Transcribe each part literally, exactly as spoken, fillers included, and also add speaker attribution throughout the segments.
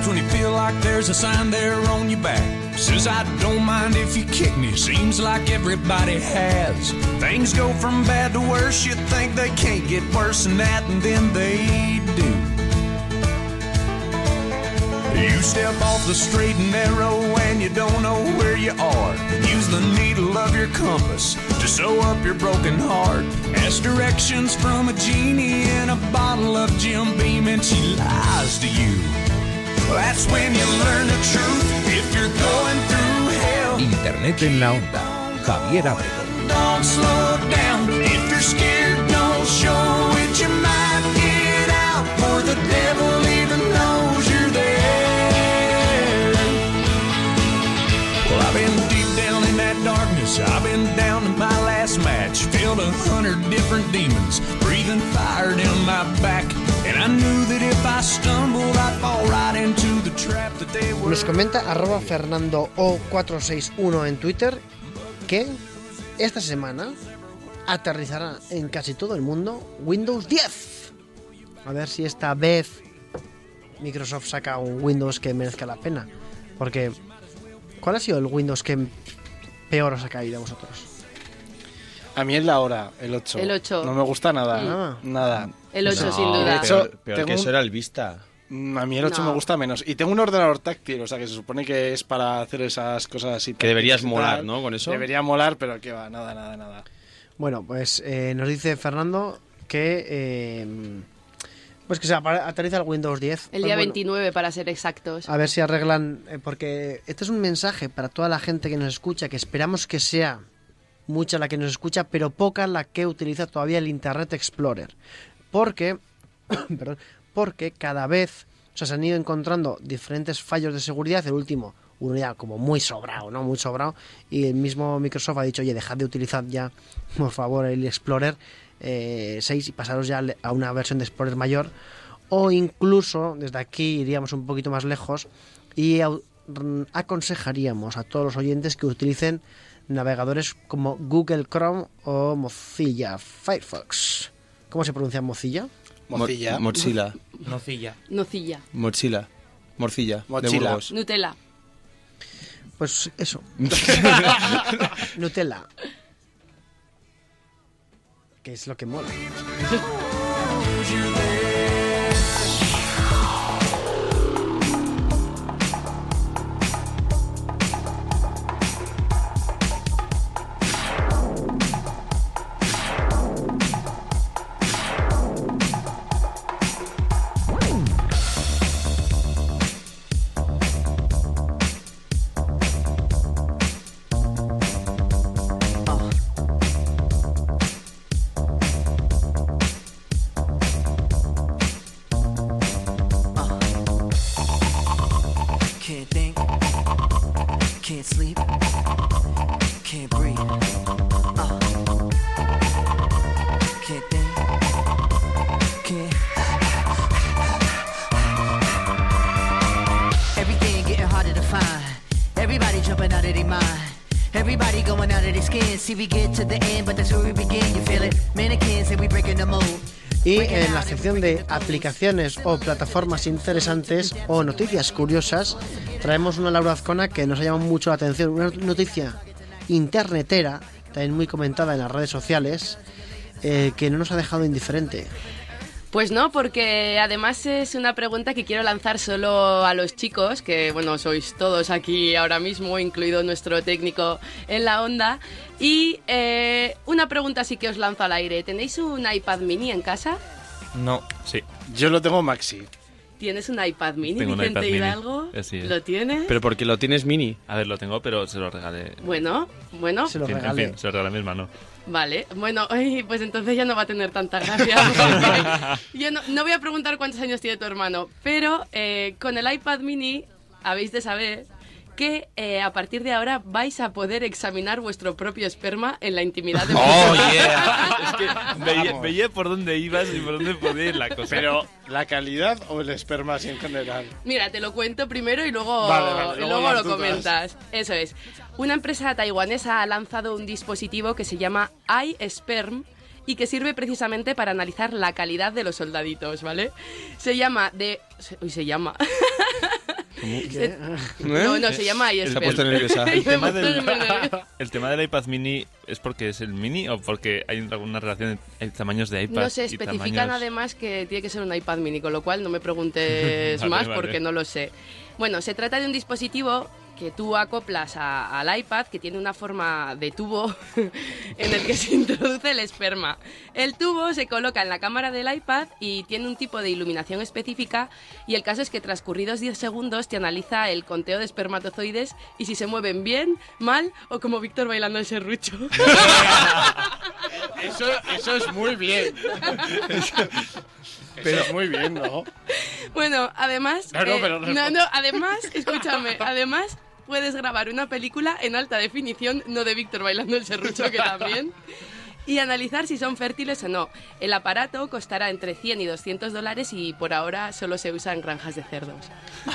Speaker 1: times when you feel like there's a sign there on your back. Says I don't mind if you kick me, seems like everybody has. Things go from bad to worse, you think they can't get worse than that, and then they do. You step off the straight and narrow and you don't know where you are. Use the needle of your compass to sew up your broken heart. Ask directions from a genie in a bottle of Jim Beam and she lies to you. That's when you learn the truth if you're going through hell.
Speaker 2: Internet en la onda. Javier Abrego.
Speaker 1: Don't slow down. If you're scared, don't show it. You might get out, for the devil even knows you're there. Well, I've been deep down in that darkness. I've been down to my last match. Filled a hundred different demons, breathing fire down my back. And I knew that if I stumbled, I'd fall right into the trap that they were.
Speaker 3: Nos comenta arroba Fernando O cuatro seis uno en Twitter que esta semana aterrizará en casi todo el mundo Windows diez. A ver si esta vez Microsoft saca un Windows que merezca la pena. Porque, ¿cuál ha sido el Windows que peor os ha caído a vosotros?
Speaker 4: A mí es la hora, el ocho.
Speaker 5: El ocho.
Speaker 4: No me gusta nada,
Speaker 3: Ah.
Speaker 4: nada.
Speaker 5: El ocho,
Speaker 6: No,
Speaker 5: sin duda.
Speaker 4: de hecho,
Speaker 6: Peor, peor
Speaker 4: tengo
Speaker 6: que
Speaker 4: un-
Speaker 6: eso era el Vista.
Speaker 4: Mm, A mí el ocho
Speaker 5: No.
Speaker 4: me gusta menos. Y tengo un ordenador táctil, o sea que se supone que es para hacer esas cosas así.
Speaker 6: Que deberías
Speaker 4: táctiles y
Speaker 6: molar,
Speaker 4: tal.
Speaker 6: ¿no? Con eso.
Speaker 4: Debería molar, pero que va, nada, nada, nada.
Speaker 3: Bueno, pues eh, nos dice Fernando que eh, pues que se apa- aterriza el Windows diez.
Speaker 5: El
Speaker 3: Pues
Speaker 5: día
Speaker 3: bueno,
Speaker 5: veintinueve, para ser exactos.
Speaker 3: a ver si arreglan, eh, porque este es un mensaje para toda la gente que nos escucha, que esperamos que sea mucha la que nos escucha, pero poca la que utiliza todavía el Internet Explorer. Porque, perdón, porque cada vez o sea, se han ido encontrando diferentes fallos de seguridad. El último, uno ya como muy sobrado, ¿no? Muy sobrado. Y el mismo Microsoft ha dicho, oye, dejad de utilizar ya, por favor, el Explorer eh, seis y pasaros ya a una versión de Explorer mayor. O incluso, desde aquí iríamos un poquito más lejos y au- r- aconsejaríamos a todos los oyentes que utilicen navegadores como Google Chrome o Mozilla Firefox. ¿Cómo se pronuncia Mozilla?
Speaker 4: Mozilla.
Speaker 6: Mo- Mochila.
Speaker 7: Nocilla.
Speaker 5: Nocilla.
Speaker 6: Mochila. Morcilla. De
Speaker 4: Mochila.
Speaker 6: Burgos.
Speaker 5: Nutella.
Speaker 3: Pues eso. Nutella. Que es lo que mola.
Speaker 8: Can't think, can't sleep, can't breathe. Uh. Can't think, can't. Everything getting harder to find. Everybody jumping out of their mind. Everybody going out of their skin. See, we get to the end, but that's where we begin. You feel it? Mannequins and we breaking the mold.
Speaker 3: Y en la sección de aplicaciones o plataformas interesantes o noticias curiosas, traemos una Laura Azcona que nos ha llamado mucho la atención. Una noticia internetera, también muy comentada en las redes sociales, eh, que no nos ha dejado indiferente.
Speaker 5: Pues no, porque además es una pregunta que quiero lanzar solo a los chicos, que bueno, sois todos aquí ahora mismo, incluido nuestro técnico en la onda. Y eh, una pregunta sí que os lanzo al aire. ¿Tenéis un iPad mini en casa?
Speaker 7: No, sí.
Speaker 4: Yo lo tengo maxi.
Speaker 5: ¿Tienes un iPad mini,
Speaker 7: Tengo un
Speaker 5: Vicente
Speaker 7: iPad mini.
Speaker 5: Hidalgo?
Speaker 7: Así es.
Speaker 5: ¿Lo tienes?
Speaker 6: Pero porque lo tienes mini.
Speaker 7: A ver, lo tengo, pero se lo regalé.
Speaker 5: Bueno, bueno.
Speaker 3: Se lo
Speaker 7: En fin, en
Speaker 3: regalé.
Speaker 7: fin, se lo regalé a mi hermano.
Speaker 5: Vale, bueno, ay, pues entonces ya no va a tener tanta gracia. porque Yo no, no voy a preguntar cuántos años tiene tu hermano, pero eh, con el iPad mini habéis de saber que eh, a partir de ahora vais a poder examinar vuestro propio esperma en la intimidad de vuestro
Speaker 6: ¡Oh,
Speaker 5: hogar.
Speaker 6: yeah!
Speaker 7: Es que veía, veía por dónde ibas y por dónde podía ir la cosa.
Speaker 4: Pero, ¿la calidad o el esperma así en general?
Speaker 5: Mira, te lo cuento primero y luego,
Speaker 4: Vale, vale,
Speaker 5: y
Speaker 4: luego
Speaker 5: luego
Speaker 4: las
Speaker 5: lo
Speaker 4: dudas.
Speaker 5: comentas. Eso es. Una empresa taiwanesa ha lanzado un dispositivo que se llama iSperm y que sirve precisamente para analizar la calidad de los soldaditos, ¿vale? Se llama de... se- Uy, se llama... Se- No, no, se llama
Speaker 6: Se ha
Speaker 5: iSpell.
Speaker 6: puesto nerviosa.
Speaker 7: El tema,
Speaker 5: Me
Speaker 7: del,
Speaker 5: estoy nerviosa.
Speaker 7: el tema del iPad mini es porque es el mini o porque hay alguna relación en tamaños de iPad.
Speaker 5: No se
Speaker 7: y
Speaker 5: especifican
Speaker 7: tamaños-
Speaker 5: además que tiene que ser un iPad mini, con lo cual no me preguntes
Speaker 7: Vale,
Speaker 5: más
Speaker 7: vale.
Speaker 5: porque no lo sé. Bueno, se trata de un dispositivo que tú acoplas a- al iPad, que tiene una forma de tubo en el que se introduce el esperma. El tubo se coloca en la cámara del iPad y tiene un tipo de iluminación específica, y el caso es que transcurridos diez segundos te analiza el conteo de espermatozoides y si se mueven bien, mal o como Víctor bailando el serrucho.
Speaker 4: Eso, eso es muy bien. Eso, eso es muy bien, ¿no?
Speaker 5: Bueno, además,
Speaker 4: No, no,
Speaker 5: eh,
Speaker 4: pero-
Speaker 5: no, no, además, escúchame, además puedes grabar una película en alta definición, no de Víctor bailando el serrucho, que también, y analizar si son fértiles o no. El aparato costará entre cien y doscientos dólares y por ahora solo se usa en granjas de cerdos.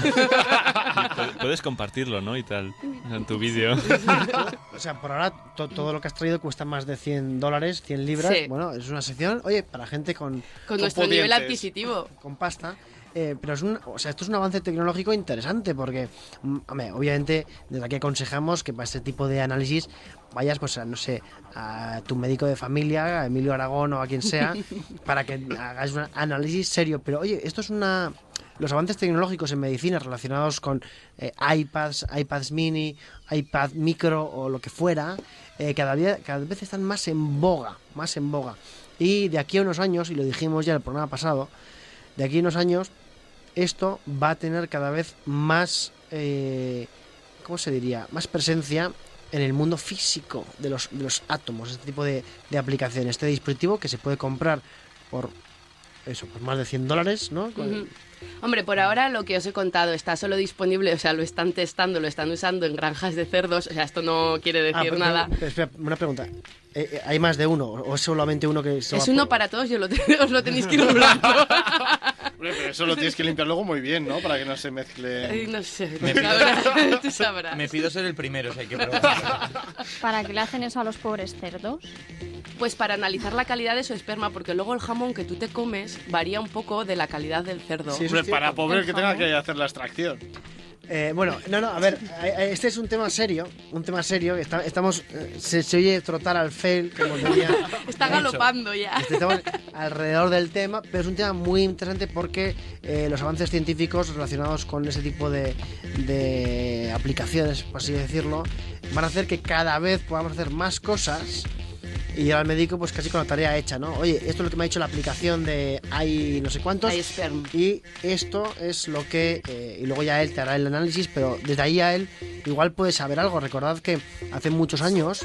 Speaker 7: Pu- Puedes compartirlo, ¿no? Y tal, en tu vídeo.
Speaker 3: O sea, por ahora to- todo lo que has traído cuesta más de cien dólares, cien libras.
Speaker 5: Sí.
Speaker 3: Bueno, es una sección, oye, para gente con,
Speaker 5: Con nuestro
Speaker 4: pudientes.
Speaker 5: nivel adquisitivo.
Speaker 3: con pasta. Eh, pero es un, o sea, esto es un avance tecnológico interesante porque, mm, hombre, obviamente, desde aquí aconsejamos que para este tipo de análisis vayas, pues, a, no sé, a tu médico de familia, a Emilio Aragón o a quien sea, para que hagas un análisis serio. Pero, oye, esto es una... Los avances tecnológicos en medicina relacionados con eh, iPads, iPads mini, iPad micro o lo que fuera, eh, cada, día, cada vez están más en boga, más en boga. Y de aquí a unos años, y lo dijimos ya en el programa pasado, de aquí a unos años esto va a tener cada vez más, eh, ¿cómo se diría? Más presencia en el mundo físico de los, de los átomos, este tipo de, de aplicaciones. Este dispositivo que se puede comprar por eso, por más de cien dólares, ¿no?
Speaker 5: Ujú. Hombre, por ahora lo que os he contado está solo disponible, o sea, lo están testando, lo están usando en granjas de cerdos, o sea, esto no quiere
Speaker 3: Ah,
Speaker 5: decir
Speaker 3: pero-
Speaker 5: nada.
Speaker 3: pero, espera, una pregunta. Eh, eh, ¿Hay más de uno o es solamente uno que se va
Speaker 5: Es
Speaker 3: a
Speaker 5: uno
Speaker 3: por-
Speaker 5: para todos y os lo, te- os lo tenéis que ir nombrando.
Speaker 4: Hombre, pero eso lo tienes que limpiar luego muy bien, ¿no? Para que no se
Speaker 5: Ay,
Speaker 4: mezcle.
Speaker 5: no sé, tú
Speaker 9: Me pido-
Speaker 5: sabrás, tú sabrás.
Speaker 9: Me pido ser el primero, si hay que probar.
Speaker 10: ¿Para qué le hacen eso a los pobres cerdos?
Speaker 5: Pues para analizar la calidad de su esperma, porque luego el jamón que tú te comes varía un poco de la calidad del cerdo.
Speaker 3: Sí, eso
Speaker 4: Hombre,
Speaker 3: es
Speaker 4: para
Speaker 3: cierto.
Speaker 4: pobre que tenga que hacer la extracción.
Speaker 3: Eh, bueno, no, no, a ver, eh, eh, este es un tema serio, un tema serio. Está- estamos, eh, se, se oye trotar al fail, como diría.
Speaker 5: Está galopando ya.
Speaker 3: Estamos alrededor del tema, pero es un tema muy interesante porque eh, los avances científicos relacionados con ese tipo de, de aplicaciones, por así decirlo, van a hacer que cada vez podamos hacer más cosas y llegar al médico pues casi con la tarea hecha, ¿no? Oye, esto es lo que me ha dicho la aplicación de hay no sé cuántos
Speaker 5: iSperm.
Speaker 3: y esto es lo que eh, y luego ya él te hará el análisis, pero desde ahí a él igual puede saber algo. Recordad que hace muchos años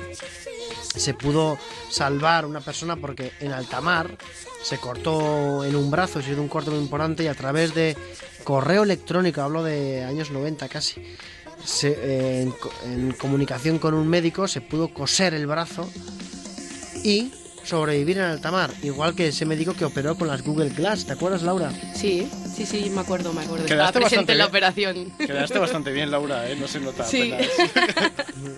Speaker 3: se pudo salvar una persona porque en alta mar se cortó en un brazo, se hizo un corte muy importante y a través de correo electrónico, hablo de años noventa casi, se, eh, en, co- en comunicación con un médico se pudo coser el brazo y sobrevivir en alta mar, igual que ese médico que operó con las Google Glass, ¿te acuerdas, Laura?
Speaker 5: Sí, sí, sí, me acuerdo, me acuerdo. Estaba
Speaker 4: Quedaste
Speaker 5: presente
Speaker 4: bastante
Speaker 5: en la
Speaker 4: bien.
Speaker 5: operación.
Speaker 4: Quedaste bastante bien, Laura, ¿eh? No se nota
Speaker 5: Sí.
Speaker 4: apenas.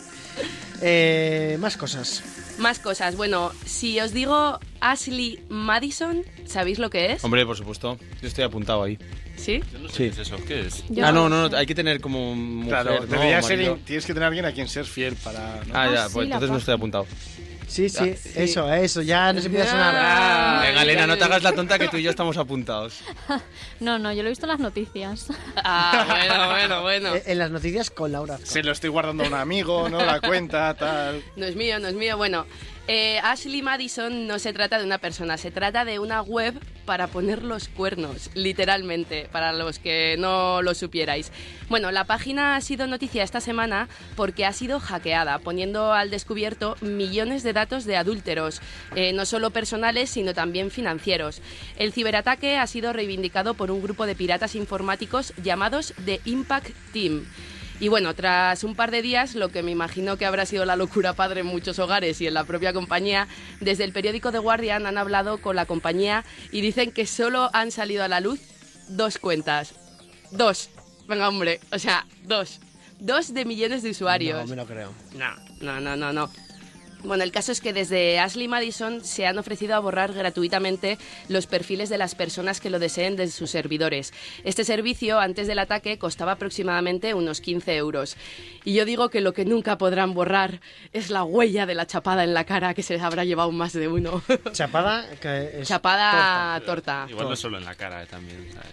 Speaker 3: Eh, más cosas.
Speaker 5: Más cosas. Bueno, si os digo Ashley Madison, ¿sabéis lo que es?
Speaker 6: Hombre, por supuesto. Yo estoy apuntado ahí.
Speaker 5: ¿Sí?
Speaker 7: Yo no sé
Speaker 6: Sí.
Speaker 7: qué es eso, ¿qué es?
Speaker 10: Yo
Speaker 6: ah, no,
Speaker 10: no
Speaker 6: no,
Speaker 10: sé.
Speaker 6: no, hay que tener como mujer,
Speaker 4: Claro,
Speaker 6: ¿no?
Speaker 4: debería ser,
Speaker 6: marido.
Speaker 4: tienes que tener a alguien a quien ser fiel para... ¿no?
Speaker 6: Ah,
Speaker 10: Ah,
Speaker 6: ya,
Speaker 10: sí,
Speaker 6: pues
Speaker 10: la
Speaker 6: entonces no
Speaker 10: paja.
Speaker 6: estoy apuntado.
Speaker 3: Sí, sí,
Speaker 5: sí.
Speaker 3: eso, eso, ya no se empieza a sonar.
Speaker 5: Ah,
Speaker 6: Venga, Elena, no te
Speaker 5: ya
Speaker 6: hagas la tonta que tú y yo estamos apuntados.
Speaker 10: No, no, yo lo he visto en las noticias.
Speaker 5: Ah, bueno, bueno, bueno.
Speaker 3: Eh, En las noticias con Laura Azcón.
Speaker 4: Se lo estoy guardando a un amigo, ¿no? La cuenta, tal...
Speaker 5: No es mío, no es mío. Bueno, eh, Ashley Madison no se trata de una persona, se trata de una web para poner los cuernos, literalmente, para los que no lo supierais. Bueno, la página ha sido noticia esta semana porque ha sido hackeada, poniendo al descubierto millones de datos de adúlteros, eh, no solo personales, sino también financieros. El ciberataque ha sido reivindicado por un grupo de piratas informáticos llamados The Impact Team. Y bueno, tras un par de días, lo que me imagino que habrá sido la locura padre en muchos hogares y en la propia compañía, desde el periódico The Guardian han hablado con la compañía y dicen que solo han salido a la luz dos cuentas. Dos. Venga, hombre, o sea, dos. Dos de millones de usuarios.
Speaker 3: No, me lo creo.
Speaker 5: No, no, no, no, no. Bueno, el caso es que desde Ashley Madison se han ofrecido a borrar gratuitamente los perfiles de las personas que lo deseen de sus servidores. Este servicio, antes del ataque, costaba aproximadamente unos quince euros. Y yo digo que lo que nunca podrán borrar es la huella de la chapada en la cara que se habrá llevado más de uno.
Speaker 3: Chapada, que es
Speaker 5: Chapada torta. torta.
Speaker 7: Igual no solo en la cara, eh, también, ¿sabes?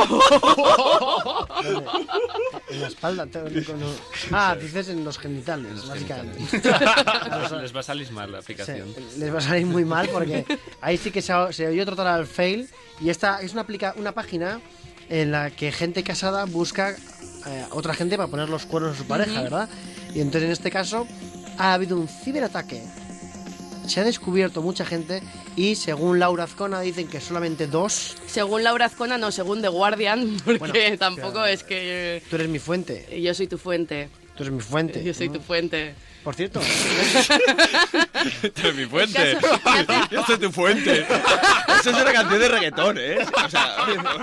Speaker 3: En la espalda. Te, no. Ah, dices en los genitales, en los básicamente.
Speaker 7: Genitales. Les va a salir mal la aplicación.
Speaker 3: Sí, les va a salir muy mal porque ahí sí que se, se oyó tratar al fail. Y esta es una, aplica, una página en la que gente casada busca eh, otra gente para poner los cuernos a su pareja, uh-huh. ¿verdad? Y entonces en este caso ha habido un ciberataque. Se ha descubierto mucha gente y según Laura Azcona dicen que solamente dos.
Speaker 5: Según Laura Azcona, no, según The Guardian, porque bueno, tampoco
Speaker 3: claro.
Speaker 5: es que...
Speaker 3: Tú eres mi fuente.
Speaker 5: Yo soy tu fuente.
Speaker 3: Tú eres mi fuente.
Speaker 5: Yo soy
Speaker 3: ¿no?
Speaker 5: tu fuente.
Speaker 3: Por cierto.
Speaker 6: Tú eres mi fuente. Yo soy tu fuente. Eso es una canción de reggaetón, ¿eh? O sea...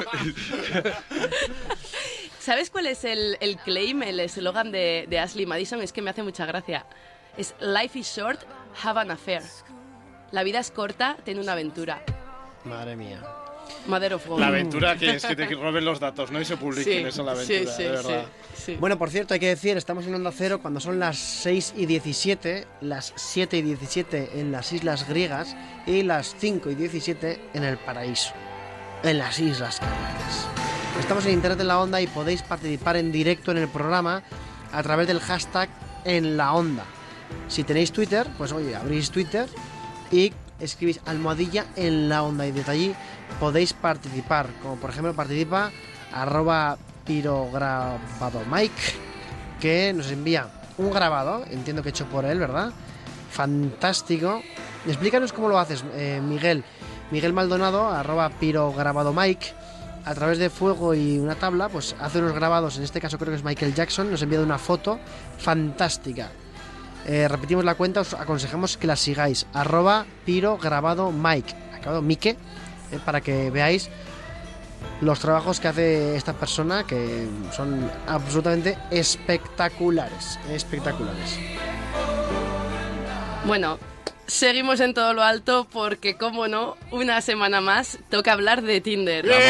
Speaker 5: ¿Sabes cuál es el, el claim, el eslogan de, de Ashley Madison? Es que me hace mucha gracia. Es Life is short, have an affair. La vida es corta, ten una aventura.
Speaker 3: Madre mía.
Speaker 5: Mother of God.
Speaker 4: La aventura que es que te roben los datos, ¿no? Y se publiquen,
Speaker 5: sí,
Speaker 4: eso es la aventura,
Speaker 5: sí, sí,
Speaker 4: de verdad.
Speaker 5: Sí, sí.
Speaker 3: Bueno, por cierto, hay que decir, estamos en Onda Cero cuando son las seis y diecisiete, las siete y diecisiete en las Islas Griegas y las cinco y diecisiete en el Paraíso, en las Islas Canarias. Estamos en Internet en la Onda y podéis participar en directo en el programa a través del hashtag en la Onda. Si tenéis Twitter, pues oye, abrís Twitter y escribís almohadilla en la Onda y desde allí podéis participar, como por ejemplo participa arroba pirograbado Mike, que nos envía un grabado, entiendo que hecho por él, ¿verdad? Fantástico. Explícanos cómo lo haces, eh, Miguel. Miguel Maldonado, arroba pirograbado Mike, a través de fuego y una tabla, pues hace unos grabados, en este caso creo que es Michael Jackson, nos ha enviado una foto fantástica. Eh, repetimos la cuenta, os aconsejamos que la sigáis, arroba pirograbado Mike, acabado Mike, eh, para que veáis los trabajos que hace esta persona, que son absolutamente espectaculares, espectaculares.
Speaker 5: Bueno, seguimos en todo lo alto porque, como no, una semana más toca hablar de Tinder. ¡Bien!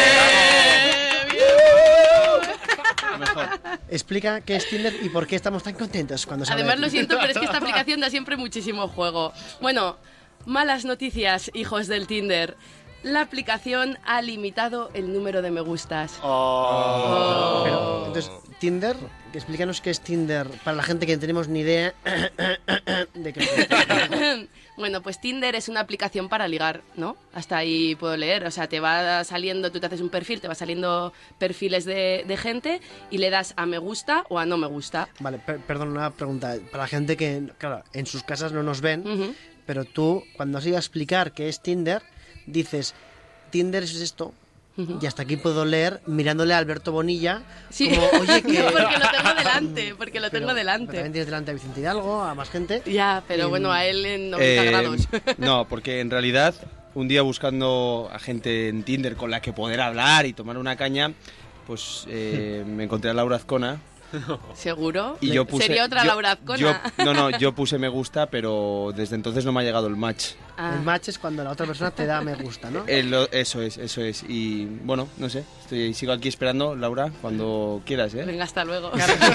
Speaker 3: Mejor. Explica qué es Tinder y por qué estamos tan contentos cuando se
Speaker 5: Además,
Speaker 3: habla de
Speaker 5: lo siento, pero es que esta aplicación da siempre muchísimo juego. Bueno, malas noticias, hijos del Tinder. La aplicación ha limitado el número de me gustas.
Speaker 3: Oh. Pero, entonces, Tinder, explícanos qué es Tinder para la gente que no tenemos ni idea de qué es.
Speaker 5: Bueno, pues Tinder es una aplicación para ligar, ¿no? Hasta ahí puedo leer. O sea, te va saliendo, tú te haces un perfil, te va saliendo perfiles de, de gente y le das a me gusta o a no me gusta.
Speaker 3: Vale, per perdón, una pregunta. Para la gente que, claro, en sus casas no nos ven,
Speaker 5: Uh-huh.
Speaker 3: pero tú, cuando has ido a explicar qué es Tinder, dices, Tinder es esto. Y hasta aquí puedo leer mirándole a Alberto Bonilla,
Speaker 5: Sí,
Speaker 3: como, oye, que...
Speaker 5: porque lo tengo delante, porque lo
Speaker 3: Pero-
Speaker 5: tengo delante.
Speaker 3: pero también tienes delante a Vicente Hidalgo, a más gente.
Speaker 5: Ya, pero
Speaker 3: Y-
Speaker 5: bueno, a él en noventa
Speaker 6: Eh,
Speaker 5: grados.
Speaker 6: No, porque en realidad un día buscando a gente en Tinder con la que poder hablar y tomar una caña, pues eh, me encontré a Laura Azcona.
Speaker 5: ¿Seguro?
Speaker 6: Y yo puse,
Speaker 5: Sería otra
Speaker 6: yo-
Speaker 5: Laura Azcona.
Speaker 6: yo- no, no, yo puse me gusta, pero desde entonces no me ha llegado el match.
Speaker 5: Ah.
Speaker 3: El match es cuando la otra persona te da me gusta, ¿no?
Speaker 6: Eh, lo- eso es, eso es. Y bueno, no sé, estoy, sigo aquí esperando, Laura, cuando quieras, ¿eh?
Speaker 5: Venga, hasta luego.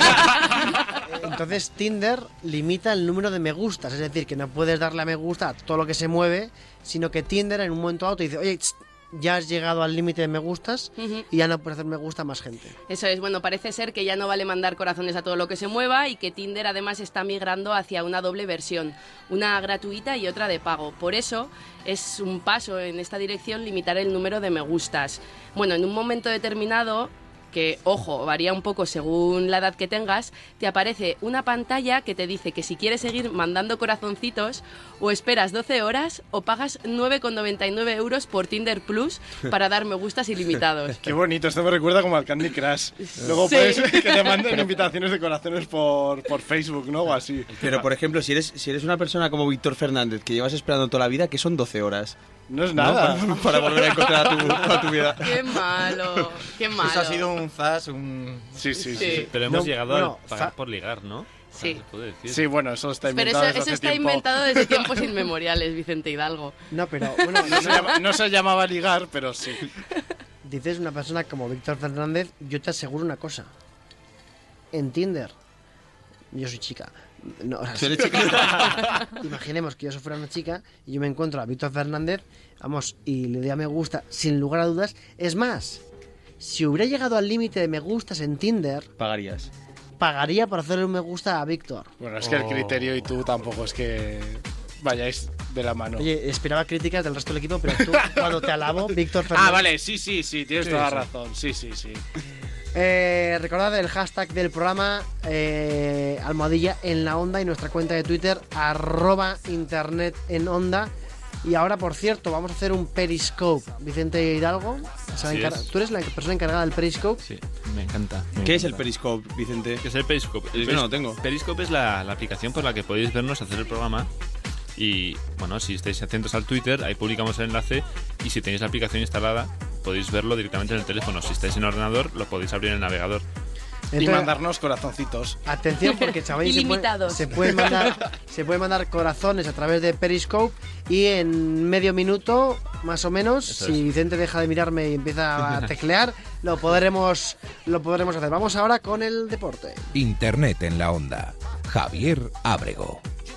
Speaker 3: Entonces Tinder limita el número de me gustas, es decir, que no puedes darle a me gusta a todo lo que se mueve, sino que Tinder en un momento dado te dice, oye, tss, ya has llegado al límite de me gustas
Speaker 5: Ujú.
Speaker 3: y ya no puedes hacer me gusta a más gente.
Speaker 5: Eso es, bueno, parece ser que ya no vale mandar corazones a todo lo que se mueva y que Tinder además está migrando hacia una doble versión, una gratuita y otra de pago. Por eso es un paso en esta dirección limitar el número de me gustas. Bueno, en un momento determinado, que, ojo, varía un poco según la edad que tengas, te aparece una pantalla que te dice que si quieres seguir mandando corazoncitos, o esperas doce horas o pagas nueve con noventa y nueve euros por Tinder Plus para dar me gustas ilimitados.
Speaker 4: Qué bonito, esto me recuerda como al Candy Crush. Luego
Speaker 5: Sí.
Speaker 4: puedes que te manden invitaciones de corazones por, por Facebook, ¿no? O así.
Speaker 6: Pero, por ejemplo, si eres, si eres una persona como Víctor Fernández, que llevas esperando toda la vida, que son doce horas.
Speaker 4: No es
Speaker 6: ¿no?
Speaker 4: nada.
Speaker 6: Para, para volver a encontrar a tu, a tu vida.
Speaker 5: Qué malo, qué malo.
Speaker 9: Eso ha sido un zas, un...
Speaker 4: Sí, sí, sí.
Speaker 5: Sí.
Speaker 7: Pero hemos
Speaker 3: No,
Speaker 7: llegado
Speaker 3: bueno,
Speaker 7: a pagar
Speaker 3: fa-
Speaker 7: por ligar, ¿no?
Speaker 5: Sí.
Speaker 7: se puede decir.
Speaker 4: Sí, bueno, eso está
Speaker 5: Pero
Speaker 4: inventado
Speaker 5: eso,
Speaker 4: desde
Speaker 5: eso
Speaker 4: hace
Speaker 5: está
Speaker 4: tiempo.
Speaker 5: inventado desde tiempos inmemoriales, Vicente Hidalgo.
Speaker 3: No, pero bueno,
Speaker 4: No se, llama- no se llamaba ligar, pero sí.
Speaker 3: dices una persona como Víctor Fernández, yo te aseguro una cosa. En Tinder, yo soy chica. No, o sea,
Speaker 6: ¿Tú eres chica?
Speaker 3: imaginemos que yo fuera una chica y yo me encuentro a Víctor Fernández, vamos, y le doy a me gusta sin lugar a dudas. Es más, si hubiera llegado al límite de me gustas en Tinder,
Speaker 6: Pagarías.
Speaker 3: pagaría por hacerle un me gusta a Víctor.
Speaker 4: Bueno, es que el
Speaker 7: Oh.
Speaker 4: criterio y tú tampoco es que vayáis de la mano.
Speaker 3: Oye, esperaba críticas del resto del equipo, pero tú, cuando te alabo, Víctor Fernández...
Speaker 4: Ah, vale, sí, sí, sí, tienes
Speaker 6: Sí,
Speaker 4: toda la
Speaker 6: sí.
Speaker 4: razón. Sí, sí, sí.
Speaker 3: Eh, recordad el hashtag del programa, eh, almohadilla en la onda, y nuestra cuenta de Twitter, arroba internet en onda. Y ahora, por cierto, vamos a hacer un Periscope. Vicente Hidalgo, se va a
Speaker 7: Así
Speaker 3: encargar-
Speaker 7: es.
Speaker 3: tú eres la persona encargada del Periscope.
Speaker 7: Sí, me encanta. me
Speaker 6: ¿Qué es el
Speaker 7: encanta.
Speaker 6: Periscope, Vicente?
Speaker 7: ¿Qué es el Periscope? El
Speaker 6: Yo no lo
Speaker 7: Peris-
Speaker 6: tengo.
Speaker 7: Periscope es la, la aplicación por la que podéis vernos hacer el programa. Y bueno, si estáis atentos al Twitter, ahí publicamos el enlace. Y si tenéis la aplicación instalada, podéis verlo directamente en el teléfono. Si estáis en ordenador, lo podéis abrir en el navegador.
Speaker 4: Y
Speaker 3: Entonces,
Speaker 4: mandarnos corazoncitos.
Speaker 3: atención, porque sabéis, se, puede-
Speaker 5: Ilimitados.
Speaker 3: se pueden mandar, se pueden mandar corazones a través de Periscope, y en medio minuto, más o menos,
Speaker 7: Eso
Speaker 3: si
Speaker 7: es.
Speaker 3: Vicente deja de mirarme y empieza a teclear, lo podremos, lo podremos hacer. Vamos ahora con el deporte.
Speaker 2: Internet en la onda. Javier Ábrego.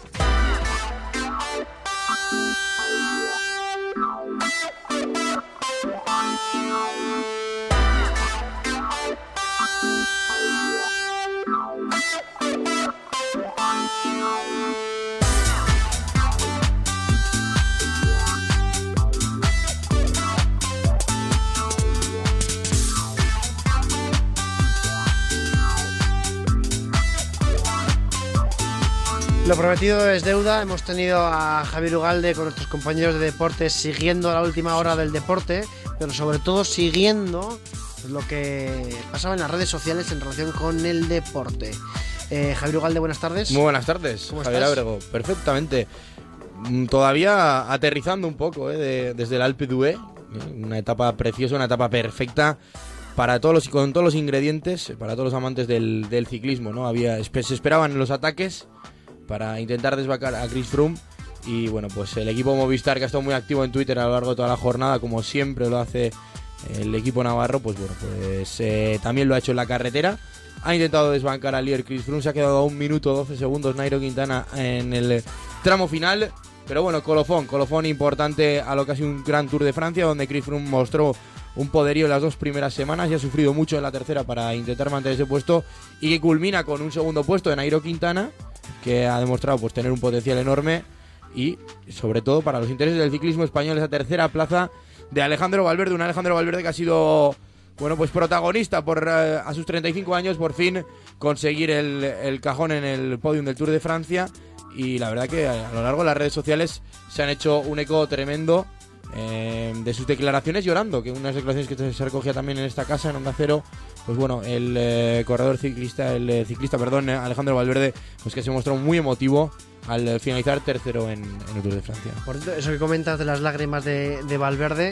Speaker 3: Lo prometido es deuda. Hemos tenido a Javier Ugalde con nuestros compañeros de deportes siguiendo la última hora del deporte, pero sobre todo siguiendo lo que pasaba en las redes sociales en relación con el deporte. Eh, Javier Ugalde, buenas tardes.
Speaker 11: Muy buenas tardes,
Speaker 3: ¿Cómo
Speaker 11: Javier
Speaker 3: estás?
Speaker 11: Ábrego. Perfectamente. Mm, Todavía aterrizando un poco eh, de- desde el Alpe d'Huez. Una etapa preciosa, una etapa perfecta para todos los, con todos los ingredientes, para todos los amantes del, del ciclismo, ¿no? Había, espe- se esperaban los ataques para intentar desbancar a Chris Froome. Y bueno, pues el equipo Movistar, que ha estado muy activo en Twitter a lo largo de toda la jornada, como siempre lo hace el equipo navarro, pues bueno, pues eh, también lo ha hecho en la carretera. Ha intentado desbancar al líder Chris Froome, se ha quedado a un minuto doce segundos Nairo Quintana en el tramo final. Pero bueno, colofón, colofón importante a lo que ha sido un gran Tour de Francia, donde Chris Froome mostró un poderío en las dos primeras semanas y ha sufrido mucho en la tercera para intentar mantener ese puesto, y que culmina con un segundo puesto de Nairo Quintana, que ha demostrado pues tener un potencial enorme, y sobre todo para los intereses del ciclismo español esa tercera plaza de Alejandro Valverde, un Alejandro Valverde que ha sido, bueno, pues protagonista por eh, a sus treinta y cinco años por fin conseguir el, el cajón en el podium del Tour de Francia. Y la verdad que a lo largo de las redes sociales se han hecho un eco tremendo eh, de sus declaraciones, llorando, que unas declaraciones que se recogía también en esta casa, en Onda Cero. Pues bueno, el eh, corredor ciclista, el eh, ciclista, perdón, Alejandro Valverde, pues que se mostró muy emotivo al eh, finalizar tercero en, en el Tour de Francia.
Speaker 3: Por cierto, eso que comentas de las lágrimas de, de Valverde,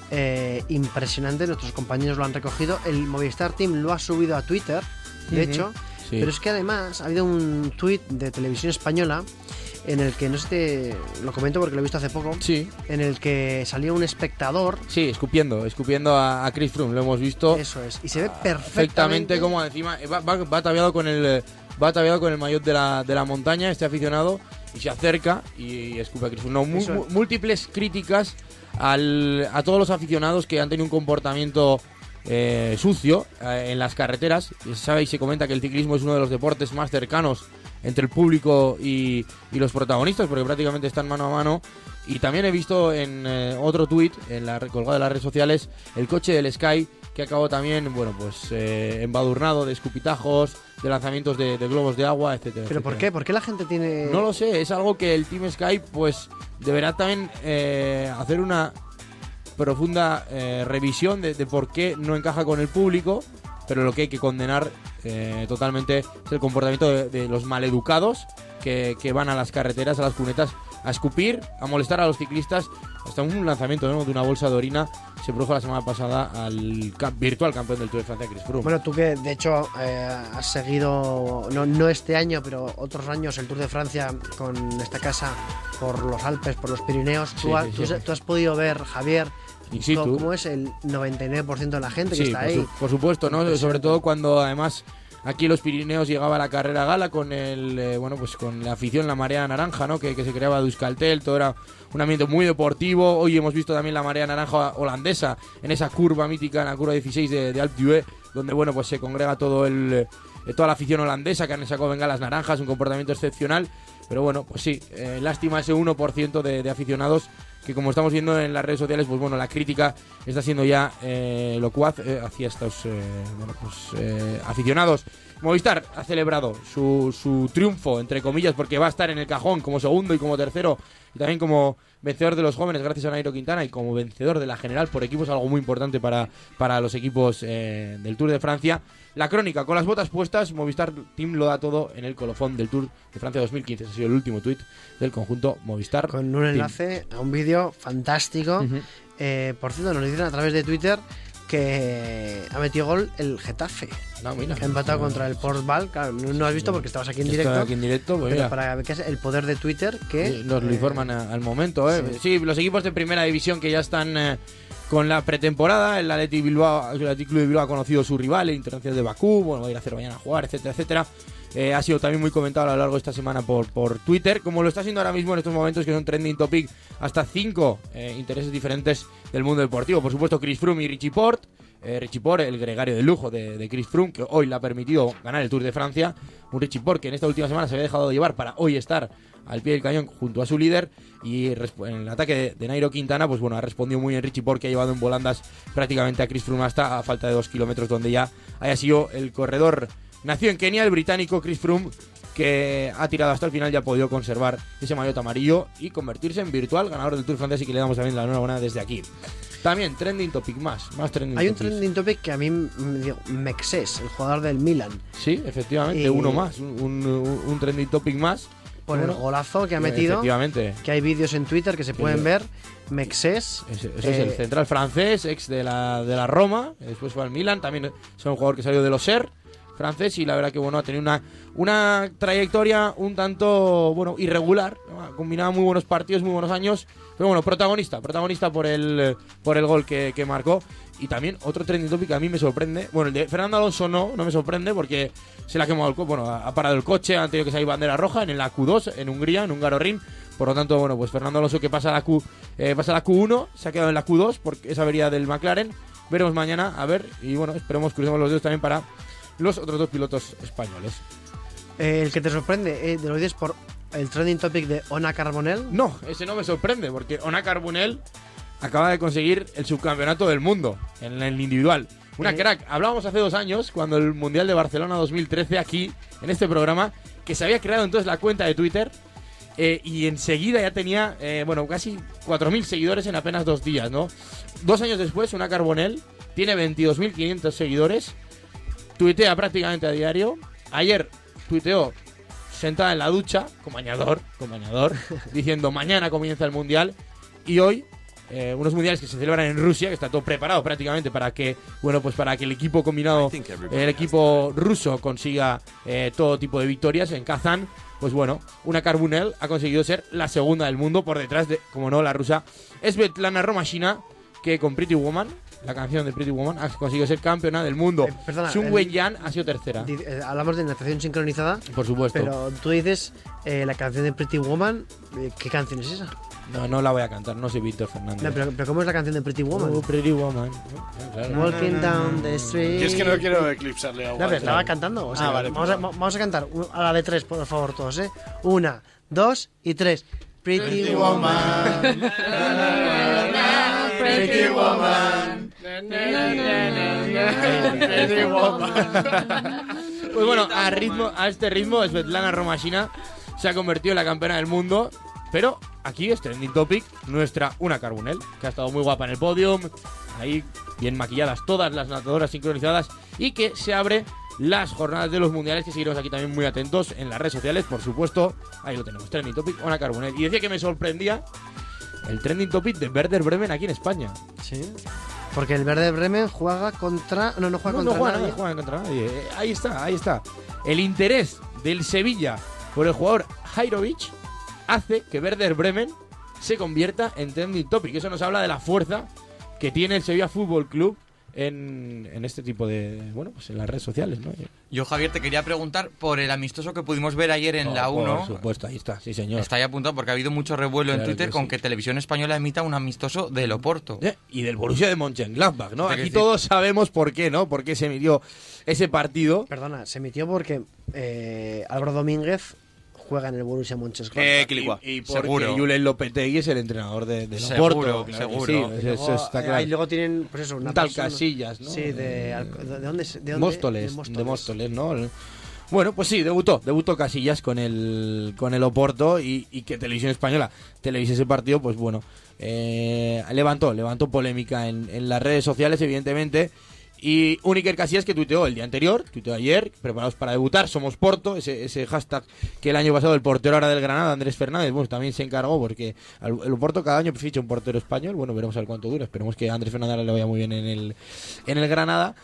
Speaker 3: eh, impresionante, nuestros compañeros lo han recogido, el Movistar Team lo ha subido a Twitter, de
Speaker 11: Ujú.
Speaker 3: hecho,
Speaker 11: Sí.
Speaker 3: pero es que además ha habido un tuit de Televisión Española en el que, no sé si te lo comento porque lo he visto hace poco,
Speaker 11: Sí,
Speaker 3: en el que salía un espectador,
Speaker 11: sí, escupiendo, escupiendo a, a Chris Froome, lo hemos visto
Speaker 3: eso es, y se ve
Speaker 11: perfectamente
Speaker 3: perfectamente
Speaker 11: como encima va, va, va ataviado con el va ataviado con el maillot de la, de la montaña, este aficionado, y se acerca y escupe a Chris Froome. No, mu-
Speaker 3: Eso es.
Speaker 11: mu- múltiples críticas al, a todos los aficionados que han tenido un comportamiento eh, sucio eh, en las carreteras. Se sabe y se comenta que el ciclismo es uno de los deportes más cercanos entre el público y, y los protagonistas, porque prácticamente están mano a mano. Y también he visto en eh, otro tuit, en la colgado de las redes sociales, el coche del Sky, que acabó también, bueno, pues eh, embadurnado de escupitajos, de lanzamientos de, de globos de agua, etcétera.
Speaker 3: ¿Pero por
Speaker 11: etcétera.
Speaker 3: qué? ¿Por qué la gente tiene...?
Speaker 11: No lo sé, es algo que el Team Sky pues deberá también eh, hacer una profunda eh, revisión de, de por qué no encaja con el público, pero lo que hay que condenar eh, totalmente es el comportamiento de, de los maleducados que, que van a las carreteras, a las cunetas, a escupir, a molestar a los ciclistas. Hasta un lanzamiento, ¿no?, de una bolsa de orina se produjo la semana pasada al camp- virtual campeón del Tour de Francia, Chris Froome.
Speaker 3: Bueno, tú que de hecho eh, has seguido, no, no este año, pero otros años el Tour de Francia con esta casa por los Alpes, por los Pirineos,
Speaker 11: Sí,
Speaker 3: tú, has,
Speaker 11: sí,
Speaker 3: tú,
Speaker 11: sí.
Speaker 3: tú has podido ver, Javier,
Speaker 11: In situ.
Speaker 3: cómo, cómo es el noventa y nueve por ciento de la gente que
Speaker 11: Sí,
Speaker 3: está
Speaker 11: por,
Speaker 3: ahí.
Speaker 11: su- por supuesto, ¿no? Sobre todo cuando además aquí en los Pirineos llegaba la carrera gala con el eh, bueno pues con la afición, la marea naranja, ¿no? Que, que se creaba de Euskaltel, todo era un ambiente muy deportivo. Hoy hemos visto también la marea naranja holandesa en esa curva mítica, en la curva dieciséis de, de Alpe d'Huez, donde bueno pues se congrega todo el eh, toda la afición holandesa que han sacado bengalas naranjas, un comportamiento excepcional. Pero bueno, pues sí, eh, lástima ese uno por ciento de, de aficionados que, como estamos viendo en las redes sociales, pues bueno, la crítica está siendo ya eh, locuaz eh, hacia estos eh, bueno, pues, eh, aficionados. Movistar ha celebrado su, su triunfo, entre comillas, porque va a estar en el cajón como segundo y como tercero, y también como vencedor de los jóvenes gracias a Nairo Quintana, y como vencedor de la general por equipos, algo muy importante para, para los equipos eh, del Tour de Francia. La crónica, con las botas puestas, Movistar Team lo da todo en el colofón del Tour de Francia dos mil quince. Ese ha sido el último tuit del conjunto Movistar.
Speaker 3: Con un enlace a un vídeo fantástico.
Speaker 11: Uh-huh.
Speaker 3: Eh, por cierto, nos dicen a través de Twitter que ha metido gol el Getafe.
Speaker 11: No, mira.
Speaker 3: Que ha empatado contra el Portbal. Claro, no no has visto porque estabas aquí en
Speaker 11: Estoy
Speaker 3: directo.
Speaker 11: aquí en directo, pues
Speaker 3: pero
Speaker 11: mira.
Speaker 3: para ver qué es el poder de Twitter que
Speaker 11: Sí, nos lo
Speaker 3: eh,
Speaker 11: informan a- al momento, ¿eh?
Speaker 3: sí.
Speaker 11: Sí. los equipos de primera división que ya están eh, con la pretemporada. El Athletic Bilbao, el Athletic Club de Bilbao ha conocido su rival, el Internacional de Bakú. Bueno, va a ir a Azerbaiyán a jugar, etcétera, etcétera. Eh, ha sido también muy comentado a lo largo de esta semana por, por Twitter, como lo está haciendo ahora mismo en estos momentos, que son trending topic hasta cinco eh, intereses diferentes del mundo deportivo. Por supuesto, Chris Froome y Richie Porte. Eh, Richie Porte, el gregario de lujo de, de Chris Froome, que hoy le ha permitido ganar el Tour de Francia. Un Richie Porte que en esta última semana se había dejado de llevar para hoy estar al pie del cañón junto a su líder. Y resp- en el ataque de, de Nairo Quintana, pues bueno, ha respondido muy bien Richie Porte, que ha llevado en volandas prácticamente a Chris Froome hasta a falta de dos kilómetros, donde ya haya sido el corredor. Nació en Kenia el británico Chris Froome, que ha tirado hasta el final y ha podido conservar ese maillot amarillo y convertirse en virtual ganador del Tour de Francia, así que le damos también la enhorabuena desde aquí. También trending topic más, más trending
Speaker 3: hay un
Speaker 11: topics.
Speaker 3: trending topic que a mí me digo, Mexés, el jugador del Milan,
Speaker 11: Sí, efectivamente,
Speaker 3: Y-
Speaker 11: uno más, un, un, un trending topic más.
Speaker 3: por
Speaker 11: Bueno,
Speaker 3: el golazo que ha metido,
Speaker 11: Efectivamente.
Speaker 3: que hay vídeos en Twitter que se pueden
Speaker 11: Sí.
Speaker 3: ver. Mexés,
Speaker 11: Ese, ese es el
Speaker 3: eh,
Speaker 11: central francés, ex de la, de la Roma, después fue al Milan, también es un jugador que salió de los Ser francés, y la verdad que bueno, ha tenido una, una trayectoria un tanto bueno irregular, ¿no? Ha combinado muy buenos partidos, muy buenos años, pero bueno, protagonista, protagonista por el por el gol que, que marcó. Y también otro trending topic que a mí me sorprende, bueno, el de Fernando Alonso no, no me sorprende porque se le ha quemado el coche, bueno, ha parado el coche, han tenido que salir bandera roja en la Q dos, en Hungría, en Hungaroring. Por lo tanto, bueno, pues Fernando Alonso, que pasa a la Q, eh, pasa a la Q uno, se ha quedado en la Q dos por esa avería del McLaren. Veremos mañana, a ver, y bueno, esperemos, crucemos los dedos también para los otros dos pilotos españoles.
Speaker 3: eh, el que te sorprende, eh, te lo dices por el trending topic de Ona Carbonell.
Speaker 11: No, ese no me sorprende, porque Ona Carbonell acaba de conseguir el subcampeonato del mundo en el individual. Una
Speaker 3: Sí.
Speaker 11: crack. Hablábamos hace dos años, cuando el Mundial de Barcelona dos mil trece, aquí, en este programa, que se había creado entonces la cuenta de Twitter, eh, y enseguida ya tenía, eh, bueno, casi cuatro mil seguidores en apenas dos días, ¿no? Dos años después, Ona Carbonell tiene veintidós mil quinientos seguidores, tuitea prácticamente a diario. Ayer tuiteó sentada en la ducha, con bañador, con bañador, diciendo mañana comienza el Mundial, y hoy eh, unos mundiales que se celebran en Rusia, que está todo preparado prácticamente para que, bueno, pues para que el equipo combinado, el equipo ruso consiga eh, todo tipo de victorias en Kazán. Pues bueno, Ona Carbonell ha conseguido ser la segunda del mundo por detrás de, como no, la rusa Svetlana Romashina, que con Pretty Woman, la canción de Pretty Woman, ha conseguido ser campeona del mundo.
Speaker 3: Eh, perdona,
Speaker 11: Sun
Speaker 3: el-
Speaker 11: Wenyan ha sido tercera.
Speaker 3: Di- eh, hablamos de natación sincronizada,
Speaker 11: Por supuesto.
Speaker 3: pero tú dices eh, la canción de Pretty Woman. eh, ¿Qué canción es esa?
Speaker 11: No, no la voy a cantar, no soy Víctor Fernández.
Speaker 3: No, pero, pero ¿cómo es la canción de Pretty Woman?
Speaker 11: Oh, Pretty Woman. Ah, claro.
Speaker 3: Walking down the street.
Speaker 4: Yo es que no quiero eclipsarle a
Speaker 3: No, pero
Speaker 4: Walter.
Speaker 3: estaba cantando. O sea,
Speaker 4: Ah, vale,
Speaker 3: vamos, a,
Speaker 4: pues
Speaker 3: vamos a cantar un- a la de tres, por favor, todos, ¿eh? Una, dos y tres. Pretty,
Speaker 4: Pretty
Speaker 3: Woman.
Speaker 10: Pretty
Speaker 4: Woman.
Speaker 3: Pretty Woman.
Speaker 11: Pues bueno, a, ritmo, a este ritmo, Svetlana Romashina se ha convertido en la campeona del mundo. Pero aquí es trending topic nuestra Ona Carbonell, que ha estado muy guapa en el podium, ahí bien maquilladas todas las natadoras sincronizadas, y que se abre las jornadas de los mundiales, que seguiremos aquí también muy atentos en las redes sociales, por supuesto. Ahí lo tenemos, trending topic Ona Carbonell. Y decía que me sorprendía el trending topic de Werder Bremen aquí en España.
Speaker 3: Sí. Porque el Werder Bremen juega contra... No, no juega
Speaker 11: No,
Speaker 3: contra
Speaker 11: no juega
Speaker 3: nadie.
Speaker 11: nadie, juega contra nadie. Eh, Ahí está, ahí está. El interés del Sevilla por el jugador Jairovic hace que Werder Bremen se convierta en trending topic. Eso nos habla de la fuerza que tiene el Sevilla Fútbol Club en, en este tipo de... Bueno, pues en las redes sociales, ¿no?
Speaker 9: Yo, Javier, te quería preguntar por el amistoso que pudimos ver ayer en
Speaker 11: Oh,
Speaker 9: la uno.
Speaker 11: Por supuesto, ahí está, sí señor.
Speaker 9: Está ahí apuntado porque ha habido mucho revuelo
Speaker 11: Claro
Speaker 9: en Twitter
Speaker 11: que
Speaker 9: con
Speaker 11: sí.
Speaker 9: que Televisión Española emita un amistoso del Oporto.
Speaker 11: Eh, Y del Borussia de Mönchengladbach, ¿no?
Speaker 9: Te
Speaker 11: Aquí
Speaker 9: quiero
Speaker 11: todos sabemos por qué, ¿no? Por qué se emitió ese partido.
Speaker 3: Perdona, se emitió porque eh, Álvaro Domínguez juega en el Borussia Mönchengladbach.
Speaker 4: Eh, Quilicua.
Speaker 11: Y, y porque
Speaker 9: Seguro.
Speaker 11: Julen Lopetegui es el entrenador de, de
Speaker 9: Seguro,
Speaker 11: Oporto. claro que
Speaker 9: seguro.
Speaker 11: sí,
Speaker 3: Y
Speaker 11: eso,
Speaker 3: luego,
Speaker 11: eso está
Speaker 3: eh,
Speaker 11: claro.
Speaker 3: ahí luego tienen, pues eso, una
Speaker 11: Un tal
Speaker 3: persona-
Speaker 11: Casillas, ¿no?
Speaker 3: Sí, de, Al- de, ¿de dónde? es- De dónde?
Speaker 11: Móstoles,
Speaker 3: De
Speaker 11: de Móstoles, ¿no? Bueno, pues sí, debutó, debutó Casillas con el con el Oporto y, y que Televisión Española televise ese partido, pues bueno, eh, levantó, levantó polémica en, en las redes sociales, evidentemente. Y un Iker Casillas que tuiteó el día anterior, tuiteó ayer, preparados para debutar, somos Porto, ese, ese hashtag que el año pasado el portero ahora del Granada, Andrés Fernández, bueno, también se encargó porque al- el Porto cada año ficha un portero español, bueno, veremos a ver cuánto dura, esperemos que a Andrés Fernández le vaya muy bien en el, en el Granada.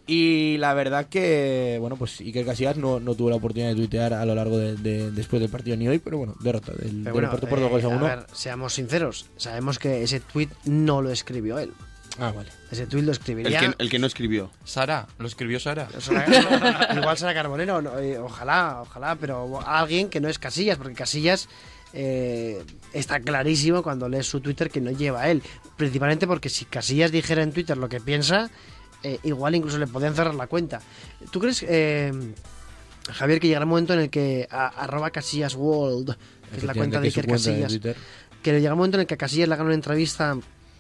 Speaker 11: Y la verdad que, bueno, pues Iker Casillas no, no tuvo la oportunidad de tuitear a lo largo de, de- después del partido ni hoy, pero bueno, derrota del,
Speaker 3: Pero
Speaker 11: del
Speaker 3: bueno,
Speaker 11: Porto por dos goles a
Speaker 3: eh,
Speaker 11: uno.
Speaker 3: ver, seamos sinceros, sabemos que ese tuit no lo escribió él.
Speaker 11: Ah, vale.
Speaker 3: Ese tuit lo
Speaker 4: El
Speaker 3: escribiría...
Speaker 4: que, el que no escribió.
Speaker 9: Sara, lo escribió Sara.
Speaker 3: Sara- igual será Carbonero, no, eh, ojalá, ojalá, pero alguien que no es Casillas, porque Casillas eh, está clarísimo cuando lees su Twitter que no lleva a él. Principalmente porque si Casillas dijera en Twitter lo que piensa, eh, igual incluso le podían cerrar la cuenta. ¿Tú crees, eh, Javier, que llegará un momento en el que a, arroba Casillas World, que es la cuenta de
Speaker 11: Que su
Speaker 3: Iker
Speaker 11: cuenta de
Speaker 3: Casillas,
Speaker 11: Twitter.
Speaker 3: que llegará un momento en el que a Casillas le hagan una entrevista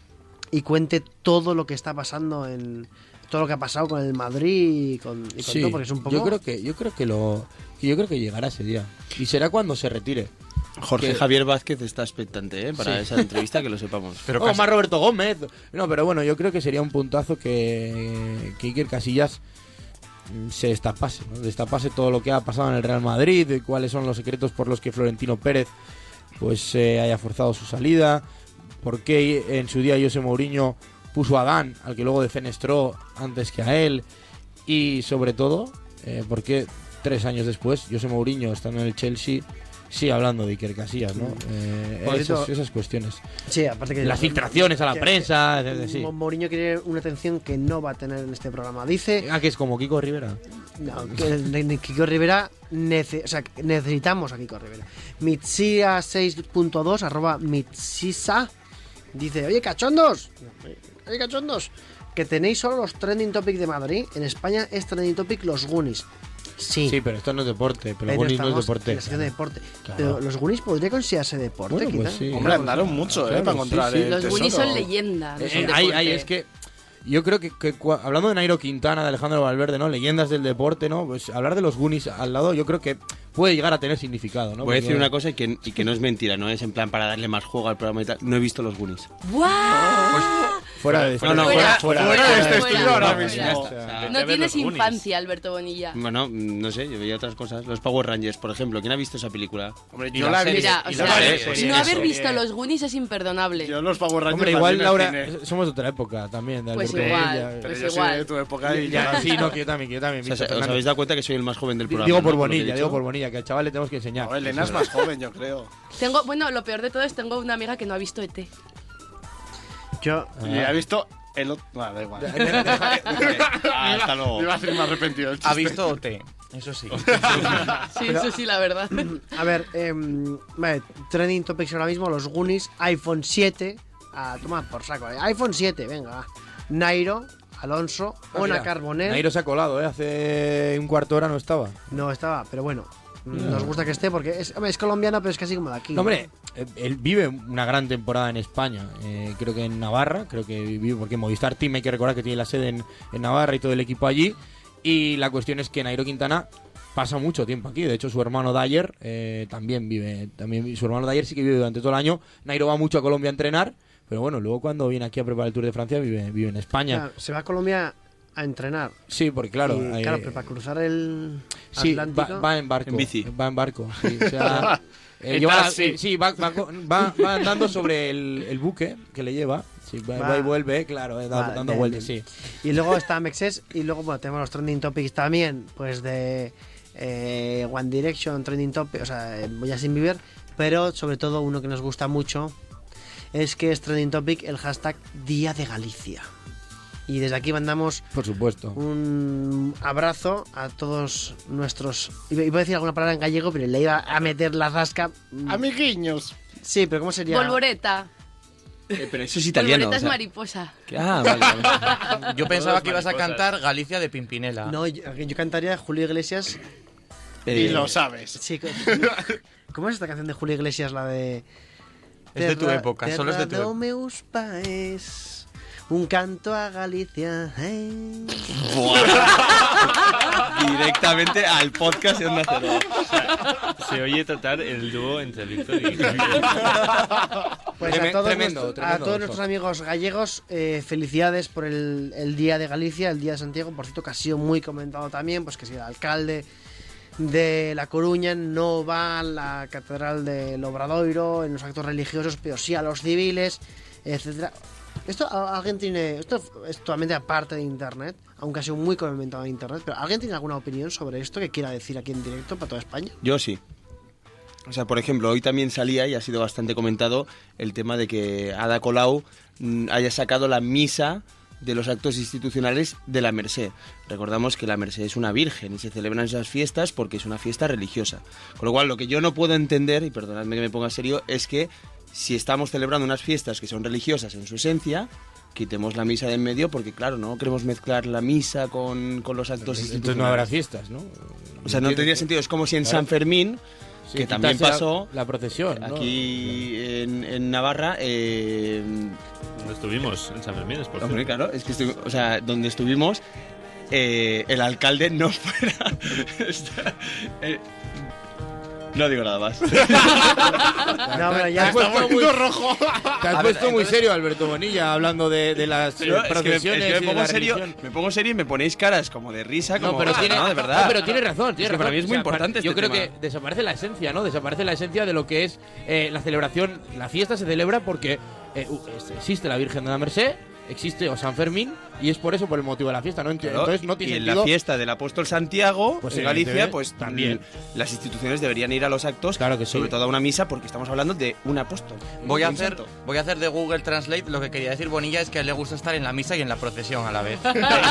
Speaker 3: y cuente todo lo que está pasando en todo lo que ha pasado con el Madrid y con, y con
Speaker 11: Sí,
Speaker 3: todo, porque es un poco...
Speaker 11: yo creo que yo creo que lo que yo creo que llegará ese día y será cuando se retire.
Speaker 4: Jorge
Speaker 11: Que-
Speaker 4: Javier Vázquez está expectante, ¿eh? Para
Speaker 11: Sí.
Speaker 4: esa entrevista, que lo sepamos.
Speaker 9: Pero
Speaker 11: o
Speaker 9: casi-
Speaker 11: más Roberto Gómez. No, pero bueno, yo creo que sería un puntazo que, que Iker Casillas mm, se destapase, ¿no? Destapase todo lo que ha pasado en el Real Madrid, de cuáles son los secretos por los que Florentino Pérez pues eh, haya forzado su salida, por qué en su día José Mourinho puso a Dan, al que luego defenestró antes que a él, y sobre todo, eh, por qué tres años después José Mourinho, estando en el Chelsea, sigue hablando de Iker Casillas, ¿no? Eh,
Speaker 3: Por
Speaker 11: esas,
Speaker 3: cierto-
Speaker 11: esas cuestiones.
Speaker 3: Sí, aparte que...
Speaker 11: Las filtraciones a la
Speaker 3: que-
Speaker 11: prensa,
Speaker 3: que-
Speaker 11: de- de- sí.
Speaker 3: Mo- Mourinho quiere una atención que no va a tener en este programa. Dice...
Speaker 11: Ah, que es como Kiko Rivera.
Speaker 3: No, que de- de Kiko Rivera... nece- o sea, que necesitamos a Kiko Rivera. Mitsia seis punto dos, arroba Mitsisa, dice, oye, cachondos, oye, cachondos, que tenéis solo los trending topic de Madrid. En España es trending topic los Goonies. Sí.
Speaker 11: Sí, pero esto no es deporte, pero,
Speaker 3: Pero
Speaker 11: Goonies no es
Speaker 3: estamos
Speaker 11: deporte.
Speaker 3: en la sección de deporte.
Speaker 11: Claro.
Speaker 3: Pero los Goonies podría considerarse deporte,
Speaker 11: Bueno, pues
Speaker 3: quizá.
Speaker 11: sí.
Speaker 4: Hombre, andaron mucho, ¿eh?
Speaker 11: Claro,
Speaker 4: Para encontrar
Speaker 11: sí, sí.
Speaker 4: el
Speaker 5: Los Goonies
Speaker 4: tesoro.
Speaker 5: son leyendas. no
Speaker 11: Eh,
Speaker 5: son
Speaker 11: eh, ahí,
Speaker 5: deporte.
Speaker 11: ahí, es que yo creo que, que cua- hablando de Nairo Quintana, de Alejandro Valverde, ¿no? Leyendas del deporte, ¿no? Pues hablar de los Goonies al lado, yo creo que puede llegar a tener significado, ¿no?
Speaker 4: Voy a
Speaker 11: Porque-
Speaker 4: decir una cosa y que, y que no es mentira, no es en plan para darle más juego al programa y tal. No he visto los Goonies.
Speaker 5: ¡Buah!
Speaker 11: Fuera de
Speaker 4: No, no,
Speaker 5: Fuera,
Speaker 4: fuera,
Speaker 5: fuera,
Speaker 4: fuera de este
Speaker 5: fuera,
Speaker 4: estudio ahora
Speaker 5: fuera.
Speaker 4: mismo.
Speaker 7: Ya
Speaker 4: O
Speaker 7: está.
Speaker 4: sea,
Speaker 7: Vete a
Speaker 5: No
Speaker 7: ver
Speaker 5: tienes
Speaker 7: los Goonies.
Speaker 5: infancia, Alberto Bonilla.
Speaker 4: Bueno, no sé, yo veía otras cosas. Los Power Rangers, por ejemplo. ¿Quién ha visto esa película?
Speaker 9: Hombre,
Speaker 4: Y
Speaker 9: yo
Speaker 4: la
Speaker 9: la he
Speaker 4: serie.
Speaker 9: visto.
Speaker 5: Mira, o
Speaker 4: y
Speaker 5: sea,
Speaker 4: la serie, pues,
Speaker 5: no
Speaker 4: eso.
Speaker 5: haber visto los Goonies es imperdonable.
Speaker 4: Yo los Power Rangers
Speaker 11: Hombre, igual,
Speaker 4: también me
Speaker 11: Laura,
Speaker 4: cine.
Speaker 11: somos de otra época también. De
Speaker 5: Pues
Speaker 11: Alberto
Speaker 5: igual,
Speaker 11: Bonilla.
Speaker 5: pues
Speaker 4: Pero yo soy
Speaker 5: igual.
Speaker 4: de tu época y
Speaker 11: Ya,
Speaker 4: ya-
Speaker 11: sí, no, que yo también, que yo también.
Speaker 4: O sea,
Speaker 11: Víctor
Speaker 4: ¿os
Speaker 11: Fernández.
Speaker 4: habéis dado cuenta que soy el más joven del programa?
Speaker 11: Digo por
Speaker 4: ¿no? Lo que he
Speaker 11: Bonilla,
Speaker 4: dicho.
Speaker 11: digo por Bonilla, que al chaval le tenemos que enseñar.
Speaker 4: No, Elena es más joven, yo creo.
Speaker 5: Tengo, bueno, lo peor de todo es tengo una amiga que no ha visto E T.
Speaker 3: Yo,
Speaker 4: Y ha visto el otro... Bueno, da igual.
Speaker 9: Ah,
Speaker 4: Hasta luego. Me iba a hacer más arrepentido el
Speaker 9: Ha
Speaker 4: chiste.
Speaker 9: visto O T, eso sí.
Speaker 5: Sí, eso sí, la verdad.
Speaker 3: a ver, em, vale, trending topics ahora mismo, los Goonies, iPhone siete, a tomar por saco, eh. iPhone siete, venga, va. Nairo, Alonso,
Speaker 11: Ah,
Speaker 3: Ona
Speaker 11: mira,
Speaker 3: Carbonell.
Speaker 11: Nairo se ha colado, ¿eh? Hace un cuarto de hora no estaba.
Speaker 3: No estaba, pero bueno, nos gusta que esté porque es, hombre, es colombiano, pero es casi como de aquí.
Speaker 11: No, hombre, eh, él vive una gran temporada en España. Eh, creo que en Navarra, creo que vive, porque Movistar Team hay que recordar que tiene la sede en, en Navarra y todo el equipo allí. Y la cuestión es que Nairo Quintana pasa mucho tiempo aquí. De hecho, su hermano Dyer eh, también vive. También su hermano Dyer sí que vive durante todo el año. Nairo va mucho a Colombia a entrenar. Pero bueno, luego cuando viene aquí a preparar el Tour de Francia vive, vive en
Speaker 3: O
Speaker 11: España.
Speaker 3: sea, se va a Colombia a entrenar.
Speaker 11: Sí, porque claro...
Speaker 3: Y,
Speaker 11: eh,
Speaker 3: claro, pero para cruzar el
Speaker 11: sí,
Speaker 3: Atlántico...
Speaker 11: va, va en barco.
Speaker 6: En bici.
Speaker 11: Va en barco, sí. O sea, eh,
Speaker 4: En
Speaker 11: lleva la-
Speaker 4: taxi.
Speaker 11: eh, sí, va, va, va- va andando sobre el, el buque que le lleva. Sí, va,
Speaker 3: Va.
Speaker 11: va y vuelve, claro, eh, da-
Speaker 3: Vale,
Speaker 11: dando
Speaker 3: bien,
Speaker 11: vueltas,
Speaker 3: bien.
Speaker 11: sí.
Speaker 3: Y luego está Mexes y luego bueno, tenemos los trending topics también, pues de eh, One Direction, trending topic, o sea, eh, Justin Bieber, pero sobre todo uno que nos gusta mucho es que es trending topic el hashtag Día de Galicia. Y desde aquí mandamos
Speaker 11: Por supuesto.
Speaker 3: un abrazo a todos nuestros... Iba iba a decir alguna palabra en gallego, pero le iba a meter la zasca.
Speaker 4: Amiguiños.
Speaker 3: Sí, pero ¿cómo sería?
Speaker 5: Volvoreta.
Speaker 6: Eh, pero eso es italiano.
Speaker 5: Volvoreta
Speaker 6: o
Speaker 5: es
Speaker 6: sea.
Speaker 5: mariposa.
Speaker 6: Que- Ah, vale, vale.
Speaker 9: Yo pensaba
Speaker 7: Todos
Speaker 9: que ibas a
Speaker 7: mariposas.
Speaker 9: cantar Galicia de Pimpinela.
Speaker 3: No, yo, yo cantaría Julio Iglesias.
Speaker 4: Y
Speaker 6: Eh,
Speaker 4: lo sabes.
Speaker 3: Sí, co- ¿cómo es esta canción de Julio Iglesias, la de...
Speaker 9: Es de tu
Speaker 3: Terra-
Speaker 9: época, solo es de tu
Speaker 3: Terra do
Speaker 9: época.
Speaker 3: meus pais, un canto a Galicia. eh.
Speaker 6: Directamente al podcast de Onda Cero.
Speaker 7: Se oye tratar el dúo entre Víctor y...
Speaker 3: Pues
Speaker 11: Treme-
Speaker 3: a todos,
Speaker 11: tremendo,
Speaker 3: nuestros,
Speaker 11: tremendo,
Speaker 3: a todos
Speaker 11: doctor.
Speaker 3: nuestros amigos gallegos, eh, felicidades por el, el Día de Galicia, el Día de Santiago, por cierto que ha sido muy comentado también, pues que si el alcalde de La Coruña no va a la Catedral del Obradoiro en los actos religiosos, pero sí a los civiles, etcétera. Esto a- alguien tiene, esto es totalmente aparte de internet, aunque ha sido muy comentado en internet, pero ¿alguien tiene alguna opinión sobre esto que quiera decir aquí en directo para toda España?
Speaker 6: Yo sí. O sea, por ejemplo, hoy también salía y ha sido bastante comentado el tema de que Ada Colau mm, haya sacado la misa de los actos institucionales de la Merced. Recordamos que la Merced es una virgen y se celebran esas fiestas porque es una fiesta religiosa. Con lo cual, lo que yo no puedo entender, y perdonadme que me ponga serio, es que si estamos celebrando unas fiestas que son religiosas en su esencia, quitemos la misa de en medio porque, claro, no queremos mezclar la misa con, con los actos
Speaker 11: Entonces
Speaker 6: institucionales.
Speaker 11: no habrá fiestas, ¿no?
Speaker 6: O sea, no tendría sentido. Es como si en
Speaker 11: Claro.
Speaker 6: San Fermín,
Speaker 11: Sí,
Speaker 6: que también
Speaker 11: quitarse la-
Speaker 6: pasó
Speaker 11: la, procesión, ¿no?
Speaker 6: aquí en, en Navarra, eh,
Speaker 7: ¿Dónde estuvimos? En San Fermín, es por
Speaker 6: hombre,
Speaker 7: cierto.
Speaker 6: claro, es que estu- o sea, donde estuvimos, eh, el alcalde no fuera. eh, no digo nada más.
Speaker 3: No, pero ya
Speaker 11: Te has puesto muy,
Speaker 4: rojo.
Speaker 11: te has
Speaker 6: A ver,
Speaker 11: puesto muy
Speaker 6: entonces-
Speaker 11: serio, Alberto Bonilla, hablando de, de las eh,
Speaker 6: Pero es que me, es
Speaker 11: procesiones
Speaker 6: que me
Speaker 11: y de
Speaker 6: pongo
Speaker 11: la
Speaker 6: serio,
Speaker 11: religión.
Speaker 6: me pongo serio y me ponéis caras como de risa, como
Speaker 11: No, pero
Speaker 6: ah,
Speaker 11: tiene,
Speaker 6: no, de verdad.
Speaker 11: no, pero tiene razón. Tiene
Speaker 6: Es que para
Speaker 11: razón.
Speaker 6: mí es muy
Speaker 11: O sea, para-
Speaker 6: importante
Speaker 11: Yo
Speaker 6: este
Speaker 11: creo
Speaker 6: tema.
Speaker 11: que desaparece la esencia, ¿no? Desaparece la esencia de lo que es eh, la celebración. La fiesta se celebra porque eh, u- es- existe la Virgen de la Merced, existe o San Fermín, y es por eso por el motivo de la fiesta, ¿no? Enti-
Speaker 6: Claro,
Speaker 11: Entonces no tiene
Speaker 6: y en
Speaker 11: sentido.
Speaker 6: la fiesta del apóstol Santiago,
Speaker 11: Pues
Speaker 6: en
Speaker 11: en
Speaker 6: Galicia,
Speaker 11: T V
Speaker 6: pues
Speaker 11: también.
Speaker 6: mm, las instituciones deberían ir a los actos,
Speaker 11: Claro que sí.
Speaker 6: sobre todo a una misa, porque estamos hablando de un apóstol.
Speaker 9: Voy a
Speaker 6: un
Speaker 9: hacer,
Speaker 6: santo.
Speaker 9: voy a hacer de Google Translate. Lo que quería decir Bonilla es que a él le gusta estar en la misa y en la procesión a la vez.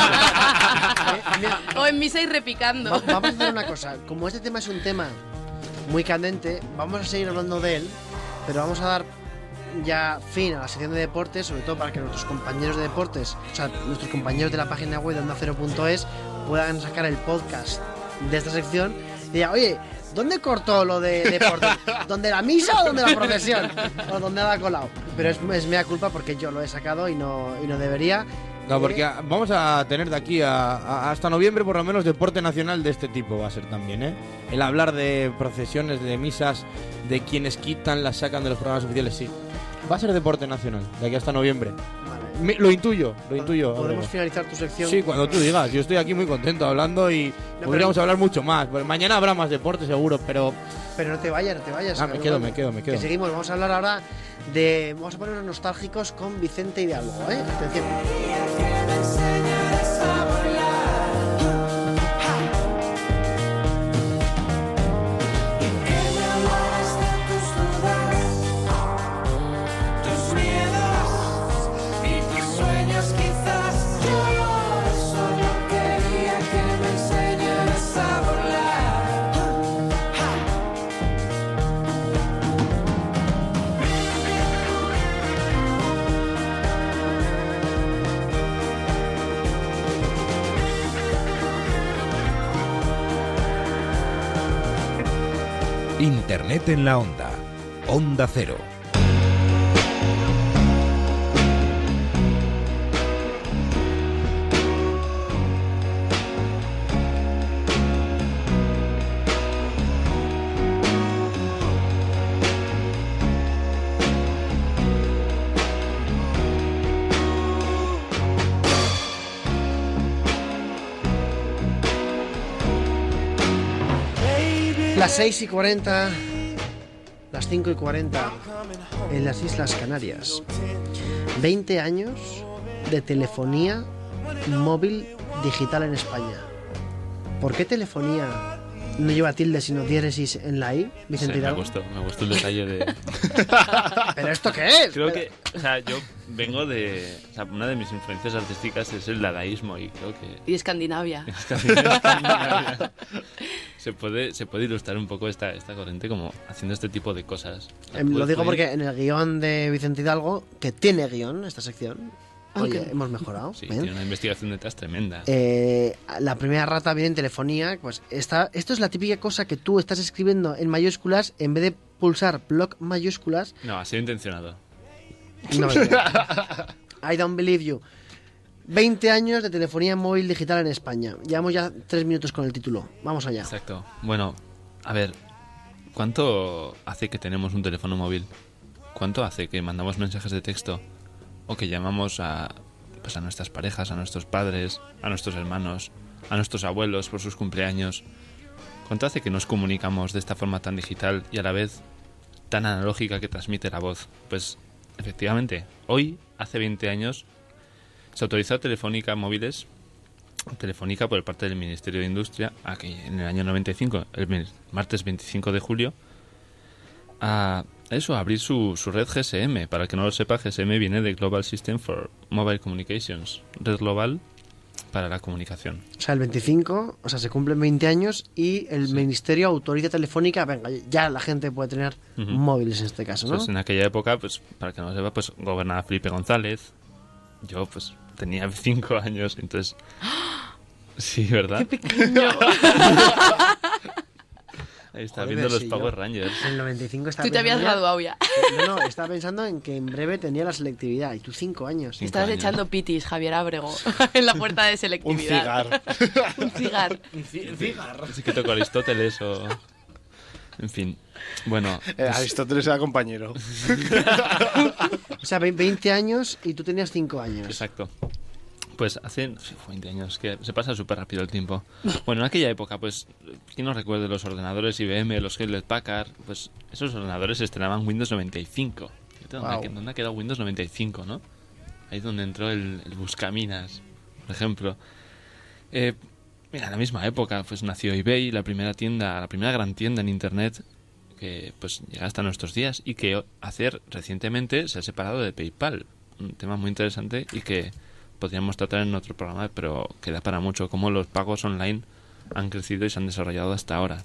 Speaker 5: O en misa y repicando.
Speaker 3: Va- vamos a hacer una cosa. Como este tema es un tema muy candente, vamos a seguir hablando de él, pero vamos a dar ya fin a la sección de deportes, sobre todo para que nuestros compañeros de deportes, o sea, nuestros compañeros de la página web de onda cero punto es puedan sacar el podcast de esta sección y digan, oye, ¿dónde cortó lo de deportes? ¿Dónde la misa o dónde la procesión? ¿O dónde la ha colado? Pero es, es mea culpa porque yo lo he sacado y no, y no debería.
Speaker 11: No, porque a- vamos a tener de aquí a, a- hasta noviembre por lo menos deporte nacional de este tipo va a ser también, ¿eh? El hablar de procesiones, de misas, de quienes quitan, las sacan de los programas oficiales, sí. Va a ser deporte nacional de aquí hasta noviembre.
Speaker 3: Vale.
Speaker 11: Me- lo intuyo, lo intuyo.
Speaker 3: ¿Podemos
Speaker 11: Abrego.
Speaker 3: finalizar tu sección?
Speaker 11: Sí, cuando tú digas. Yo estoy aquí muy contento hablando y
Speaker 3: pero-
Speaker 11: podríamos hablar mucho más. Pues mañana habrá más deporte seguro, pero
Speaker 3: Pero no te vayas, no te vayas.
Speaker 11: Ah, me
Speaker 3: cabrón.
Speaker 11: quedo, me quedo, me quedo.
Speaker 3: Que seguimos, vamos a hablar ahora de... Vamos a ponernos nostálgicos con Vicente Hidalgo, ¿eh? Atención.
Speaker 1: Tus miedos y tus sueños quizás yo solo quería que me enseñaras a volar.
Speaker 2: Internet en la onda. Onda Cero.
Speaker 3: Las seis y cuarenta, las cinco y cuarenta en las Islas Canarias. veinte años de telefonía móvil digital en España. ¿Por qué telefonía no lleva tilde sino diéresis en la I, Vicente
Speaker 7: Sí, me
Speaker 3: Hidalgo?
Speaker 7: gustó, me gustó el detalle de...
Speaker 3: ¿Pero esto qué es?
Speaker 7: Creo
Speaker 3: Pero-
Speaker 7: que, o sea, yo vengo de... O sea, una de mis influencias artísticas es el dadaísmo y creo que...
Speaker 5: Y Escandinavia.
Speaker 7: Escandinavia. se puede se puede ilustrar un poco esta, esta corriente como haciendo este tipo de cosas.
Speaker 3: Em, lo
Speaker 7: Puede
Speaker 3: digo
Speaker 7: fluir.
Speaker 3: porque en el guión de Vicente Hidalgo, que tiene guión esta sección, oye,
Speaker 5: Ok.
Speaker 3: hemos mejorado.
Speaker 7: Sí,
Speaker 3: ¿ven?
Speaker 7: tiene una investigación detrás tremenda.
Speaker 3: Eh, la primera rata viene en telefonía, pues esta, esto es la típica cosa que tú estás escribiendo en mayúsculas, en vez de pulsar bloc mayúsculas,
Speaker 7: No, ha sido intencionado.
Speaker 3: no me creo. I don't believe you. veinte años de telefonía móvil digital en España. Llevamos ya tres minutos con el título. Vamos allá.
Speaker 7: Exacto. Bueno, a ver, ¿cuánto hace que tenemos un teléfono móvil? ¿Cuánto hace que mandamos mensajes de texto? O que llamamos a, pues a nuestras parejas, a nuestros padres, a nuestros hermanos, a nuestros abuelos por sus cumpleaños. ¿Cuánto hace que nos comunicamos de esta forma tan digital y a la vez tan analógica que transmite la voz? Pues efectivamente, hoy, hace veinte años, se autorizó a Telefónica Móviles, Telefónica por parte del Ministerio de Industria, a que en el año noventa y cinco, el martes veinticinco de julio, a eso, a abrir su, su red G S M. Para el que no lo sepa, G S M viene de Global System for Mobile Communications, red global para la comunicación.
Speaker 3: O sea, el veinticinco, o sea, se cumplen veinte años y el Ministerio autoriza Telefónica, venga, ya la gente puede tener
Speaker 7: Ujú.
Speaker 3: móviles en este caso, ¿no?
Speaker 7: Entonces, en aquella época, pues para el que no lo sepa, pues gobernaba Felipe González. Yo, pues, tenía cinco años, entonces... Sí, ¿verdad?
Speaker 5: ¡Qué pequeño!
Speaker 7: Ahí está,
Speaker 3: Joder,
Speaker 7: viendo los
Speaker 3: sí,
Speaker 7: Power
Speaker 3: yo
Speaker 7: Rangers.
Speaker 3: En el noventa y cinco estaba
Speaker 5: Tú te habías
Speaker 3: pensando
Speaker 5: graduado ya.
Speaker 3: No, no, estaba pensando en que en breve tenía la selectividad. Y tú cinco años.
Speaker 7: Cinco
Speaker 5: Estás
Speaker 7: años.
Speaker 5: echando pitis, Javier Ábrego, en la puerta de
Speaker 4: Un
Speaker 5: selectividad.
Speaker 4: cigar.
Speaker 5: Un cigar.
Speaker 7: Así que tocó Aristóteles o... En fin, bueno...
Speaker 4: Eh, Aristóteles era compañero.
Speaker 3: O sea, ve- veinte años y tú tenías cinco años.
Speaker 7: Exacto. Pues hace sí, veinte años, que se pasa súper rápido el tiempo. Bueno, en aquella época, pues, ¿quién nos recuerde los ordenadores I B M, los Hewlett Packard? Pues esos ordenadores estrenaban Windows noventa y cinco. ¿Dónde,
Speaker 3: Wow.
Speaker 7: ha- ¿Dónde ha quedado Windows noventa y cinco, no? Ahí es donde entró el, el Buscaminas, por ejemplo. Eh, mira, en la misma época, pues nació eBay, la primera tienda, la primera gran tienda en Internet que pues llega hasta nuestros días y que hacer recientemente se ha separado de PayPal. Un tema muy interesante y que podríamos tratar en otro programa, pero que da para mucho, cómo los pagos online han crecido y se han desarrollado hasta ahora.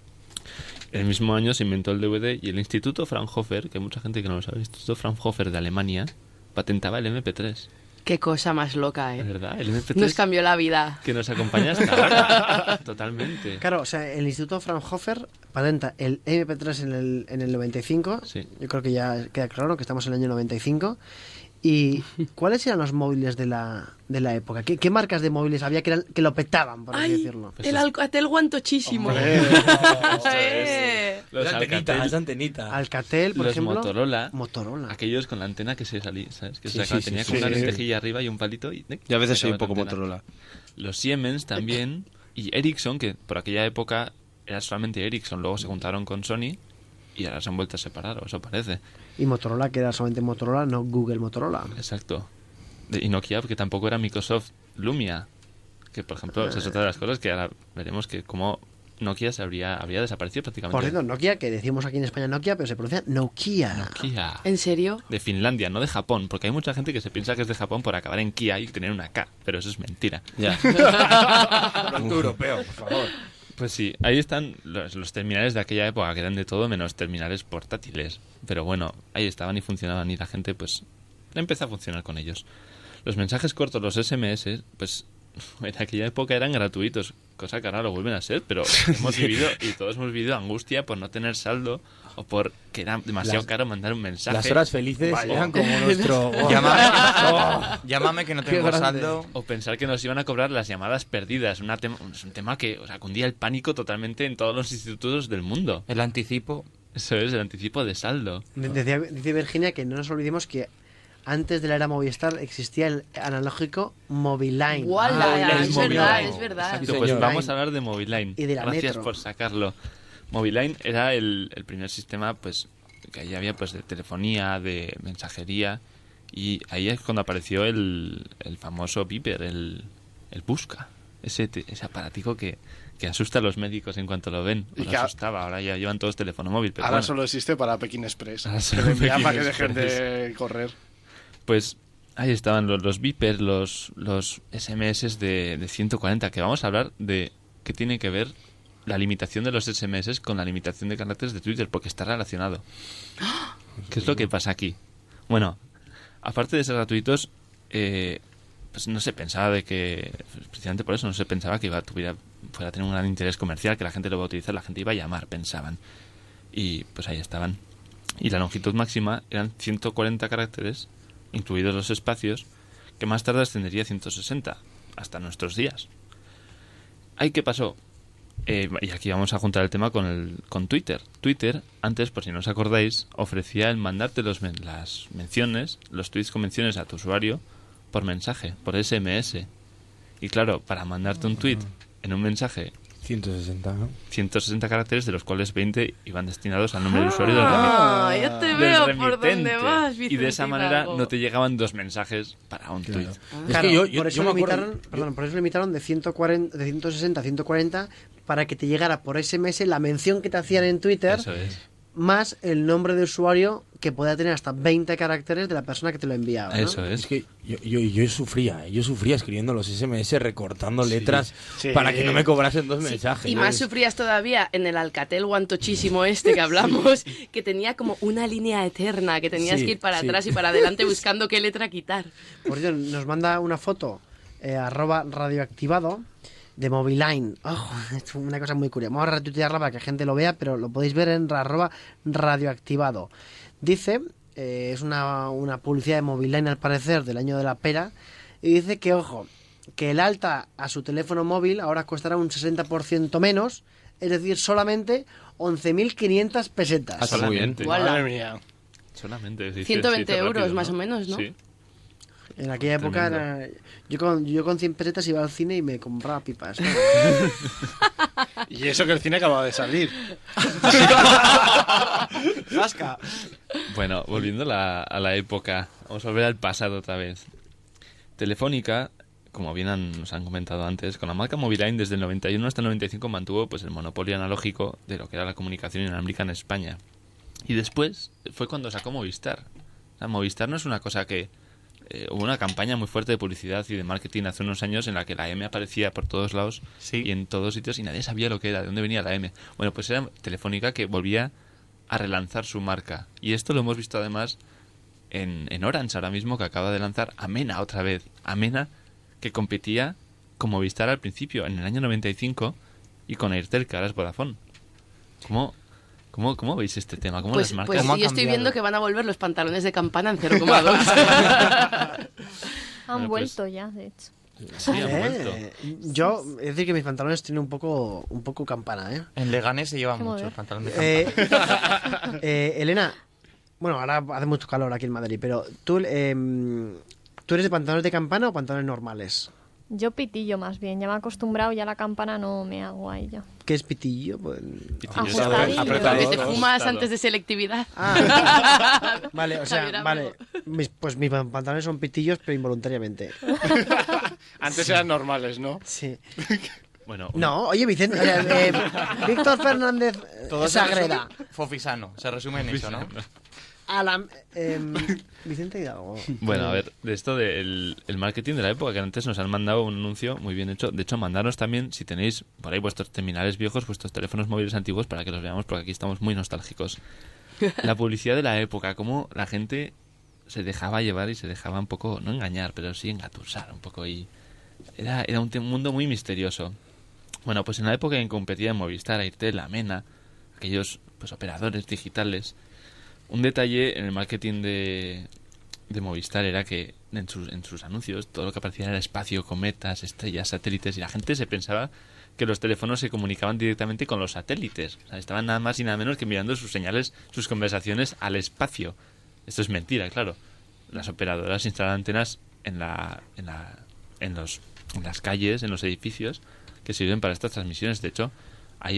Speaker 7: El mismo año se inventó el D V D y el Instituto Fraunhofer, que hay mucha gente que no lo sabe, el Instituto Fraunhofer de Alemania, patentaba el M P tres.
Speaker 5: Qué cosa más loca,
Speaker 7: ¿Es
Speaker 5: ¿eh?
Speaker 7: verdad? El M P tres
Speaker 5: Nos cambió la vida.
Speaker 7: que nos acompaña hasta ahora. Totalmente.
Speaker 3: Claro, o sea, el Instituto Fraunhofer patenta el M P tres en el, en el noventa y cinco.
Speaker 7: Sí.
Speaker 3: Yo creo que ya queda claro que estamos en el año noventa y cinco. ¿Y cuáles eran los móviles de la, de la época? ¿Qué, qué marcas de móviles había que, eran- que lo petaban, por así
Speaker 5: Ay,
Speaker 3: decirlo?
Speaker 7: Pues
Speaker 5: el
Speaker 7: es-
Speaker 5: Alcatel guantochísimo.
Speaker 4: Hombre.
Speaker 5: Eh.
Speaker 7: Los
Speaker 11: Esa antenita,
Speaker 7: Alcatel,
Speaker 11: esa antenita.
Speaker 3: Alcatel, por
Speaker 7: los
Speaker 3: ejemplo.
Speaker 7: Motorola,
Speaker 3: Motorola.
Speaker 7: aquellos con la antena que se salía, ¿sabes? Que
Speaker 11: Sí,
Speaker 7: se sacaba,
Speaker 11: sí, sí,
Speaker 7: tenía
Speaker 11: sí,
Speaker 7: como una
Speaker 4: sí.
Speaker 7: lentejilla arriba y un palito y...
Speaker 6: Yo a veces soy un
Speaker 7: sacaba
Speaker 6: poco
Speaker 7: la antena.
Speaker 6: Motorola.
Speaker 7: Los Siemens también y Ericsson, que por aquella época era solamente Ericsson, luego se juntaron con Sony y ahora se han vuelto a separar, o eso parece.
Speaker 3: Y Motorola, que era solamente Motorola, no Google Motorola.
Speaker 7: Exacto. De- y Nokia, que tampoco era Microsoft Lumia, que por ejemplo esa es otra de las cosas que ahora veremos que como Nokia se habría, habría desaparecido prácticamente.
Speaker 3: Por cierto, Nokia, que decimos aquí en España Nokia, pero se pronuncia Nokia.
Speaker 7: Nokia.
Speaker 5: ¿En serio?
Speaker 7: De Finlandia, no de Japón, porque hay mucha gente que se piensa que es de Japón por acabar en Kia y tener una K, pero eso es mentira.
Speaker 6: Ya.
Speaker 11: Producto europeo, por favor.
Speaker 7: Pues sí, ahí están los, los terminales de aquella época, que eran de todo menos terminales portátiles. Pero bueno, ahí estaban y funcionaban y la gente pues empezó a funcionar con ellos. Los mensajes cortos, los S M S, pues en aquella época eran gratuitos, cosa que ahora lo vuelven a ser, pero hemos vivido y todos hemos vivido angustia por no tener saldo o por que era demasiado
Speaker 11: Las-
Speaker 7: caro mandar un mensaje.
Speaker 11: Las horas felices
Speaker 7: Vaya.
Speaker 11: eran como nuestro...
Speaker 9: Llámame,
Speaker 11: Oh.
Speaker 9: llámame que no
Speaker 11: Qué
Speaker 9: tengo
Speaker 11: grande.
Speaker 9: saldo.
Speaker 7: O pensar que nos iban a cobrar las llamadas perdidas. Una tema- es un tema que, o sea, cundía el pánico totalmente en todos los institutos del mundo.
Speaker 9: El anticipo.
Speaker 7: Eso es, el anticipo de saldo.
Speaker 3: De- Decía, dice Virginia que no nos olvidemos que antes de la era Movistar existía el analógico Moviline.
Speaker 5: ¡Guala!
Speaker 7: Ah, el
Speaker 5: es
Speaker 7: Moviline.
Speaker 5: verdad, es verdad.
Speaker 7: Exacto,
Speaker 11: Sí,
Speaker 7: pues
Speaker 11: señor.
Speaker 7: vamos a hablar de Moviline.
Speaker 3: Y de la
Speaker 7: Gracias
Speaker 3: Metro.
Speaker 7: por sacarlo. Moviline era el, el primer sistema, pues, que ahí había, pues, de telefonía, de mensajería, y ahí es cuando apareció el, el famoso Viper, el, el Busca, ese, te- ese aparatico que, que asusta a los médicos en cuanto lo ven.
Speaker 4: Y
Speaker 7: Lo
Speaker 4: que a-
Speaker 7: asustaba, ahora ya llevan todos teléfono móvil. Pero
Speaker 4: Ahora
Speaker 7: bueno.
Speaker 4: solo existe para Pekín Express.
Speaker 7: Ahora
Speaker 4: Que
Speaker 7: solo
Speaker 4: le envían
Speaker 7: Pekín
Speaker 4: para que dejen
Speaker 7: Express.
Speaker 4: de correr.
Speaker 7: Pues ahí estaban los, los Vipers, los, los S M S de, de ciento cuarenta, que vamos a hablar de qué tiene que ver la limitación de los S M S con la limitación de caracteres de Twitter, porque está relacionado. ¿Qué es lo que pasa aquí? Bueno, aparte de ser gratuitos, eh, pues no se pensaba de que, precisamente por eso no se pensaba que iba a tuviera, fuera a tener un gran interés comercial, que la gente lo iba a utilizar, la gente iba a llamar, pensaban. Y pues ahí estaban. Y la longitud máxima eran ciento cuarenta caracteres, incluidos los espacios, que más tarde ascendería a ciento sesenta, hasta nuestros días. ¿Ahí qué pasó? Eh, y aquí vamos a juntar el tema con, el, con Twitter. Twitter, antes, por si no os acordáis, ofrecía el mandarte los men- las menciones, los tweets con menciones a tu usuario por mensaje, por S M S. Y claro, para mandarte un tweet en un mensaje,
Speaker 11: ciento sesenta, ¿no?
Speaker 7: ciento sesenta caracteres, de los cuales veinte iban destinados al nombre del usuario del,
Speaker 5: Ah,
Speaker 7: remi-
Speaker 5: ya te
Speaker 7: del
Speaker 5: veo por
Speaker 7: remitente.
Speaker 5: dónde vas,
Speaker 7: Y
Speaker 5: Vicente
Speaker 7: de esa manera
Speaker 5: Hidalgo.
Speaker 7: no te llegaban dos mensajes para un tweet.
Speaker 3: Claro,
Speaker 11: que yo- yo-
Speaker 3: por eso
Speaker 11: yo me acuerdo-
Speaker 3: limitaron, perdón, por eso limitaron de ciento cuarenta, de ciento sesenta a ciento cuarenta para que te llegara por S M S la mención que te hacían en Twitter
Speaker 7: Eso es.
Speaker 3: más el nombre de usuario que podía tener hasta veinte caracteres de la persona que te lo enviaba, ¿no?
Speaker 7: Eso es.
Speaker 11: Es que yo, yo, yo sufría, ¿eh? yo sufría escribiendo los S M S, recortando letras
Speaker 4: Sí.
Speaker 11: para que no me cobrasen dos mensajes.
Speaker 5: Y
Speaker 11: ¿no?
Speaker 5: más
Speaker 11: Es-
Speaker 5: sufrías todavía en el Alcatel guantochísimo este que hablamos, que tenía como una línea eterna, que tenías
Speaker 11: Sí,
Speaker 5: que ir para
Speaker 11: sí.
Speaker 5: atrás y para adelante buscando qué letra quitar.
Speaker 3: Por cierto, nos manda una foto, eh, arroba radioactivado, de Moviline. Ojo, es una cosa muy curiosa. Vamos a retuitearla para que la gente lo vea, pero lo podéis ver en ra- arroba radioactivado. Dice, eh, es una, una publicidad de Moviline al parecer del año de la pera, y dice que, ojo, que el alta a su teléfono móvil ahora costará un sesenta por ciento menos, es decir, solamente once mil quinientas pesetas.
Speaker 11: Ah, está muy bien.
Speaker 7: Solamente.
Speaker 5: Guala.
Speaker 4: Madre mía.
Speaker 7: Solamente. se dice-
Speaker 5: ciento
Speaker 7: se
Speaker 5: veinte
Speaker 7: dice
Speaker 5: euros
Speaker 7: rápido,
Speaker 5: más
Speaker 7: ¿no?
Speaker 5: o menos, ¿no?
Speaker 7: Sí.
Speaker 3: En aquella época
Speaker 7: Tremendo.
Speaker 3: era, yo, con, yo con cien pesetas iba al cine y me compraba pipas.
Speaker 4: Y eso que el cine acaba de salir.
Speaker 3: Rasca.
Speaker 7: Bueno, volviendo a la, a la época, vamos a volver al pasado otra vez. Telefónica, como bien han- nos han comentado antes, con la marca Moviline desde el noventa y uno hasta el noventa y cinco mantuvo pues el monopolio analógico de lo que era la comunicación inalámbrica en España. Y después fue cuando sacó Movistar. O sea, Movistar no es una cosa que... eh, hubo una campaña muy fuerte de publicidad y de marketing hace unos años en la que la M aparecía por todos lados
Speaker 9: Sí.
Speaker 7: y en todos sitios y nadie sabía lo que era, de dónde venía la M. Bueno, pues era Telefónica que volvía a relanzar su marca. Y esto lo hemos visto además en, en Orange ahora mismo, que acaba de lanzar Amena otra vez. Amena, que competía con Movistar al principio, en el año noventa y cinco, y con Airtel, que ahora es Vodafone. ¿Cómo, cómo, cómo veis este tema? ¿Cómo
Speaker 5: Pues,
Speaker 7: las marcas?
Speaker 5: pues
Speaker 9: ¿Cómo ha
Speaker 5: yo estoy
Speaker 9: cambiado?
Speaker 5: viendo que van a volver los pantalones de campana en cero coma dos.
Speaker 10: Han
Speaker 7: Bueno, pues-
Speaker 10: vuelto ya, de hecho.
Speaker 7: Sí, han vuelto.
Speaker 3: Eh, yo, es decir, que mis pantalones tienen un poco, un poco campana, ¿eh?
Speaker 9: En Leganés se llevan
Speaker 10: Qué
Speaker 9: mucho
Speaker 10: moderno.
Speaker 9: el pantalón de campana.
Speaker 3: Eh, eh, Elena, bueno, ahora hace mucho calor aquí en Madrid, pero tú, eh, ¿tú eres de pantalones de campana o pantalones normales?
Speaker 10: Yo pitillo más bien, ya me he acostumbrado, ya la campana no me hago a ella.
Speaker 3: ¿Qué es pitillo? Pues-
Speaker 7: Pitillo es
Speaker 10: Ajustadillo.
Speaker 7: apretado,
Speaker 5: Que te
Speaker 7: ajustado.
Speaker 5: fumas antes de selectividad.
Speaker 3: Ah, vale, o sea,
Speaker 5: Javier Abrego.
Speaker 3: vale. Mis- pues mis pantalones son pitillos, pero involuntariamente.
Speaker 4: Antes eran normales, ¿no?
Speaker 3: Sí.
Speaker 7: Bueno,
Speaker 3: No, oye, Vicente, eh, eh, Víctor Fernández eh,
Speaker 9: Todo se
Speaker 3: Sagreda.
Speaker 9: resume- Fofisano, se resume en eso, ¿no?
Speaker 3: A la, em, Vicente Hidalgo.
Speaker 7: Bueno, a ver, de esto del el marketing de la época, que antes nos han mandado un anuncio muy bien hecho. De hecho, mandaros también, si tenéis por ahí vuestros terminales viejos, vuestros teléfonos móviles antiguos, para que los veamos, porque aquí estamos muy nostálgicos. La publicidad de la época, cómo la gente se dejaba llevar y se dejaba un poco, no engañar, pero sí engatusar un poco. Y era, era un te- mundo muy misterioso. Bueno, pues en la época en que competía Movistar, Airtel, Amena, aquellos pues operadores digitales, un detalle en el marketing de, de Movistar era que en sus, en sus anuncios todo lo que aparecía era espacio, cometas, estrellas, satélites, y la gente se pensaba que los teléfonos se comunicaban directamente con los satélites. O sea, estaban nada más y nada menos que enviando sus señales, sus conversaciones al espacio. Esto es mentira, claro. Las operadoras instalan antenas en la, en la, en los, en las calles, en los edificios, que sirven para estas transmisiones. De hecho, hay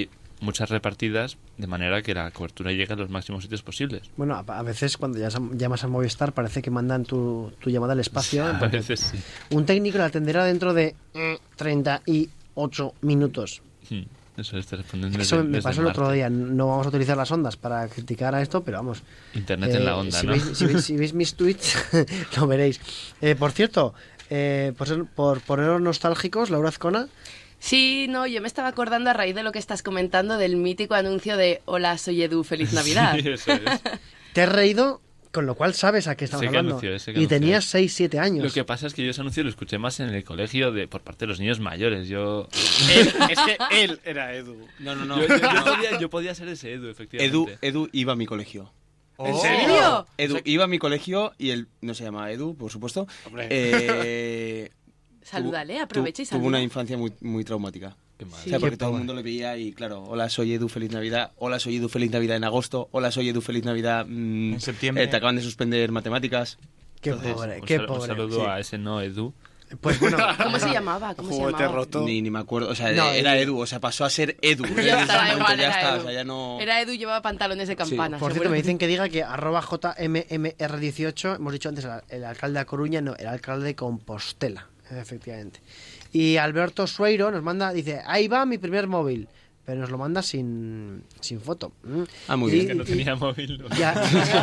Speaker 7: muchas repartidas de manera que la cobertura llegue a los máximos sitios posibles.
Speaker 3: Bueno, a, a veces cuando ya llamas a Movistar parece que mandan tu, tu llamada al espacio.
Speaker 7: A veces sí.
Speaker 3: Un técnico la atenderá dentro de treinta y ocho minutos.
Speaker 7: Hmm, Eso está respondiendo
Speaker 3: Eso
Speaker 7: desde,
Speaker 3: me
Speaker 7: desde
Speaker 3: pasó el
Speaker 7: Marte.
Speaker 3: otro día. No vamos a utilizar las ondas para criticar a esto, pero vamos.
Speaker 7: Internet
Speaker 3: eh,
Speaker 7: en la onda,
Speaker 3: si
Speaker 7: ¿no?
Speaker 3: Veis, si, veis, si veis mis tweets, lo veréis. Eh, por cierto, eh, por, ser- por poneros nostálgicos, Laura Azcona.
Speaker 5: Sí, no, yo me estaba acordando a raíz de lo que estás comentando del mítico anuncio de Hola, soy Edu, feliz Navidad.
Speaker 7: Sí, eso es.
Speaker 3: Te has reído, con lo cual sabes a qué estamos
Speaker 7: Sé que
Speaker 3: hablando.
Speaker 7: anunció, sé que
Speaker 3: y
Speaker 7: anunció.
Speaker 3: tenías seis siete años.
Speaker 7: Lo que pasa es que yo ese anuncio lo escuché más en el colegio de por parte de los niños mayores. Yo
Speaker 4: Él, es que él era Edu.
Speaker 6: No, no, no.
Speaker 7: yo, yo- yo podía, yo podía ser ese Edu, efectivamente.
Speaker 6: Edu, Edu iba a mi colegio.
Speaker 4: ¿En
Speaker 5: serio?
Speaker 6: Edu iba a mi colegio y él no se llama Edu, por supuesto.
Speaker 4: Hombre.
Speaker 6: Eh,
Speaker 5: Salúdale,
Speaker 6: tuvo-
Speaker 5: aprovecha y
Speaker 6: Tuvo
Speaker 5: saluda.
Speaker 6: una infancia muy, muy traumática.
Speaker 7: Qué mal.
Speaker 6: O sea, porque todo el mundo le veía y claro, hola, soy Edu, feliz Navidad. Hola, soy Edu, feliz Navidad en agosto. Hola, soy Edu, feliz Navidad mm,
Speaker 9: En septiembre.
Speaker 6: eh, te acaban de suspender matemáticas.
Speaker 3: Qué
Speaker 6: Entonces,
Speaker 3: pobre,
Speaker 7: Un
Speaker 3: qué
Speaker 7: sal- un
Speaker 3: pobre.
Speaker 7: saludo
Speaker 3: Sí.
Speaker 7: a ese no Edu.
Speaker 3: Pues bueno,
Speaker 5: ¿Cómo se llamaba? ¿Cómo se
Speaker 4: Juguete
Speaker 5: llamaba?
Speaker 4: roto.
Speaker 6: Ni, ni me acuerdo. O sea,
Speaker 3: No,
Speaker 6: era
Speaker 3: Edu.
Speaker 6: Edu, o sea, pasó a ser Edu.
Speaker 5: Ya
Speaker 6: Desde ese
Speaker 5: está, da
Speaker 6: momento
Speaker 5: igual,
Speaker 6: ya
Speaker 5: era
Speaker 6: está,
Speaker 5: Edu.
Speaker 6: o sea, ya no...
Speaker 5: Era Edu, llevaba pantalones de campana.
Speaker 3: por cierto,
Speaker 5: seguro.
Speaker 3: me dicen que diga que arroba J M M R dieciocho, hemos dicho antes el, el alcalde de Coruña, no, el alcalde de Compostela, efectivamente. Y Alberto Sueiro nos manda, dice, ahí va mi primer móvil, pero nos lo manda sin, sin foto. Mm.
Speaker 6: Ah, muy
Speaker 3: Y-
Speaker 6: bien.
Speaker 7: Que no
Speaker 3: y-
Speaker 7: tenía móvil. ¿no?
Speaker 3: Ya.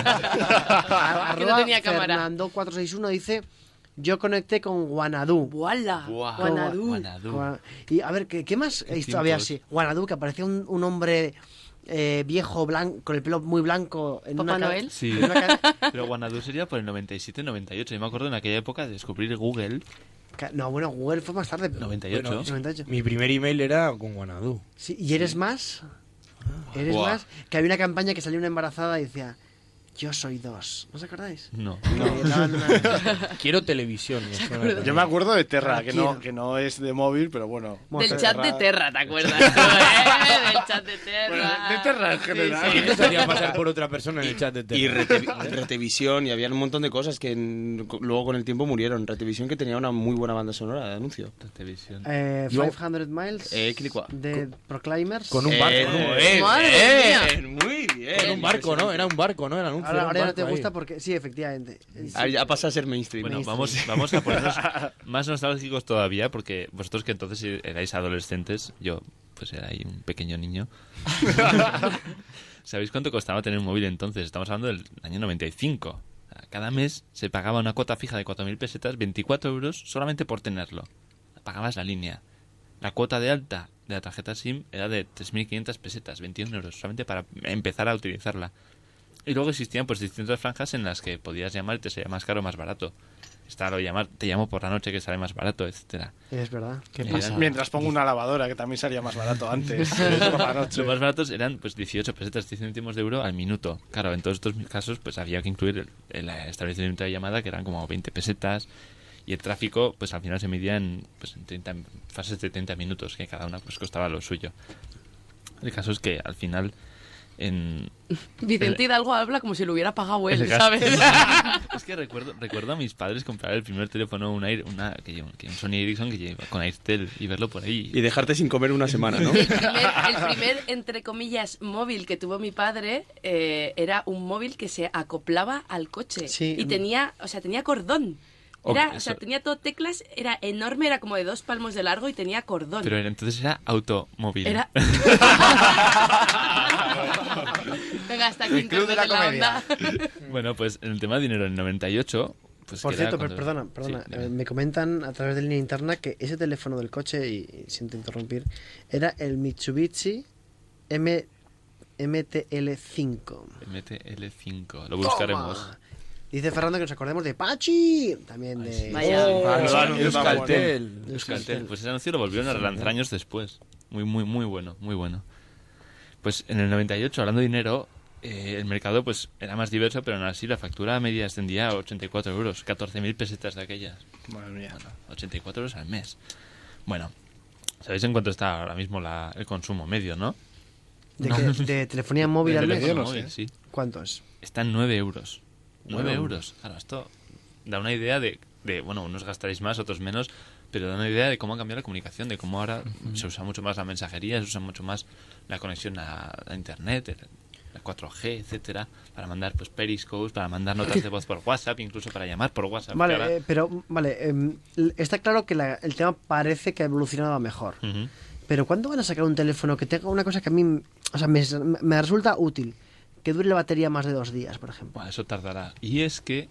Speaker 3: A-
Speaker 5: Que no
Speaker 3: arroba
Speaker 5: tenía cámara.
Speaker 3: Fernando cuatro seis uno dice, yo conecté con Guanadu.
Speaker 5: ¡Wala!
Speaker 7: Buah.
Speaker 5: Guanadu.
Speaker 7: Guanadu.
Speaker 3: Gua- Y a ver, ¿qué, qué más
Speaker 7: Qué
Speaker 3: esto había
Speaker 7: tiempos.
Speaker 3: así? Guanadu, que aparecía un, un hombre eh, viejo, blanco, con el pelo muy blanco. En
Speaker 5: ¿Papá
Speaker 3: una ca-
Speaker 5: Noel?
Speaker 7: Sí.
Speaker 3: en una ca-
Speaker 7: Pero Guanadu sería por el noventa y siete noventa y ocho. Yo me acuerdo en aquella época de descubrir Google.
Speaker 3: ca- No, bueno, Google fue más tarde.
Speaker 7: noventa y ocho.
Speaker 3: Bueno, noventa y ocho.
Speaker 11: Mi primer email era con Guanadu.
Speaker 3: Sí, ¿y eres más? ¿Eres
Speaker 7: Buah.
Speaker 3: más? Que había una campaña que salió una embarazada y decía, yo soy dos. ¿No os acordáis?
Speaker 7: No.
Speaker 3: Que daban una-
Speaker 11: Quiero televisión. me suena también.
Speaker 4: Yo me acuerdo de Terra,
Speaker 3: Ah,
Speaker 4: que
Speaker 3: quiero.
Speaker 4: no, que no es de móvil, pero bueno.
Speaker 3: Bueno,
Speaker 5: Del
Speaker 3: Terra-
Speaker 5: chat de Terra, ¿te acuerdas? tú, eh? Del chat de Terra.
Speaker 4: Bueno, de Terra en
Speaker 5: Sí,
Speaker 4: general.
Speaker 5: sí.
Speaker 11: ¿Quién se haría pasar por otra persona en el chat de
Speaker 6: Y
Speaker 11: Telegram?
Speaker 6: Rete- Retevisión, y había un montón de cosas que en- luego con el tiempo murieron. Retevisión, que tenía una muy buena banda sonora de anuncio.
Speaker 7: Televisión.
Speaker 3: Eh,
Speaker 11: Yo-
Speaker 3: quinientos Miles
Speaker 6: Eh, Quilicua.
Speaker 3: de Proclaimers.
Speaker 11: Con un barco, ¿no?
Speaker 6: Eh,
Speaker 5: Madre
Speaker 6: eh,
Speaker 5: mía.
Speaker 6: muy bien.
Speaker 11: Era un barco, ¿no? Era un barco, ¿no? El anuncio.
Speaker 3: Ahora,
Speaker 11: era un
Speaker 3: ahora ya no
Speaker 11: barco
Speaker 3: te
Speaker 11: ahí.
Speaker 3: gusta porque sí, efectivamente. Sí.
Speaker 6: Ah, ya pasa a ser mainstream.
Speaker 7: Bueno,
Speaker 3: mainstream.
Speaker 7: vamos, vamos a ponernos más nostálgicos todavía, porque vosotros que entonces erais adolescentes, yo pues era ahí un pequeño niño. ¿Sabéis cuánto costaba tener un móvil entonces? Estamos hablando del año noventa y cinco. O sea, cada mes se pagaba una cuota fija de cuatro mil pesetas, veinticuatro euros, solamente por tenerlo. Pagabas la línea. La cuota de alta de la tarjeta SIM era de tres mil quinientas pesetas, veintiún euros, solamente para empezar a utilizarla. Y luego existían pues distintas franjas en las que podías llamar y te salía más caro o más barato. Está lo de llamar, te llamo por la noche que sale más barato, etcétera.
Speaker 3: Es verdad.
Speaker 7: ¿Qué
Speaker 4: Mientras pongo una lavadora, que también salía más barato antes. por la noche.
Speaker 7: Los más baratos eran pues dieciocho pesetas, diez céntimos de euro al minuto. Claro, en todos estos casos pues había que incluir el, el establecimiento de llamada, que eran como veinte pesetas, y el tráfico pues al final se medía en, pues, en treinta, fases de treinta minutos, que cada una pues costaba lo suyo. El caso es que al final en...
Speaker 5: Vicente Hidalgo habla como si lo hubiera pagado él,
Speaker 7: el gasto-
Speaker 5: ¿sabes?
Speaker 7: Es que recuerdo, recuerdo a mis padres comprar el primer teléfono, un, Air, una, que, llevo- que un Sony Ericsson que lleva con Airtel, y verlo por ahí.
Speaker 6: Y dejarte sin comer una semana, ¿no?
Speaker 5: El primer, el primer, entre comillas, móvil que tuvo mi padre eh, era un móvil que se acoplaba al coche.
Speaker 3: Sí.
Speaker 5: Y tenía, o sea, tenía cordón.
Speaker 7: Oh,
Speaker 5: Era,
Speaker 7: eso-
Speaker 5: o sea, tenía todo teclas, era enorme, era como de dos palmos de largo y tenía cordón.
Speaker 7: Pero era- entonces era automóvil.
Speaker 5: Era... Venga, hasta aquí
Speaker 9: El club de la
Speaker 5: Internet en
Speaker 9: comedia.
Speaker 5: onda.
Speaker 7: Bueno, pues en el tema de dinero, en el noventa y ocho... Pues
Speaker 3: Por
Speaker 7: que era
Speaker 3: cierto, per-
Speaker 7: cuando-
Speaker 3: perdona, perdona.
Speaker 7: Sí, dime.
Speaker 3: eh, me comentan a través de línea interna que ese teléfono del coche, y, y siento interrumpir, era el Mitsubishi M, M T L cinco.
Speaker 7: M T L cinco, lo buscaremos.
Speaker 3: Toma. Dice Fernando que nos acordemos de Pachi, también de...
Speaker 5: Vaya.
Speaker 3: Oh,
Speaker 4: Ah, los anuncios tan buenos.
Speaker 11: Euskaltel.
Speaker 7: Euskaltel. Pues ese anuncio lo volvieron a relanzar años después. Muy, muy, muy bueno, muy bueno. Pues en el noventa y ocho, hablando de dinero, eh, el mercado pues era más diverso, pero aún así la factura media ascendía a ochenta y cuatro euros, catorce mil pesetas de aquellas.
Speaker 4: Madre mía.
Speaker 7: Bueno, ochenta y cuatro euros al mes. Bueno, ¿sabéis en cuánto está ahora mismo la- el consumo medio, no?
Speaker 3: ¿De, qué? ¿De telefonía móvil
Speaker 7: De
Speaker 3: al mes?
Speaker 7: teléfono
Speaker 4: no
Speaker 7: móvil,
Speaker 4: sé.
Speaker 7: sí.
Speaker 3: ¿Cuánto es?
Speaker 7: Está en nueve euros. nueve
Speaker 3: Bueno.
Speaker 7: euros. Claro, esto da una idea de de, bueno, unos gastaréis más, otros menos, pero da una idea de cómo ha cambiado la comunicación, de cómo ahora uh-huh. se usa mucho más la mensajería, se usa mucho más la conexión a, a Internet, el, la cuatro G, etcétera, para mandar pues periscopes, para mandar notas de voz por WhatsApp, incluso para llamar por WhatsApp.
Speaker 3: Vale,
Speaker 7: ahora...
Speaker 3: eh, pero vale, eh, está claro que la, el tema parece que ha evolucionado a mejor.
Speaker 7: Uh-huh.
Speaker 3: Pero ¿cuándo van a sacar un teléfono que tenga una cosa que a mí, o sea, me, me resulta útil, que dure la batería más de dos días, por ejemplo?
Speaker 7: Bueno, eso tardará. Y es que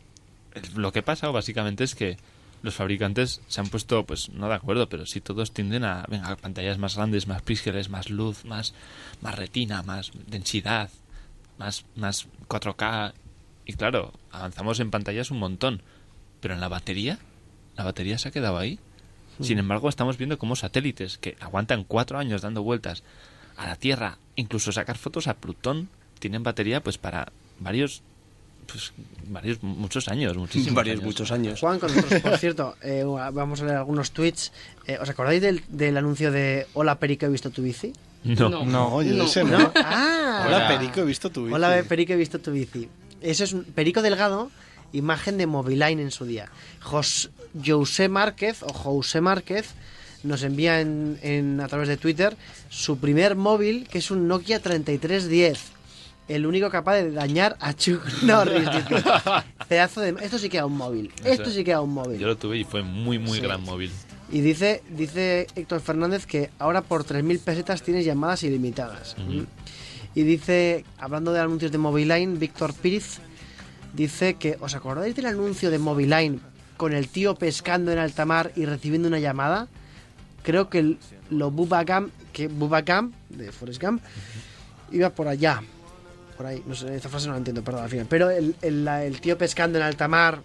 Speaker 7: lo que pasa básicamente es que los fabricantes se han puesto, pues no de acuerdo, pero sí todos tienden a, venga, pantallas más grandes, más píxeles, más luz, más, más retina, más densidad, más, más cuatro K. Y claro, avanzamos en pantallas un montón, pero en la batería, la batería se ha quedado ahí. Sin embargo, estamos viendo cómo satélites que aguantan cuatro años dando vueltas a la Tierra, incluso sacar fotos a Plutón, tienen batería pues para varios, pues varios muchos años, muchísimos
Speaker 6: varios
Speaker 7: años.
Speaker 6: muchos años.
Speaker 3: Juan, con nosotros, por cierto, eh, vamos a leer algunos tweets. Eh, ¿Os acordáis del, del anuncio de Hola Perico, he visto tu bici?
Speaker 7: No.
Speaker 4: No, no oye,
Speaker 3: no,
Speaker 4: ese no.
Speaker 3: ¿no? Ah,
Speaker 4: Hola Perico, he visto tu bici.
Speaker 3: Hola Perico, he visto tu bici. Eso es un Perico Delgado, imagen de Moviline en su día. Jos, José Márquez, o José Márquez, nos envía en, en, a través de Twitter su primer móvil, que es un Nokia treinta y tres diez. El único capaz de dañar a Chuck Norris. Dice, pedazo de... Esto sí que era un móvil. Esto sí que era un móvil.
Speaker 7: Yo lo tuve y fue muy, muy
Speaker 3: Sí.
Speaker 7: gran móvil.
Speaker 3: Y dice, dice Héctor Fernández que ahora por tres mil pesetas tienes llamadas ilimitadas.
Speaker 7: Uh-huh.
Speaker 3: Y dice, hablando de anuncios de Moviline, Víctor Piriz dice que, ¿os acordáis del anuncio de Moviline con el tío pescando en alta mar y recibiendo una llamada? Creo que el, lo Bubba Gump, que Bubba Gump, de Forrest Gump, iba por allá. Por ahí, no sé, esta frase no la entiendo, perdón, al final. Pero el, el, la- el tío pescando en alta mar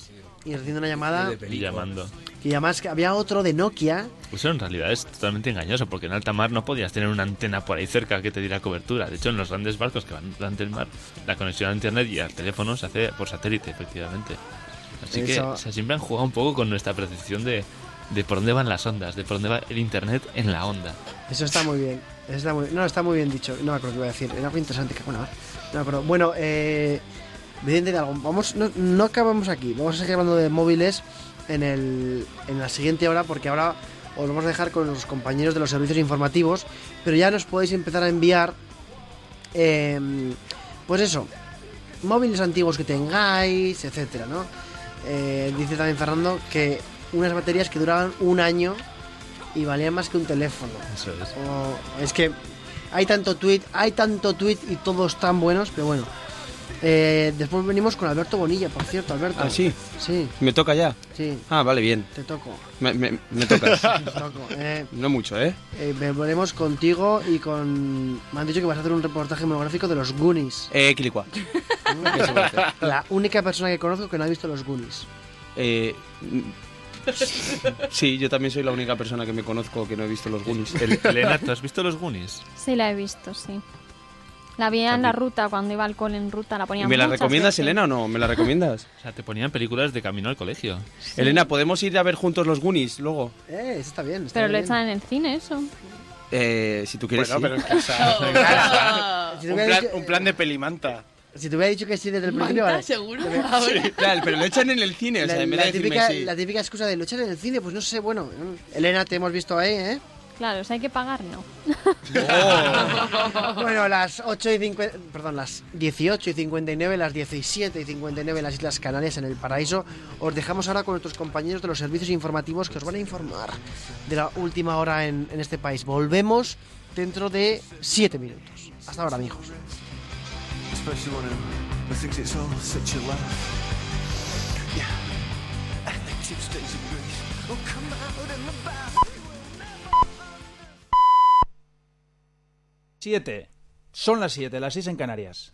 Speaker 3: y recibiendo una llamada.
Speaker 7: Y llamando.
Speaker 3: Y además que había otro de Nokia.
Speaker 7: Eso en realidad es totalmente engañoso, porque en alta mar no podías tener una antena por ahí cerca que te diera cobertura. De hecho, en los grandes barcos que van durante el mar, la conexión a internet y al teléfono se hace por satélite, efectivamente. Así que
Speaker 3: Eso-
Speaker 7: o sea, siempre han jugado un poco con nuestra percepción de, de por dónde van las ondas, de por dónde va el internet en la onda.
Speaker 3: Eso está muy bien. Eso está muy, no, está muy bien dicho. No me acuerdo qué iba a decir. Era algo interesante. Que, bueno, a ver, no me acuerdo. Bueno, eh, Vicente Hidalgo, vamos, no, no acabamos aquí. Vamos a seguir hablando de móviles en, el, en la siguiente hora, porque ahora os vamos a dejar con los compañeros de los servicios informativos. Pero ya nos podéis empezar a enviar, eh, pues eso, móviles antiguos que tengáis, etcétera, ¿no? Eh, dice también Fernando que unas baterías que duraban un año y valían más que un teléfono.
Speaker 7: Eso es.
Speaker 3: O- es que hay tanto tweet, hay tanto tweet y todos tan buenos, pero bueno. Eh, después venimos con Alberto Bonilla, por cierto, Alberto.
Speaker 6: Ah, sí.
Speaker 3: Sí,
Speaker 6: ¿Me toca ya?
Speaker 3: sí,
Speaker 6: Ah, vale, bien.
Speaker 3: te toco.
Speaker 6: Me, me, me tocas.
Speaker 3: Te toco. Eh,
Speaker 6: No mucho, ¿eh?
Speaker 3: eh, volveremos contigo y con... Me han dicho que vas a hacer un reportaje monográfico de los Goonies.
Speaker 6: Eh, Quilicua. Eso voy a hacer.
Speaker 3: La única persona que conozco que no ha visto los Goonies.
Speaker 6: Eh, sí, yo también soy la única persona que me conozco que no he visto los Goonies.
Speaker 7: El- Elena, ¿tú has visto los Goonies?
Speaker 10: Sí, la he visto, sí. La vi en la ruta, cuando iba al cole en ruta, la ponía
Speaker 6: ¿Me la
Speaker 10: muchas
Speaker 6: recomiendas,
Speaker 10: veces.
Speaker 6: Elena, o no? ¿Me la recomiendas?
Speaker 7: O sea, te ponían películas de camino al colegio.
Speaker 6: Elena, ¿podemos ir a ver juntos los Goonies luego?
Speaker 3: Eh, eso está bien. Está
Speaker 10: Pero lo
Speaker 3: bien.
Speaker 10: echan en el cine, eso.
Speaker 6: Eh, si tú quieres,
Speaker 4: Bueno,
Speaker 6: sí.
Speaker 4: pero en casa.
Speaker 3: Si te
Speaker 4: un,
Speaker 3: hubiera
Speaker 4: plan,
Speaker 3: dicho-
Speaker 4: un plan de pelimanta.
Speaker 3: Si te hubiera dicho que sí desde el principio,
Speaker 5: ¿Manta,
Speaker 3: vale.
Speaker 5: seguro?
Speaker 3: Te-
Speaker 5: Ahora.
Speaker 6: Claro, pero lo echan en el cine, o sea,
Speaker 3: La,
Speaker 6: en vez
Speaker 3: la
Speaker 6: de decirme
Speaker 3: típica,
Speaker 6: sí.
Speaker 3: la típica excusa de lo echan en el cine, pues no sé, bueno. mm, Elena, te hemos visto ahí, ¿eh?
Speaker 10: Claro, si hay que pagar, no.
Speaker 3: Bueno, las ocho y cincuenta, perdón, las dieciocho y cincuenta y nueve, las diecisiete y cincuenta y nueve en las Islas Canarias, en el Paraíso. Os dejamos ahora con nuestros compañeros de los servicios informativos que os van a informar de la última hora en, en este país. Volvemos dentro de siete minutos. Hasta ahora, mijos.
Speaker 12: Especially when it thinks it's all such a laugh. Yeah. Tuesdays in Greece. Oh, come out in the bath.
Speaker 13: Siete. Son las siete, las seis en Canarias.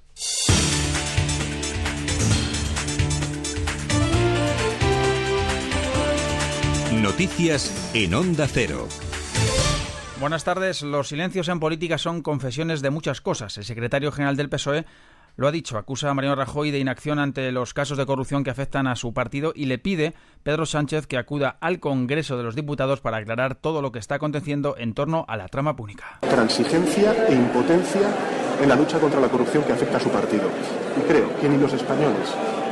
Speaker 2: Noticias en Onda Cero.
Speaker 13: Buenas tardes. Los silencios en política son confesiones de muchas cosas. El secretario general del P S O E lo ha dicho. Acusa a Mariano Rajoy de inacción ante los casos de corrupción que afectan a su partido y le pide Pedro Sánchez que acuda al Congreso de los Diputados para aclarar todo lo que está aconteciendo en torno a la trama púnica.
Speaker 14: Transigencia e impotencia en la lucha contra la corrupción que afecta a su partido. Y creo que ni los españoles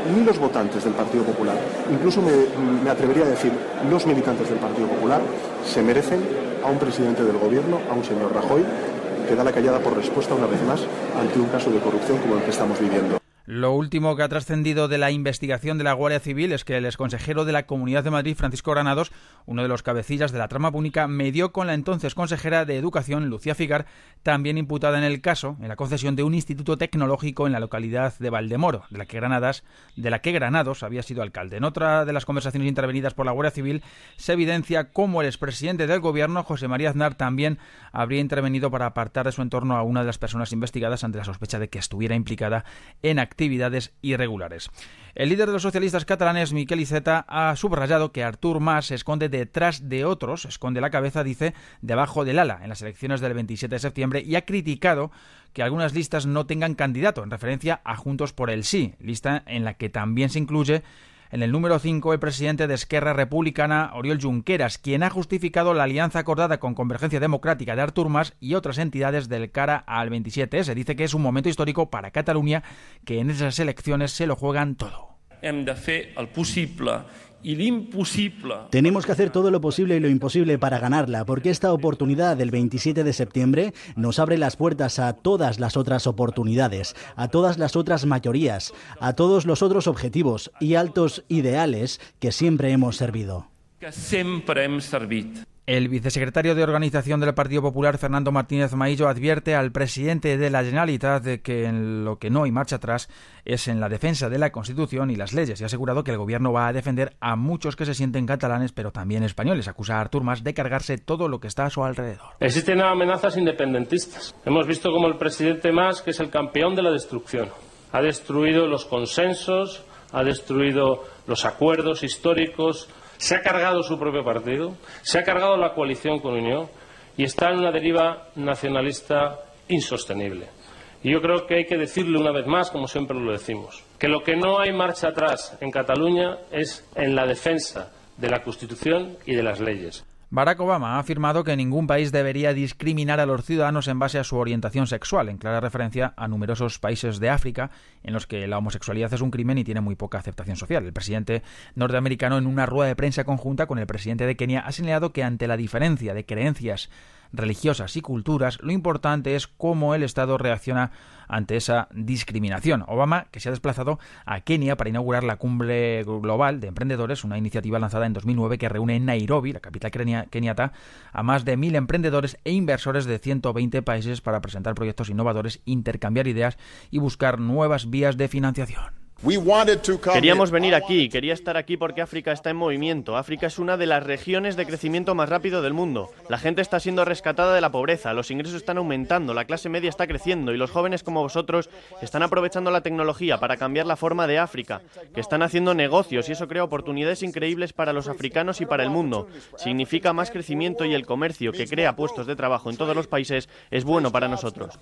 Speaker 14: ni los votantes del Partido Popular, incluso me, me atrevería a decir los militantes del Partido Popular, se merecen a un presidente del gobierno, a un señor Rajoy, que da la callada por respuesta una vez más ante un caso de corrupción como el que estamos viviendo.
Speaker 13: Lo último que ha trascendido de la investigación de la Guardia Civil es que el exconsejero de la Comunidad de Madrid, Francisco Granados, uno de los cabecillas de la trama púnica, medió con la entonces consejera de Educación, Lucía Figar, también imputada en el caso, en la concesión de un instituto tecnológico en la localidad de Valdemoro, de la que Granadas, de la que Granados había sido alcalde. En otra de las conversaciones intervenidas por la Guardia Civil se evidencia cómo el expresidente del Gobierno, José María Aznar, también habría intervenido para apartar de su entorno a una de las personas investigadas ante la sospecha de que estuviera implicada en actividades irregulares. El líder de los socialistas catalanes, Miquel Iceta, ha subrayado que Artur Mas se esconde detrás de otros, esconde la cabeza, dice, debajo del ala en las elecciones del veintisiete de septiembre, y ha criticado que algunas listas no tengan candidato, en referencia a Juntos por el Sí, lista en la que también se incluye en el número cinco el presidente de Esquerra Republicana, Oriol Junqueras, quien ha justificado la alianza acordada con Convergencia Democrática de Artur Mas y otras entidades del cara al veintisiete. Se dice que es un momento histórico para Cataluña, que en esas elecciones se lo juegan todo.
Speaker 15: Hem de fer el possible y lo imposible.
Speaker 16: Tenemos que hacer todo lo posible y lo imposible para ganarla, porque esta oportunidad del veintisiete de septiembre nos abre las puertas a todas las otras oportunidades, a todas las otras mayorías, a todos los otros objetivos y altos ideales que siempre hemos servido.
Speaker 15: Que sempre hem servit.
Speaker 13: El vicesecretario de Organización del Partido Popular, Fernando Martínez Maillo, advierte al presidente de la Generalitat de que en lo que no hay marcha atrás es en la defensa de la Constitución y las leyes, y ha asegurado que el gobierno va a defender a muchos que se sienten catalanes pero también españoles. Acusa a Artur Mas de cargarse todo lo que está a su alrededor.
Speaker 17: Existen amenazas independentistas. Hemos visto como el presidente Mas, que es el campeón de la destrucción, ha destruido los consensos, ha destruido los acuerdos históricos, se ha cargado su propio partido, se ha cargado la coalición con Unión y está en una deriva nacionalista insostenible. Y yo creo que hay que decirle una vez más, como siempre lo decimos, que lo que no hay marcha atrás en Cataluña es en la defensa de la Constitución y de las leyes.
Speaker 13: Barack Obama ha afirmado que ningún país debería discriminar a los ciudadanos en base a su orientación sexual, en clara referencia a numerosos países de África en los que la homosexualidad es un crimen y tiene muy poca aceptación social. El presidente norteamericano, en una rueda de prensa conjunta con el presidente de Kenia, ha señalado que ante la diferencia de creencias religiosas y culturas, lo importante es cómo el Estado reacciona ante esa discriminación. Obama, que se ha desplazado a Kenia para inaugurar la Cumbre Global de Emprendedores, una iniciativa lanzada en dos mil nueve que reúne en Nairobi, la capital kenia, keniata, a más de mil emprendedores e inversores de ciento veinte países para presentar proyectos innovadores, intercambiar ideas y buscar nuevas vías de financiación.
Speaker 18: Queríamos venir aquí, quería estar aquí porque África está en movimiento. África es una de las regiones de crecimiento más rápido del mundo. La gente está siendo rescatada de la pobreza, los ingresos están aumentando, la clase media está creciendo y los jóvenes como vosotros están aprovechando la tecnología para cambiar la forma de África, que están haciendo negocios y eso crea oportunidades increíbles para los africanos y para el mundo. Significa más crecimiento y el comercio, que crea puestos de trabajo en todos los países, es bueno para nosotros.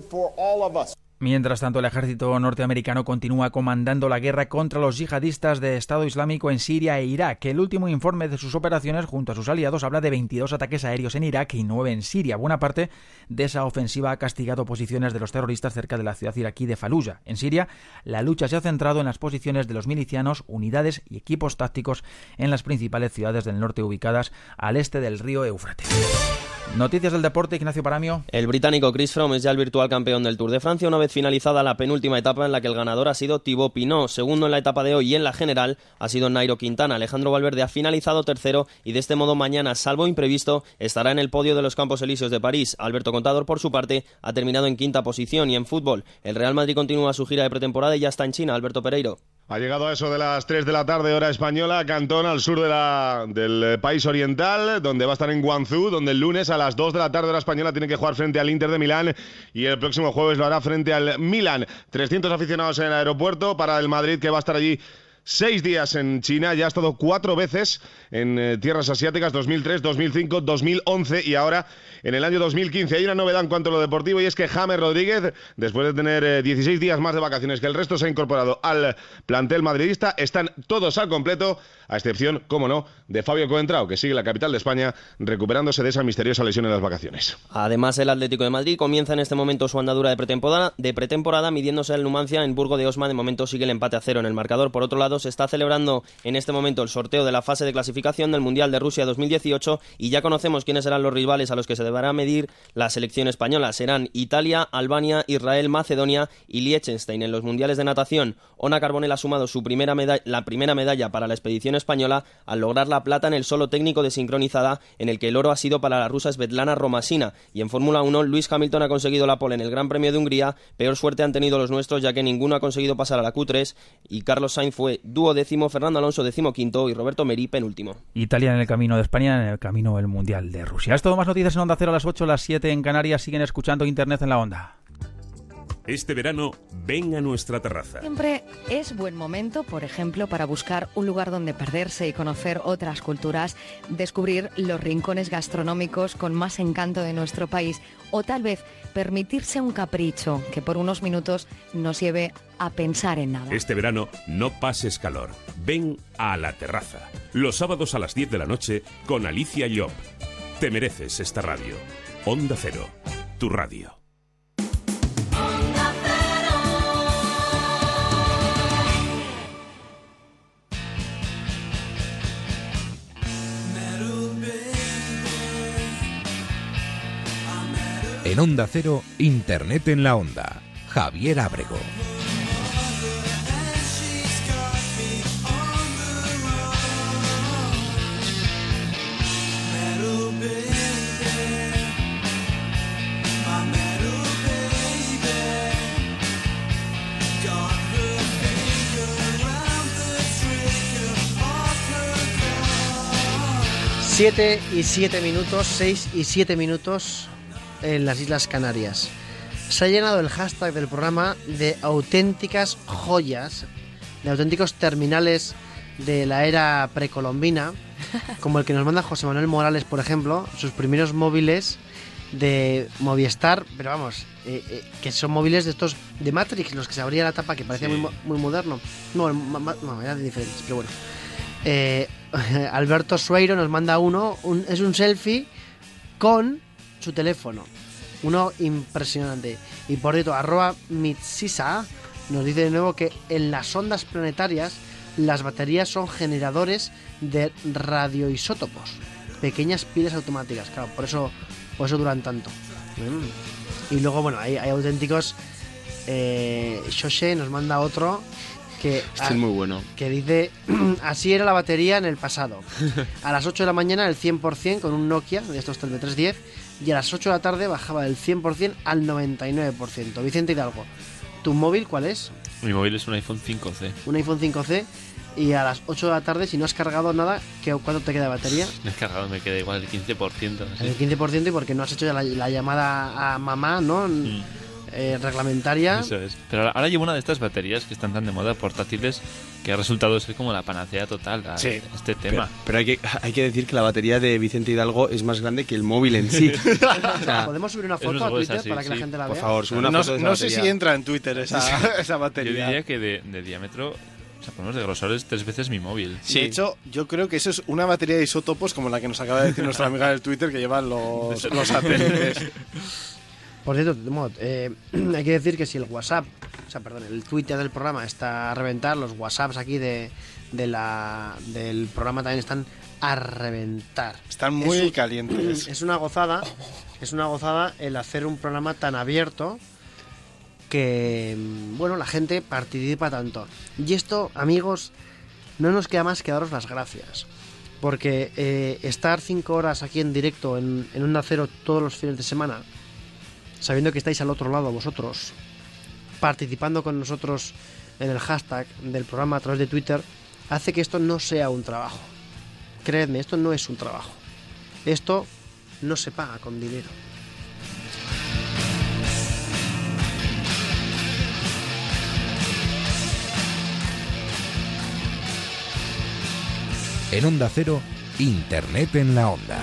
Speaker 13: Mientras tanto, el ejército norteamericano continúa comandando la guerra contra los yihadistas de Estado Islámico en Siria e Irak. El último informe de sus operaciones junto a sus aliados habla de veintidós ataques aéreos en Irak y nueve en Siria. Buena parte de esa ofensiva ha castigado posiciones de los terroristas cerca de la ciudad iraquí de Faluya. En Siria, la lucha se ha centrado en las posiciones de los milicianos, unidades y equipos tácticos en las principales ciudades del norte ubicadas al este del río Éufrates. Noticias del deporte, Ignacio Paramio.
Speaker 19: El británico Chris Froome es ya el virtual campeón del Tour de Francia una vez finalizada la penúltima etapa en la que el ganador ha sido Thibaut Pinot. Segundo en la etapa de hoy y en la general ha sido Nairo Quintana. Alejandro Valverde ha finalizado tercero y de este modo mañana, salvo imprevisto, estará en el podio de los Campos Elíseos de París. Alberto Contador, por su parte, ha terminado en quinta posición. Y en fútbol, el Real Madrid continúa su gira de pretemporada y ya está en China. Alberto Pereiro.
Speaker 20: Ha llegado a eso de las tres de la tarde, hora española, Cantón, al sur de la, del país oriental, donde va a estar en Guangzhou, donde el lunes a las dos de la tarde, hora española, tiene que jugar frente al Inter de Milán y el próximo jueves lo hará frente al Milan. trescientos aficionados en el aeropuerto para el Madrid, que va a estar allí seis días en China, ya ha estado cuatro veces en eh, tierras asiáticas, dos mil tres, dos mil cinco, dos mil once y ahora en el año dos mil quince. Hay una novedad en cuanto a lo deportivo y es que James Rodríguez, después de tener eh, dieciséis días más de vacaciones que el resto, se ha incorporado al plantel madridista. Están todos al completo, a excepción, como no, de Fabio Coentrao, que sigue en la capital de España recuperándose de esa misteriosa lesión en las vacaciones.
Speaker 19: Además, el Atlético de Madrid comienza en este momento su andadura de pretemporada, de pretemporada midiéndose al Numancia en Burgo de Osma. De momento sigue el empate a cero en el marcador. Por otro lado, se está celebrando en este momento el sorteo de la fase de clasificación del Mundial de Rusia dos mil dieciocho y ya conocemos quiénes serán los rivales a los que se deberá medir la selección española. Serán Italia, Albania, Israel, Macedonia y Liechtenstein. En los Mundiales de natación, Ona Carbonell ha sumado su primera medalla, la primera medalla para la expedición española al lograr la plata en el solo técnico de sincronizada, en el que el oro ha sido para la rusa Svetlana Romasina. Y en Fórmula uno, Lewis Hamilton ha conseguido la pole en el Gran Premio de Hungría. Peor suerte han tenido los nuestros, ya que ninguno ha conseguido pasar a la Q tres y Carlos Sainz fue duodécimo, Fernando Alonso decimoquinto y Roberto Meri penúltimo.
Speaker 13: Italia en el camino de España, en el camino del Mundial de Rusia. Esto, más noticias en Onda Cero a las ocho, las siete en Canarias. Siguen escuchando Internet en la Onda.
Speaker 21: Este verano, ven a nuestra terraza.
Speaker 22: Siempre es buen momento, por ejemplo, para buscar un lugar donde perderse y conocer otras culturas, descubrir los rincones gastronómicos con más encanto de nuestro país o tal vez permitirse un capricho que por unos minutos nos lleve a pensar en nada.
Speaker 21: Este verano, no pases calor. Ven a La Terraza. Los sábados a las diez de la noche con Alicia Llop. Te mereces esta radio. Onda Cero, tu radio.
Speaker 2: En Onda Cero, Internet en la Onda. Javier Ábrego.
Speaker 3: Siete y siete minutos, seis y siete minutos en las Islas Canarias. Se ha llenado el hashtag del programa de auténticas joyas, de auténticos terminales de la era precolombina, como el que nos manda José Manuel Morales, por ejemplo, sus primeros móviles de Movistar, pero vamos, eh, eh, que son móviles de estos de Matrix, los que se abría la tapa, que parecía sí. muy, muy moderno. No, no, era de diferentes, pero bueno. Eh, Alberto Sueiro nos manda uno, un, es un selfie con su teléfono, uno impresionante. Y por cierto, arroba Mitsisa nos dice de nuevo que en las ondas planetarias las baterías son generadores de radioisótopos, pequeñas pilas automáticas, claro, por eso, por eso duran tanto. Mm. Y luego, bueno, hay, hay auténticos. eh, Shoshe nos manda otro que,
Speaker 6: este es muy bueno,
Speaker 3: que dice: así era la batería en el pasado. A las ocho de la mañana el cien por ciento con un Nokia de estos tres trescientos diez y a las ocho de la tarde bajaba del cien por ciento al noventa y nueve por ciento. Vicente Hidalgo, ¿tu móvil cuál es?
Speaker 7: Mi móvil es un iPhone cinco C.
Speaker 3: Un iPhone cinco C. Y a las ocho de la tarde, si no has cargado nada, ¿cuánto te queda de batería?
Speaker 7: No he cargado, me queda igual el quince por ciento. ¿Sí?
Speaker 3: El quince por ciento, y porque no has hecho ya la, la llamada a mamá, ¿no? Mm. Eh, reglamentaria.
Speaker 7: Eso es. Pero ahora llevo una de estas baterías que están tan de moda, portátiles, que ha resultado ser como la panacea total a
Speaker 6: sí.
Speaker 7: este tema.
Speaker 6: Pero, pero hay, que, hay que decir que la batería de Vicente Hidalgo es más grande que el móvil en sí.
Speaker 3: O sea, ¿podemos subir una foto a Twitter
Speaker 7: así,
Speaker 3: para que
Speaker 7: sí.
Speaker 3: la gente la
Speaker 6: Por
Speaker 3: vea?
Speaker 6: Por favor, sube una
Speaker 4: no,
Speaker 6: foto de esa
Speaker 4: No
Speaker 6: batería.
Speaker 4: sé si entra en Twitter esa, esa batería.
Speaker 7: Yo diría que de, de diámetro... O sea, ponemos de grosor es tres veces mi móvil.
Speaker 4: Sí. De hecho, yo creo que eso es una batería de isótopos como la que nos acaba de decir nuestra amiga del Twitter, que llevan los, los satélites.
Speaker 3: Por cierto, eh, hay que decir que si el WhatsApp, o sea, perdón, el Twitter del programa está a reventar, los WhatsApps aquí de, de la, del programa también están a reventar.
Speaker 4: Están muy
Speaker 3: es un,
Speaker 4: calientes.
Speaker 3: Es una gozada, es una gozada el hacer un programa tan abierto que, bueno, la gente participa tanto. Y esto, amigos, no nos queda más que daros las gracias. Porque eh, estar cinco horas aquí en directo en, en Onda Cero todos los fines de semana, sabiendo que estáis al otro lado vosotros, participando con nosotros en el hashtag del programa a través de Twitter, hace que esto no sea un trabajo. Creedme, esto no es un trabajo. Esto no se paga con dinero.
Speaker 2: En Onda Cero, Internet en la Onda.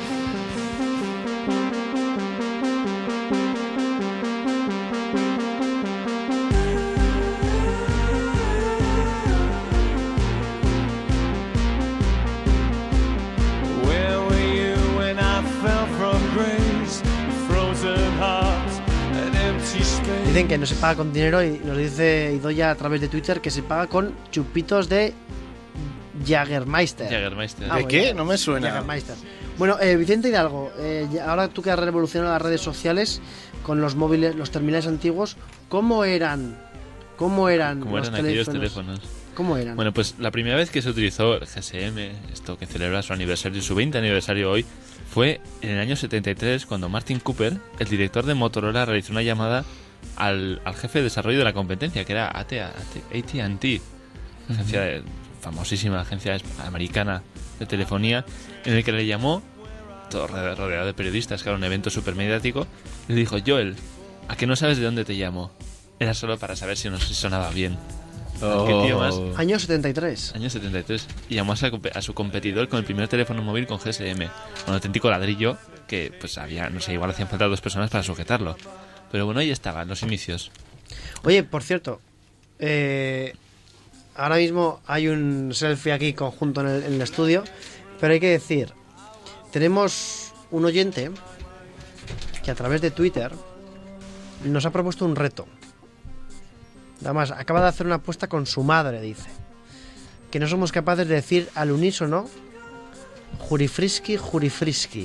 Speaker 3: Dicen que no se paga con dinero y nos dice Idoya a través de Twitter que se paga con chupitos de Jägermeister.
Speaker 7: Jägermeister.
Speaker 3: Ah,
Speaker 4: ¿De
Speaker 3: bueno,
Speaker 4: qué? No me suena.
Speaker 3: Jägermeister. Bueno, eh, Vicente Hidalgo, eh, ahora tú que has revolucionado las redes sociales con los móviles, los terminales antiguos, ¿cómo eran? ¿Cómo eran
Speaker 7: ¿Cómo
Speaker 3: los
Speaker 7: eran aquellos
Speaker 3: teléfonos?
Speaker 7: teléfonos?
Speaker 3: ¿Cómo eran?
Speaker 7: Bueno, pues la primera vez que se utilizó el G S M, esto que celebra su aniversario, su veinte aniversario hoy, fue en el año setenta y tres, cuando Martin Cooper, el director de Motorola, realizó una llamada al, al jefe de desarrollo de la competencia, que era A T and T, agencia de, famosísima agencia americana de telefonía, en el que le llamó, todo rodeado de periodistas, que era un evento súper mediático, y le dijo: Joel, ¿a que no sabes de dónde te llamo? Era solo para saber si nos sonaba bien.
Speaker 3: Oh.
Speaker 7: ¿Qué tío más?
Speaker 3: Año setenta y tres.
Speaker 7: Año setenta y tres. Y llamó a su, a su competidor con el primer teléfono móvil con G S M. Un auténtico ladrillo que, pues, había, no sé, igual hacían falta dos personas para sujetarlo. Pero bueno, ahí estaban los inicios.
Speaker 3: Oye, por cierto, eh, ahora mismo hay un selfie aquí conjunto en el, en el estudio, pero hay que decir, tenemos un oyente que a través de Twitter nos ha propuesto un reto. Además, acaba de hacer una apuesta con su madre, dice. Que no somos capaces de decir al unísono Jurifriski, Jurifriski.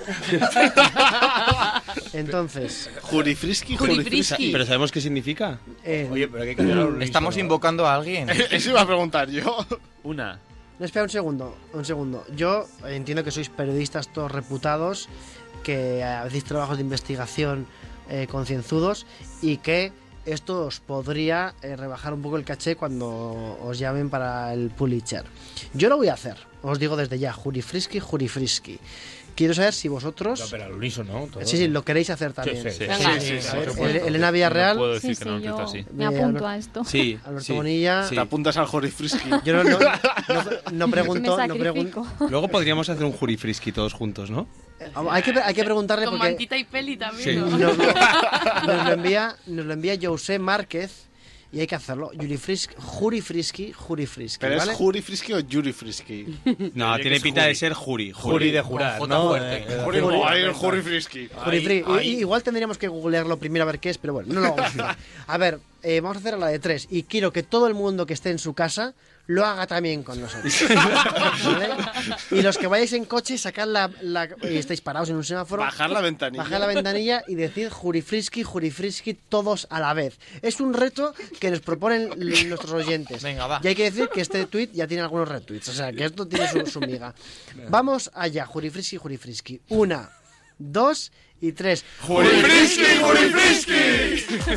Speaker 3: Entonces,
Speaker 4: Jurifriski,
Speaker 5: Jurifriski.
Speaker 6: ¿Pero sabemos qué significa?
Speaker 3: Eh,
Speaker 11: Oye, pero hay que cambiar un
Speaker 9: Estamos invocando a alguien.
Speaker 4: Eso iba a preguntar yo.
Speaker 7: Una.
Speaker 3: No, espera un segundo, un segundo. Yo entiendo que sois periodistas todos reputados, que hacéis trabajos de investigación eh, concienzudos y que esto os podría eh, rebajar un poco el caché cuando os llamen para el Pulitzer. Yo lo voy a hacer, os digo desde ya, Jurifriski, Jurifriski. Quiero saber si vosotros...
Speaker 11: No, pero al unísono, ¿no?
Speaker 3: Sí, sí, lo queréis hacer también.
Speaker 11: Sí, sí, sí.
Speaker 5: Venga.
Speaker 3: Sí, sí, sí.
Speaker 11: A ver,
Speaker 3: El- Elena Villarreal,
Speaker 7: No puedo decir
Speaker 10: Sí,
Speaker 7: que no
Speaker 10: sí,
Speaker 7: lo
Speaker 10: yo
Speaker 7: así.
Speaker 10: me
Speaker 3: Eh,
Speaker 10: apunto
Speaker 3: Albert-
Speaker 10: a esto.
Speaker 6: Sí,
Speaker 3: Alberto
Speaker 6: sí.
Speaker 3: Bonilla...
Speaker 6: Sí.
Speaker 4: Te apuntas al Jurifriski.
Speaker 3: Yo no, no, no, no pregunto...
Speaker 10: Me
Speaker 3: no
Speaker 10: sacrifico.
Speaker 3: pregun-
Speaker 6: Luego podríamos hacer un jurifriski todos juntos, ¿no?
Speaker 3: hay, que, hay que preguntarle
Speaker 5: Con
Speaker 3: porque...
Speaker 5: mantita y peli también,
Speaker 6: Sí.
Speaker 5: ¿no?
Speaker 3: Nos lo, nos lo envía, nos lo envía José Márquez y hay que hacerlo. Jurifriski, Jurifriski, Jurifriski.
Speaker 4: ¿Pero
Speaker 3: ¿vale?
Speaker 4: es Jurifriski o Jurifriski?
Speaker 6: No, tiene pinta de ser juri.
Speaker 11: Juri de jurar,
Speaker 9: Con
Speaker 11: ¿no?
Speaker 9: J fuerte.
Speaker 11: Eh,
Speaker 4: Juri,
Speaker 3: Juri-
Speaker 4: ahí el Jurifriski.
Speaker 3: Jurifri-
Speaker 11: Ahí, ahí.
Speaker 3: I- Igual tendríamos que googlearlo primero a ver qué es, pero bueno, no lo vamos a hacer. A ver, eh, vamos a hacer a la de tres y quiero que todo el mundo que esté en su casa lo haga también con nosotros. ¿Vale? Y los que vayáis en coche, sacad la, la y estáis parados en un semáforo,
Speaker 4: Bajar la ventanilla.
Speaker 3: bajad la ventanilla y decid Jurifriski, Jurifriski todos a la vez. Es un reto que nos proponen l- nuestros oyentes.
Speaker 9: Venga, va.
Speaker 3: Y hay que decir que este tweet ya tiene algunos retweets, o sea que esto tiene su, su miga. Vamos allá, Jurifriski, Jurifriski. Una, dos y tres.
Speaker 4: ¡Jurifriski, Jurifriski!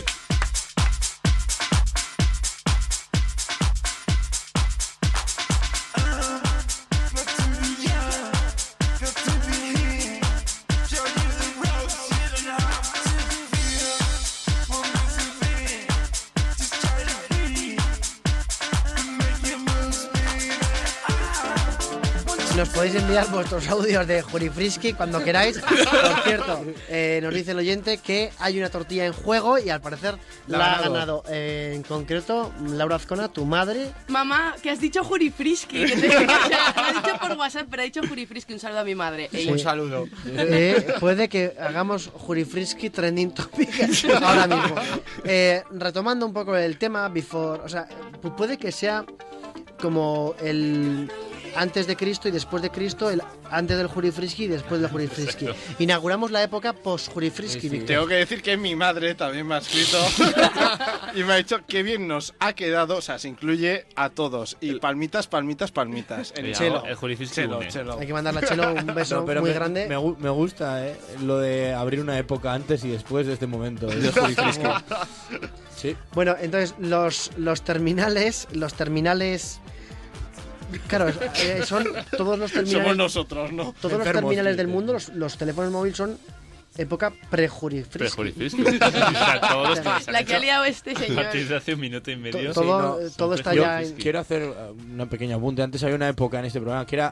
Speaker 3: Nos podéis enviar vuestros audios de Jurifriski cuando queráis. Por cierto, eh, nos dice el oyente que hay una tortilla en juego y al parecer la,
Speaker 11: La ha
Speaker 3: ha ganado. Eh, en concreto, Laura Azcona, tu madre.
Speaker 5: Mamá, que has dicho Jurifriski. Que te... o sea, lo ha dicho por WhatsApp, pero ha dicho Jurifriski. Un saludo a mi madre. Ey.
Speaker 9: Un saludo.
Speaker 3: Eh, puede que hagamos Jurifriski trending topic ahora mismo. Eh, retomando un poco el tema, before, o sea, pu- puede que sea como el antes de Cristo y después de Cristo, el antes del Jurifriski y después del Jurifriski. Inauguramos la época post-Jurifriski. Víctor.
Speaker 4: Tengo que decir que mi madre también me ha escrito y me ha dicho que bien nos ha quedado, o sea, se incluye a todos. Y palmitas, palmitas, palmitas. En
Speaker 7: Cuidado,
Speaker 4: Chelo.
Speaker 7: el Jurifriski
Speaker 4: Chelo,
Speaker 7: une.
Speaker 4: Chelo.
Speaker 3: Hay que mandarle a Chelo un beso
Speaker 11: No, pero
Speaker 3: muy
Speaker 11: me,
Speaker 3: grande.
Speaker 11: Me, gu- me gusta, ¿eh? Lo de abrir una época antes y después de este momento. ¿eh? De Jurifriski. Sí.
Speaker 3: Bueno, entonces los, los terminales, los terminales, claro, eh, son todos los terminales.
Speaker 4: Somos nosotros, ¿no?
Speaker 3: Todos los
Speaker 11: Enfermos,
Speaker 3: terminales
Speaker 11: sí,
Speaker 3: del
Speaker 11: sí.
Speaker 3: mundo, los, los teléfonos móviles son época pre-Jurifrisky.
Speaker 7: Pre-Jurifrisky. O sea, todos los
Speaker 5: La que ha liado este
Speaker 7: a
Speaker 5: señor.
Speaker 7: partir de hace un minuto y medio.
Speaker 3: Todo,
Speaker 11: Sí, no,
Speaker 3: todo está
Speaker 11: Yo
Speaker 3: ya en...
Speaker 11: quiero hacer uh, una pequeña apunte. Antes había una época en este programa que era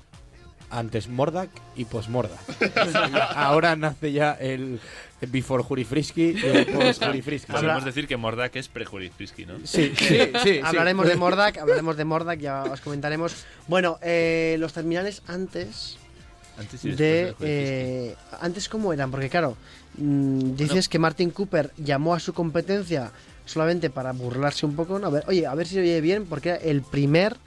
Speaker 11: antes Mordak y post-Mordak. Ahora nace ya el before Jurifrisky y el post Jurifrisky.
Speaker 7: Podemos decir que Mordak es pre-Jurifrisky, ¿no?
Speaker 11: Sí, sí, sí.
Speaker 3: Hablaremos
Speaker 11: sí.
Speaker 3: de Mordak, hablaremos de Mordak, ya os comentaremos. Bueno, eh, los terminales antes...
Speaker 7: Antes y
Speaker 3: de
Speaker 7: después del
Speaker 3: eh, antes cómo eran, porque claro, mmm, dices que Martin Cooper llamó a su competencia solamente para burlarse un poco, ¿no? A ver, oye, a ver si se oye bien, porque era el primer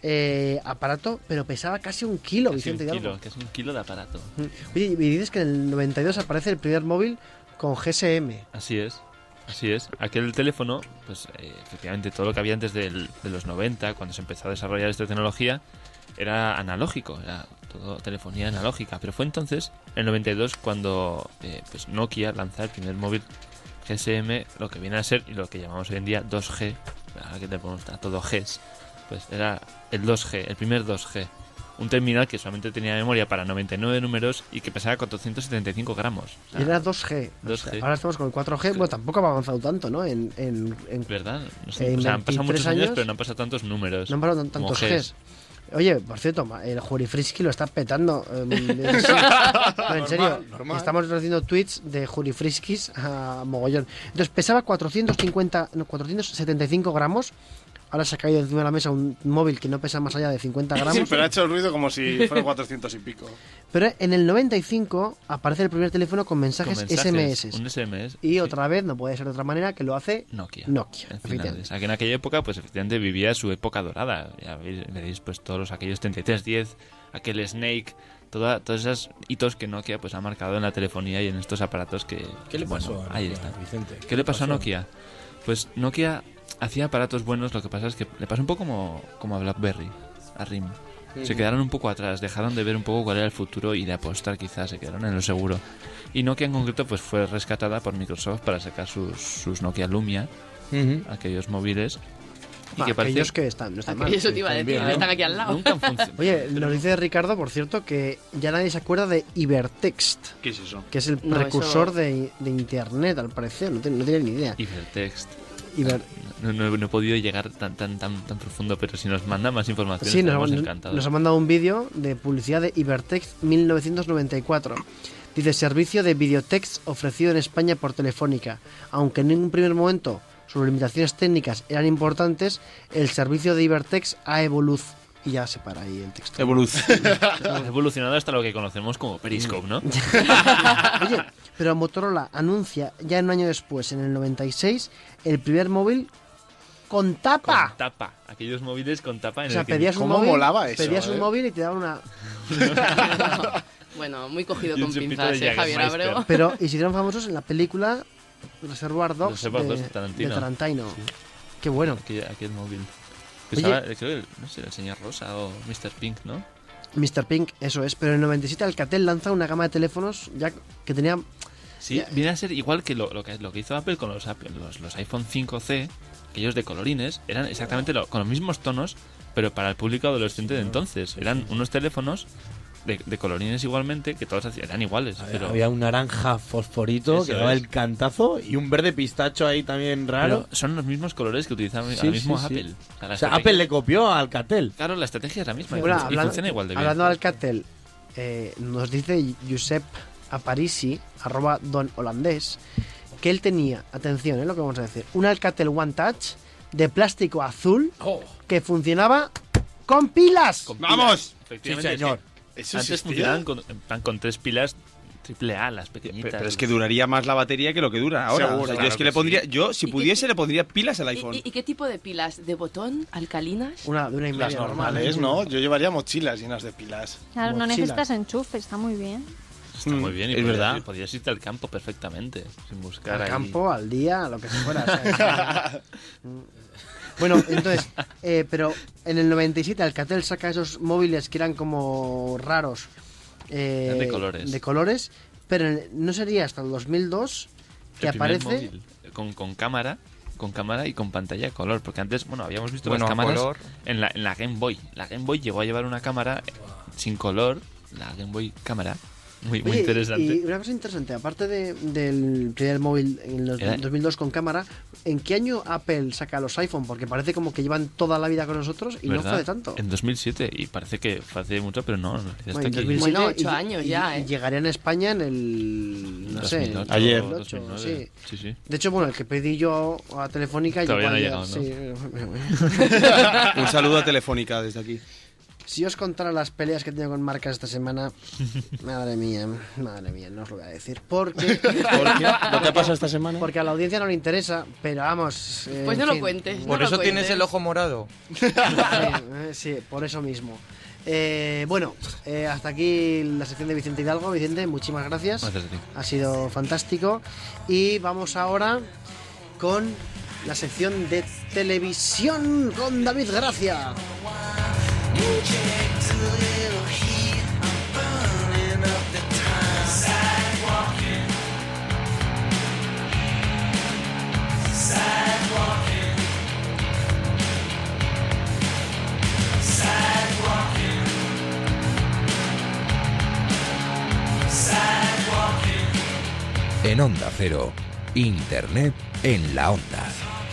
Speaker 3: eh, aparato, pero pesaba casi un kilo,
Speaker 7: Casi
Speaker 3: Vicente.
Speaker 7: un
Speaker 3: Hidalgo.
Speaker 7: kilo, que es un kilo de aparato.
Speaker 3: Oye, y dices que en el noventa y dos aparece el primer móvil con G S M.
Speaker 7: Así es, así es. Aquel teléfono, pues eh, efectivamente todo lo que había antes del, de los noventa, cuando se empezó a desarrollar esta tecnología, era analógico, era todo telefonía analógica. Pero fue entonces, en el noventa y dos, cuando eh, pues Nokia lanza el primer móvil G S M, lo que viene a ser, y lo que llamamos hoy en día dos G, ahora que te ponemos a todo Gs, pues era el dos G, el primer dos G. Un terminal que solamente tenía memoria para noventa y nueve números y que pesaba cuatrocientos setenta y cinco gramos. O sea,
Speaker 3: Era dos G.
Speaker 7: dos G.
Speaker 3: O sea, ahora estamos con el cuatro G. Bueno, tampoco ha avanzado tanto, ¿no? En, en, en
Speaker 7: ¿Verdad? No sé,
Speaker 3: en
Speaker 7: o sea, han pasado muchos
Speaker 3: veintitrés
Speaker 7: años,
Speaker 3: años,
Speaker 7: pero no han pasado tantos números.
Speaker 3: no han pasado
Speaker 7: como
Speaker 3: tantos
Speaker 7: Gs.
Speaker 3: Gs. Oye, por cierto, ma- el Jurifrisky lo está petando. eh, sí. No, en serio,
Speaker 11: Normal, normal.
Speaker 3: estamos recibiendo tweets de Jurifriskis a mogollón. Entonces pesaba cuatrocientos cincuenta, no, cuatrocientos setenta y cinco gramos. Ahora se ha caído encima de la mesa un móvil que no pesa más allá de cincuenta gramos.
Speaker 4: Sí, pero ha hecho el ruido como si fuera cuatrocientos y pico.
Speaker 3: Pero en el noventa y cinco aparece el primer teléfono con mensajes,
Speaker 7: Con mensajes,
Speaker 3: S M S.
Speaker 7: un S M S,
Speaker 3: Y
Speaker 7: sí.
Speaker 3: otra vez, no puede ser de otra manera, que lo hace
Speaker 7: Nokia.
Speaker 3: Nokia.
Speaker 7: En
Speaker 3: efectivamente.
Speaker 7: finales. Aquí en aquella época, pues efectivamente vivía su época dorada. Ya veis, veréis pues todos los, aquellos treinta y tres diez, aquel Snake, toda, todos esos hitos que Nokia pues ha marcado en la telefonía y en estos aparatos que...
Speaker 11: ¿Qué le
Speaker 7: bueno,
Speaker 11: pasó a
Speaker 7: ahí
Speaker 11: Nokia,
Speaker 7: están.
Speaker 11: Vicente?
Speaker 7: ¿Qué le pasó a Nokia? Pues Nokia hacía aparatos buenos, lo que pasa es que le pasó un poco como, como a BlackBerry, a R I M. Se
Speaker 11: Ujú.
Speaker 7: quedaron un poco atrás, dejaron de ver un poco cuál era el futuro y de apostar quizás, se quedaron en lo seguro. Y Nokia en concreto pues fue rescatada por Microsoft para sacar sus, sus Nokia Lumia,
Speaker 11: Ujú.
Speaker 7: aquellos móviles. Y
Speaker 3: Ah,
Speaker 7: que parece...
Speaker 3: aquellos que están, no están mal.
Speaker 5: Eso te iba a decir,
Speaker 7: También, ¿no?
Speaker 5: están aquí al lado.
Speaker 7: Nunca han funcionado.
Speaker 3: Oye, nos dice Ricardo, por cierto, que ya nadie se acuerda de Ibertext,
Speaker 4: ¿Qué es eso?
Speaker 3: que es el
Speaker 5: No,
Speaker 3: precursor
Speaker 5: eso-
Speaker 3: de, de Internet, al parecer. No, tiene- no tiene ni idea.
Speaker 7: Ibertext.
Speaker 3: Iber-
Speaker 7: No, no, no he podido llegar tan tan tan tan profundo, pero si nos manda más información
Speaker 3: Sí,
Speaker 7: estaremos
Speaker 3: nos,
Speaker 7: encantados.
Speaker 3: nos ha mandado un vídeo de publicidad de Ibertext mil novecientos noventa y cuatro. Dice, servicio de videotext ofrecido en España por Telefónica. Aunque en un primer momento sus limitaciones técnicas eran importantes, el servicio de Ibertext ha evolucionado. Y ya se para ahí el texto.
Speaker 7: Ha evolucionado hasta lo que conocemos como Periscope, ¿no?
Speaker 3: Oye, pero Motorola anuncia ya un año después, en el noventa y seis, el primer móvil con tapa.
Speaker 7: Con tapa. Aquellos móviles con tapa en
Speaker 3: O sea,
Speaker 7: el que...
Speaker 3: pedías un
Speaker 4: ¿Cómo
Speaker 3: móvil,
Speaker 4: molaba eso,
Speaker 3: pedías
Speaker 4: eh?
Speaker 3: un móvil y te daban una...
Speaker 5: Bueno, muy cogido
Speaker 7: Y un
Speaker 5: con
Speaker 7: chupito
Speaker 5: pinzas,
Speaker 7: de
Speaker 5: ¿eh, Javier
Speaker 7: Jägermeister.
Speaker 5: Abreu?
Speaker 3: Pero, y se hicieron famosos en la película Reservoir Dogs,
Speaker 7: Reservoir
Speaker 3: de,
Speaker 7: Dogs de Tarantino.
Speaker 3: de Tarantino.
Speaker 7: Sí.
Speaker 3: Qué bueno.
Speaker 7: Aquel, aquel móvil.
Speaker 3: Oye.
Speaker 7: Pensaba, creo que, el- no sé, el señor Rosa o mister Pink, ¿no?
Speaker 3: mister Pink, eso es. Pero en el noventa y siete Alcatel lanza una gama de teléfonos ya que tenía...
Speaker 7: Sí,
Speaker 3: Ya.
Speaker 7: viene a ser igual que lo, lo que lo que hizo Apple con los, Apple- los, los iPhone cinco C, aquellos de colorines, eran exactamente lo- con los mismos tonos, pero para el público adolescente de entonces. Eran unos teléfonos de, de colorines igualmente, que todos hacían- eran iguales. Pero,
Speaker 11: Había un naranja fosforito
Speaker 7: Eso
Speaker 11: que daba
Speaker 7: es.
Speaker 11: el cantazo y un verde pistacho ahí también raro.
Speaker 7: pero son los mismos colores que utilizaba
Speaker 11: Sí,
Speaker 7: ahora mismo
Speaker 11: sí, sí.
Speaker 7: Apple. O sea, la
Speaker 11: O sea,
Speaker 7: estrategia-
Speaker 11: Apple le copió a Alcatel.
Speaker 7: Claro, la estrategia es la misma y
Speaker 3: Bueno,
Speaker 7: fun- y
Speaker 3: hablando,
Speaker 7: funciona igual de bien.
Speaker 3: hablando de Alcatel, eh, nos dice Josep Aparici, arroba don holandés, que él tenía, atención, es lo que vamos a decir, un Alcatel One Touch de plástico azul
Speaker 11: Oh.
Speaker 3: que funcionaba con pilas.
Speaker 7: Con
Speaker 4: ¡Vamos!
Speaker 7: Efectivamente,
Speaker 11: Sí,
Speaker 7: es
Speaker 11: señor.
Speaker 7: que
Speaker 4: ¿Eso
Speaker 7: Antes
Speaker 4: existía?
Speaker 7: funcionaban con, en plan, con tres pilas triple A, las pequeñitas.
Speaker 6: Pero es que duraría más la batería que lo que dura ahora.
Speaker 4: Seguro,
Speaker 6: O sea, yo
Speaker 4: claro
Speaker 6: es que
Speaker 4: que
Speaker 6: le pondría,
Speaker 4: sí.
Speaker 6: yo si
Speaker 5: ¿Y-
Speaker 6: pudiese
Speaker 5: y-
Speaker 6: le pondría pilas al
Speaker 5: ¿Y,
Speaker 6: iPhone.
Speaker 5: y- y qué tipo de pilas? ¿De botón? ¿Alcalinas?
Speaker 3: Una de una y media
Speaker 4: Las
Speaker 3: normal,
Speaker 4: normales,
Speaker 3: ¿eh?
Speaker 4: ¿no? Yo llevaría mochilas llenas de pilas.
Speaker 10: Claro, no
Speaker 3: Mochilas.
Speaker 10: necesitas enchufe, está muy bien.
Speaker 7: Está muy bien y
Speaker 6: es
Speaker 7: podías,
Speaker 6: verdad.
Speaker 7: ir- podías irte al campo perfectamente, sin buscar
Speaker 3: Al
Speaker 7: ahí-
Speaker 3: campo, al día, lo que se fuera. ¿sabes? Bueno, entonces, eh, pero en el noventa y siete Alcatel saca esos móviles que eran como raros. eh,
Speaker 7: Eran de colores.
Speaker 3: De colores, pero en- no sería hasta el dos mil dos que
Speaker 7: el primer
Speaker 3: aparece...
Speaker 7: móvil con, con cámara con cámara y con pantalla de color, porque antes, bueno, habíamos visto
Speaker 9: Bueno,
Speaker 7: las
Speaker 9: a
Speaker 7: cámaras
Speaker 9: color.
Speaker 7: en la, en la Game Boy. La Game Boy llegó a llevar una cámara sin color, la Game Boy cámara, Muy, muy
Speaker 3: Oye,
Speaker 7: interesante.
Speaker 3: Y una cosa interesante, aparte de, del primer móvil en los
Speaker 7: Era-
Speaker 3: dos mil dos con cámara, ¿en qué año Apple saca los iPhone? Porque parece como que llevan toda la vida con nosotros y no
Speaker 7: ¿Verdad?
Speaker 3: fue de tanto.
Speaker 7: En dos mil siete, y parece que fue hace mucho, pero no, ya está
Speaker 3: Bueno, en
Speaker 7: aquí.
Speaker 3: dos mil siete
Speaker 5: Bueno, ocho
Speaker 3: y-
Speaker 5: años
Speaker 3: y-
Speaker 5: ya,
Speaker 3: y
Speaker 5: ¿eh?
Speaker 3: llegarían a España en el... no sé,
Speaker 7: dos mil ocho,
Speaker 3: ayer.
Speaker 7: dos mil nueve.
Speaker 3: Sí.
Speaker 7: Sí, sí.
Speaker 3: De hecho, bueno, el que pedí yo a Telefónica...
Speaker 7: Todavía
Speaker 3: llegó
Speaker 7: no ha
Speaker 3: ayer,
Speaker 7: llegado,
Speaker 3: sí.
Speaker 6: Un saludo a Telefónica desde aquí.
Speaker 3: Si os contara las peleas que he tenido con marcas esta semana, madre mía, madre mía, no os lo voy a decir. Porque,
Speaker 6: ¿Por qué? ¿No te ha pasado esta semana?
Speaker 3: Porque a la audiencia no le interesa, pero vamos. eh,
Speaker 5: Pues no
Speaker 3: en
Speaker 5: lo
Speaker 3: fin.
Speaker 5: cuentes. no
Speaker 9: Por
Speaker 5: lo
Speaker 9: eso
Speaker 5: cuentes.
Speaker 9: tienes el ojo morado.
Speaker 3: Sí, eh, sí, por eso mismo. Eh, bueno, eh, hasta aquí la sección de Vicente Hidalgo. Vicente, muchísimas gracias.
Speaker 7: Gracias a ti.
Speaker 3: Ha sido fantástico. Y vamos ahora con la sección de televisión con David Gracia.
Speaker 2: En Onda Cero, Internet en la onda.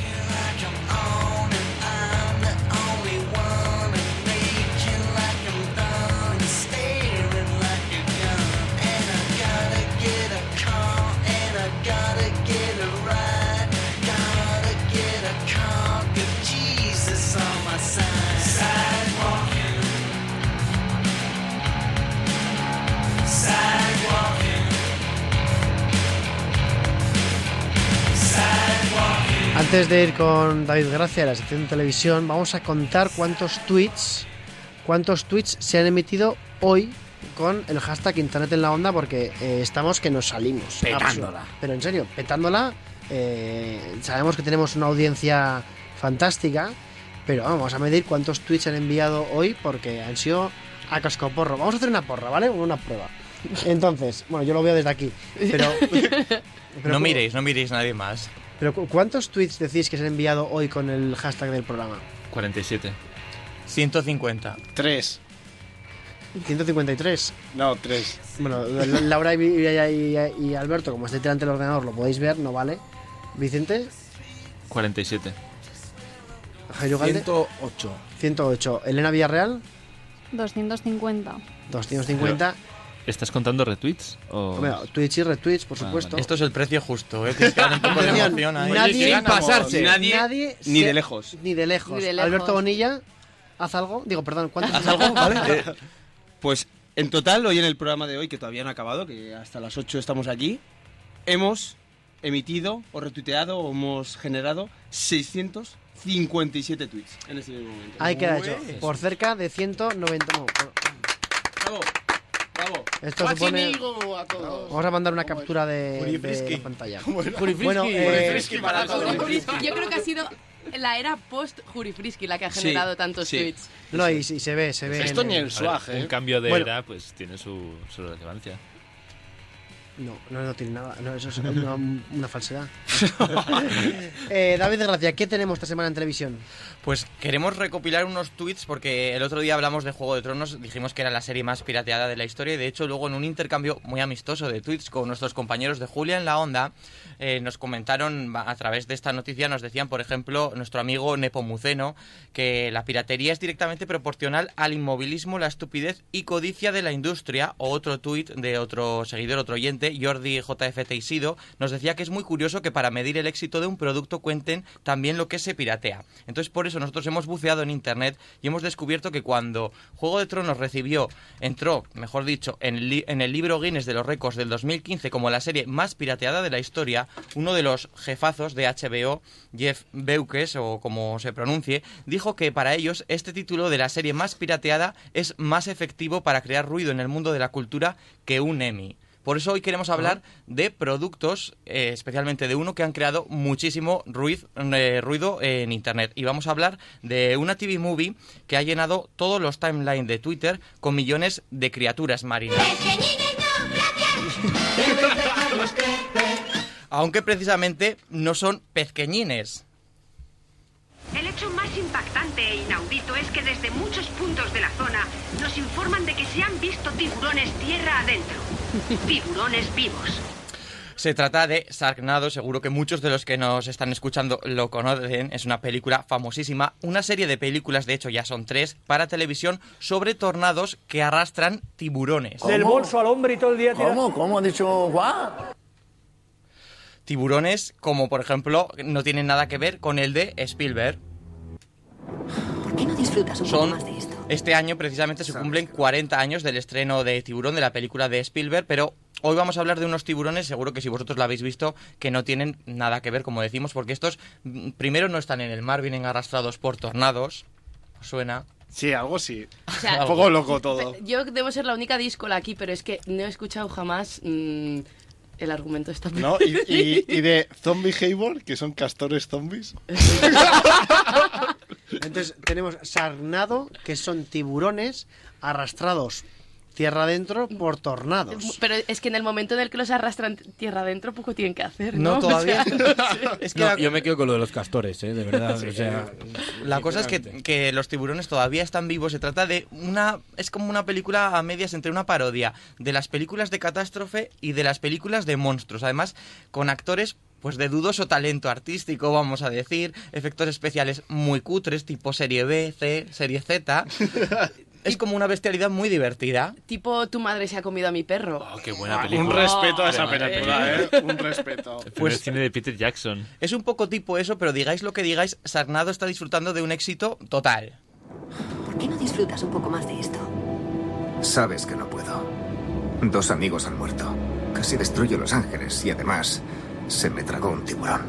Speaker 3: Antes de ir con David Gracia a la sección de televisión, vamos a contar cuántos tweets, cuántos tweets se han emitido hoy con el hashtag Internet en la onda, porque eh, estamos que nos salimos.
Speaker 11: Petándola.
Speaker 3: Absolut- Pero en serio, petándola. eh, sabemos que tenemos una audiencia fantástica, pero vamos a medir cuántos tweets se han enviado hoy, porque han sido a cascoporro. Vamos a hacer una porra, ¿vale? Una prueba. Entonces, bueno, yo lo veo desde aquí, pero... pero
Speaker 9: No
Speaker 3: cu-
Speaker 9: miréis, no miréis nadie más.
Speaker 3: Pero cu- ¿cuántos tweets decís que se han enviado hoy con el hashtag del programa?
Speaker 7: cuarenta y siete.
Speaker 9: ciento cincuenta.
Speaker 4: Tres.
Speaker 3: ciento cincuenta y tres.
Speaker 4: No, tres.
Speaker 3: Bueno, la- Laura y, y- y- y Alberto, como estáis delante del ordenador, lo podéis ver, no vale. Vicente,
Speaker 7: cuarenta y siete.
Speaker 3: Jairo Galde,
Speaker 11: ciento ocho.
Speaker 3: ciento ocho. Elena Villarreal,
Speaker 10: doscientos cincuenta.
Speaker 3: doscientos cincuenta.
Speaker 7: ¿Estás contando retweets? O...
Speaker 3: Hombre, tweets y retweets, por
Speaker 7: Ah,
Speaker 3: supuesto.
Speaker 7: vale.
Speaker 9: Esto es el precio justo, ¿eh? Tienes que dar un poco de
Speaker 3: Atención,
Speaker 9: emoción ahí.
Speaker 3: nadie,
Speaker 6: Sin pasarse.
Speaker 3: nadie,
Speaker 6: Nadie, ni
Speaker 3: se-
Speaker 6: de lejos.
Speaker 3: Ni de lejos.
Speaker 5: Ni de lejos.
Speaker 3: Alberto Bonilla, haz algo. Digo, perdón, ¿cuántos?
Speaker 6: ¿Haz algo? ¿Vale? Eh, pues en total, hoy en el programa de hoy, que todavía no ha acabado, que hasta las ocho estamos aquí, hemos emitido o retuiteado o hemos generado seiscientos cincuenta y siete tweets en este mismo momento.
Speaker 3: Ahí queda
Speaker 6: Ué.
Speaker 3: hecho. Por cerca de ciento noventa. No, por-
Speaker 6: Bravo, bravo.
Speaker 3: esto supone...
Speaker 4: a todos.
Speaker 3: Vamos a mandar una captura de,
Speaker 4: Juri
Speaker 3: de
Speaker 4: Frisky.
Speaker 3: la pantalla.
Speaker 4: Juri
Speaker 3: Bueno, eh,
Speaker 4: Frisky para todos.
Speaker 5: Yo creo que ha sido la era post-Jurifrisky la que ha
Speaker 6: Sí,
Speaker 5: generado tantos
Speaker 6: sí.
Speaker 5: tweets.
Speaker 3: no, y, y se ve, se ve.
Speaker 4: Esto
Speaker 3: en
Speaker 4: ni el
Speaker 7: A ver,
Speaker 4: swag,
Speaker 7: un
Speaker 4: ¿eh?
Speaker 7: cambio de
Speaker 3: Bueno.
Speaker 7: era, pues tiene su, su relevancia.
Speaker 3: No, no, no tiene nada. No, eso es una, una falsedad. eh, David Gracia, ¿qué tenemos esta semana en televisión?
Speaker 9: Pues queremos recopilar unos tweets porque el otro día hablamos de Juego de Tronos, dijimos que era la serie más pirateada de la historia y de hecho luego en un intercambio muy amistoso de tweets con nuestros compañeros de Julia en la Onda eh, nos comentaron a través de esta noticia, nos decían por ejemplo nuestro amigo Nepomuceno que la piratería es directamente proporcional al inmovilismo, la estupidez y codicia de la industria. O otro tuit de otro seguidor, otro oyente, Jordi J F Teixido, nos decía que es muy curioso que para medir el éxito de un producto cuenten también lo que se piratea. Entonces por eso nosotros hemos buceado en internet y hemos descubierto que cuando Juego de Tronos recibió, entró, mejor dicho, en el, li- en el libro Guinness de los récords del dos mil quince como la serie más pirateada de la historia, uno de los jefazos de H B O, Jeff Beukes, o como se pronuncie, dijo que para ellos este título de la serie más pirateada es más efectivo para crear ruido en el mundo de la cultura que un Emmy. Por eso hoy queremos hablar de productos, eh, especialmente de uno que han creado muchísimo ruiz- eh, ruido en Internet. Y vamos a hablar de una T V movie que ha llenado todos los timelines de Twitter con millones de criaturas marinas. Aunque precisamente no son pezqueñines.
Speaker 1: El hecho más impactante e inaudito es que desde muchos puntos de la zona nos informan de que se han visto tiburones tierra adentro. Tiburones vivos.
Speaker 9: Se trata de Sharknado, seguro que muchos de los que nos están escuchando lo conocen, es una película famosísima, una serie de películas, de hecho ya son tres, para televisión sobre tornados que arrastran tiburones.
Speaker 8: Del bolso al hombre y todo el día tirando.
Speaker 9: ¿Cómo? ¿Cómo? ¿Ha dicho guau? Tiburones como, por ejemplo, no tienen nada que ver con el de Spielberg.
Speaker 12: ¿Por qué no disfrutas un
Speaker 9: Son-
Speaker 12: poco más de esto?
Speaker 9: Este año precisamente se cumplen cuarenta años del estreno de Tiburón, de la película de Spielberg, pero hoy vamos a hablar de unos tiburones, seguro que si vosotros la habéis visto, que no tienen nada que ver, como decimos, porque estos mm, primero no están en el mar, vienen arrastrados por tornados. ¿Os suena?
Speaker 4: Sí, algo sí.
Speaker 5: O sea,
Speaker 4: Un poco loco todo.
Speaker 5: Yo debo ser la única díscola aquí, pero es que no he escuchado jamás mm, el argumento de esta
Speaker 4: ¿No?
Speaker 5: película.
Speaker 4: Y, y, y de Zombie Hayward, que son castores zombies.
Speaker 3: Entonces tenemos Sarnado, que son tiburones arrastrados tierra adentro por tornados.
Speaker 5: Pero es que en el momento en el que los arrastran tierra adentro, poco tienen que hacer, ¿no?
Speaker 11: No, todavía.
Speaker 5: O sea,
Speaker 9: Es que
Speaker 11: No,
Speaker 9: la-
Speaker 11: yo me quedo con lo de los castores, ¿eh? De verdad.
Speaker 9: Sí.
Speaker 11: O sea,
Speaker 9: La cosa es que, que los tiburones todavía están vivos. Se trata de una... Es como una película a medias entre una parodia de las películas de catástrofe y de las películas de monstruos. Además, con actores pues de dudoso talento artístico, vamos a decir. Efectos especiales muy cutres, tipo serie B, C, serie Z. Es como una bestialidad muy divertida.
Speaker 5: Tipo, tu madre se ha comido a mi perro.
Speaker 7: Oh, qué buena
Speaker 4: Ah,
Speaker 7: película.
Speaker 4: un respeto a esa
Speaker 7: Madre
Speaker 4: película,
Speaker 7: mía.
Speaker 4: ¿eh? Un respeto.
Speaker 7: El primer
Speaker 9: Pues-
Speaker 7: cine de Peter Jackson.
Speaker 9: Es un poco tipo eso, pero digáis lo que digáis, Sarnado está disfrutando de un éxito total.
Speaker 12: ¿Por qué no disfrutas un poco más de esto?
Speaker 23: Sabes que no puedo. Dos amigos han muerto. Casi destruyo Los Ángeles y además se me tragó un tiburón.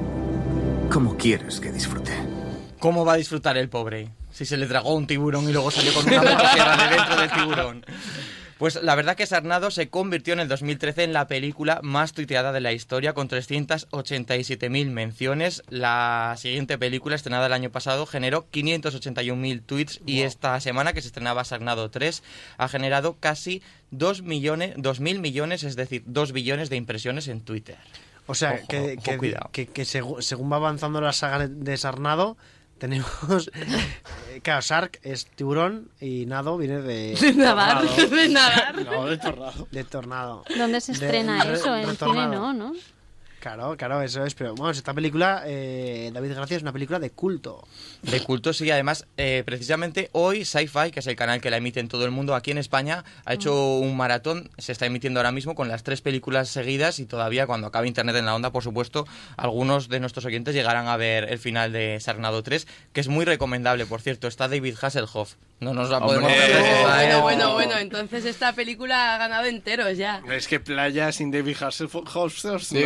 Speaker 23: ¿Cómo quieres que disfrute?
Speaker 9: ¿Cómo va a disfrutar el pobre? Si se le tragó un tiburón y luego salió con una motosierra de dentro del tiburón. Pues la verdad que Sarnado se convirtió en el dos mil trece en la película más tuiteada de la historia, con trescientas ochenta y siete mil menciones. La siguiente película, estrenada el año pasado, generó quinientos ochenta y un mil tweets y esta semana, que se estrenaba Sarnado tres, ha generado casi dos millones, dos mil millones, es decir, dos billones de impresiones en Twitter.
Speaker 3: O sea,
Speaker 9: Ojo,
Speaker 3: que,
Speaker 9: ojo,
Speaker 3: que,
Speaker 9: cuidado.
Speaker 3: que, que segu- según va avanzando la saga de Sarnado, tenemos... eh, claro, Shark es tiburón y Nado viene de...
Speaker 5: De nadar,
Speaker 3: tornado.
Speaker 5: de nadar.
Speaker 4: No, de tornado.
Speaker 3: De tornado.
Speaker 10: ¿Dónde se
Speaker 3: De-
Speaker 10: estrena
Speaker 3: de-
Speaker 10: eso?
Speaker 3: de
Speaker 10: En el
Speaker 3: tornado.
Speaker 10: cine no, ¿no?
Speaker 3: Claro, claro, eso es. Pero bueno, esta película, eh, David Gracia, es una película de culto.
Speaker 9: De culto, sí. Además, eh, precisamente hoy Sci-Fi, que es el canal que la emite en todo el mundo aquí en España, ha hecho un maratón, se está emitiendo ahora mismo con las tres películas seguidas y todavía cuando acabe Internet en la Onda, por supuesto, algunos de nuestros oyentes llegarán a ver el final de Sarnado tres, que es muy recomendable, por cierto. Está David Hasselhoff. No nos la podemos
Speaker 4: Hombre.
Speaker 9: perder.
Speaker 4: Oh,
Speaker 9: esa, ¿eh?
Speaker 5: Bueno, bueno, bueno, entonces esta película ha ganado enteros ya.
Speaker 4: Es que playa sin David Hasselhoff,
Speaker 9: Sí.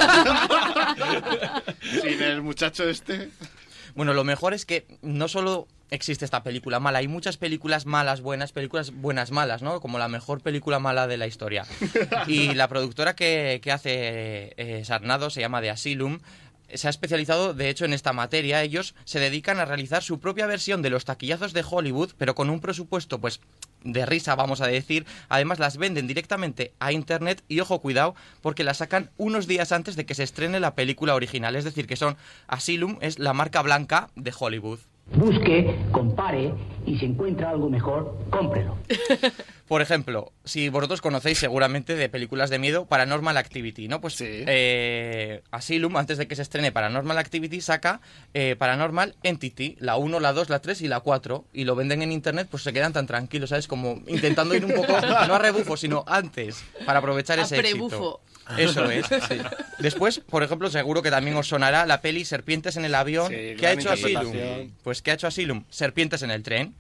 Speaker 4: sin el muchacho este.
Speaker 9: Bueno, lo mejor es que no solo existe esta película mala, hay muchas películas malas, buenas, películas buenas, malas, ¿no? Como la mejor película mala de la historia. Y la productora que, que hace eh, Sarnado se llama The Asylum. Se ha especializado, de hecho, en esta materia. Ellos se dedican a realizar su propia versión de los taquillazos de Hollywood, pero con un presupuesto, pues, de risa, vamos a decir. Además, las venden directamente a Internet y, ojo, cuidado, porque las sacan unos días antes de que se estrene la película original. Es decir, que son Asylum, es la marca blanca de Hollywood.
Speaker 8: Busque, compare y si encuentra algo mejor, cómprelo.
Speaker 9: Por ejemplo, si vosotros conocéis seguramente de películas de miedo, Paranormal Activity, ¿no? Pues eh, Asylum, antes de que se estrene Paranormal Activity, saca eh, Paranormal Entity, la uno, la dos, la tres y la cuatro, y lo venden en internet, pues se quedan tan tranquilos, ¿sabes? Como intentando ir un poco, no a rebufo, sino antes, para aprovechar
Speaker 5: A
Speaker 9: ese éxito.
Speaker 5: prebufo.
Speaker 9: Eso es, sí. Después, por ejemplo, seguro que también os sonará la peli Serpientes en el avión.
Speaker 4: Sí,
Speaker 9: ¿Qué ha
Speaker 4: gran
Speaker 9: hecho Asylum?
Speaker 4: interpretación.
Speaker 9: Pues ¿qué ha hecho Asylum? Serpientes en el tren.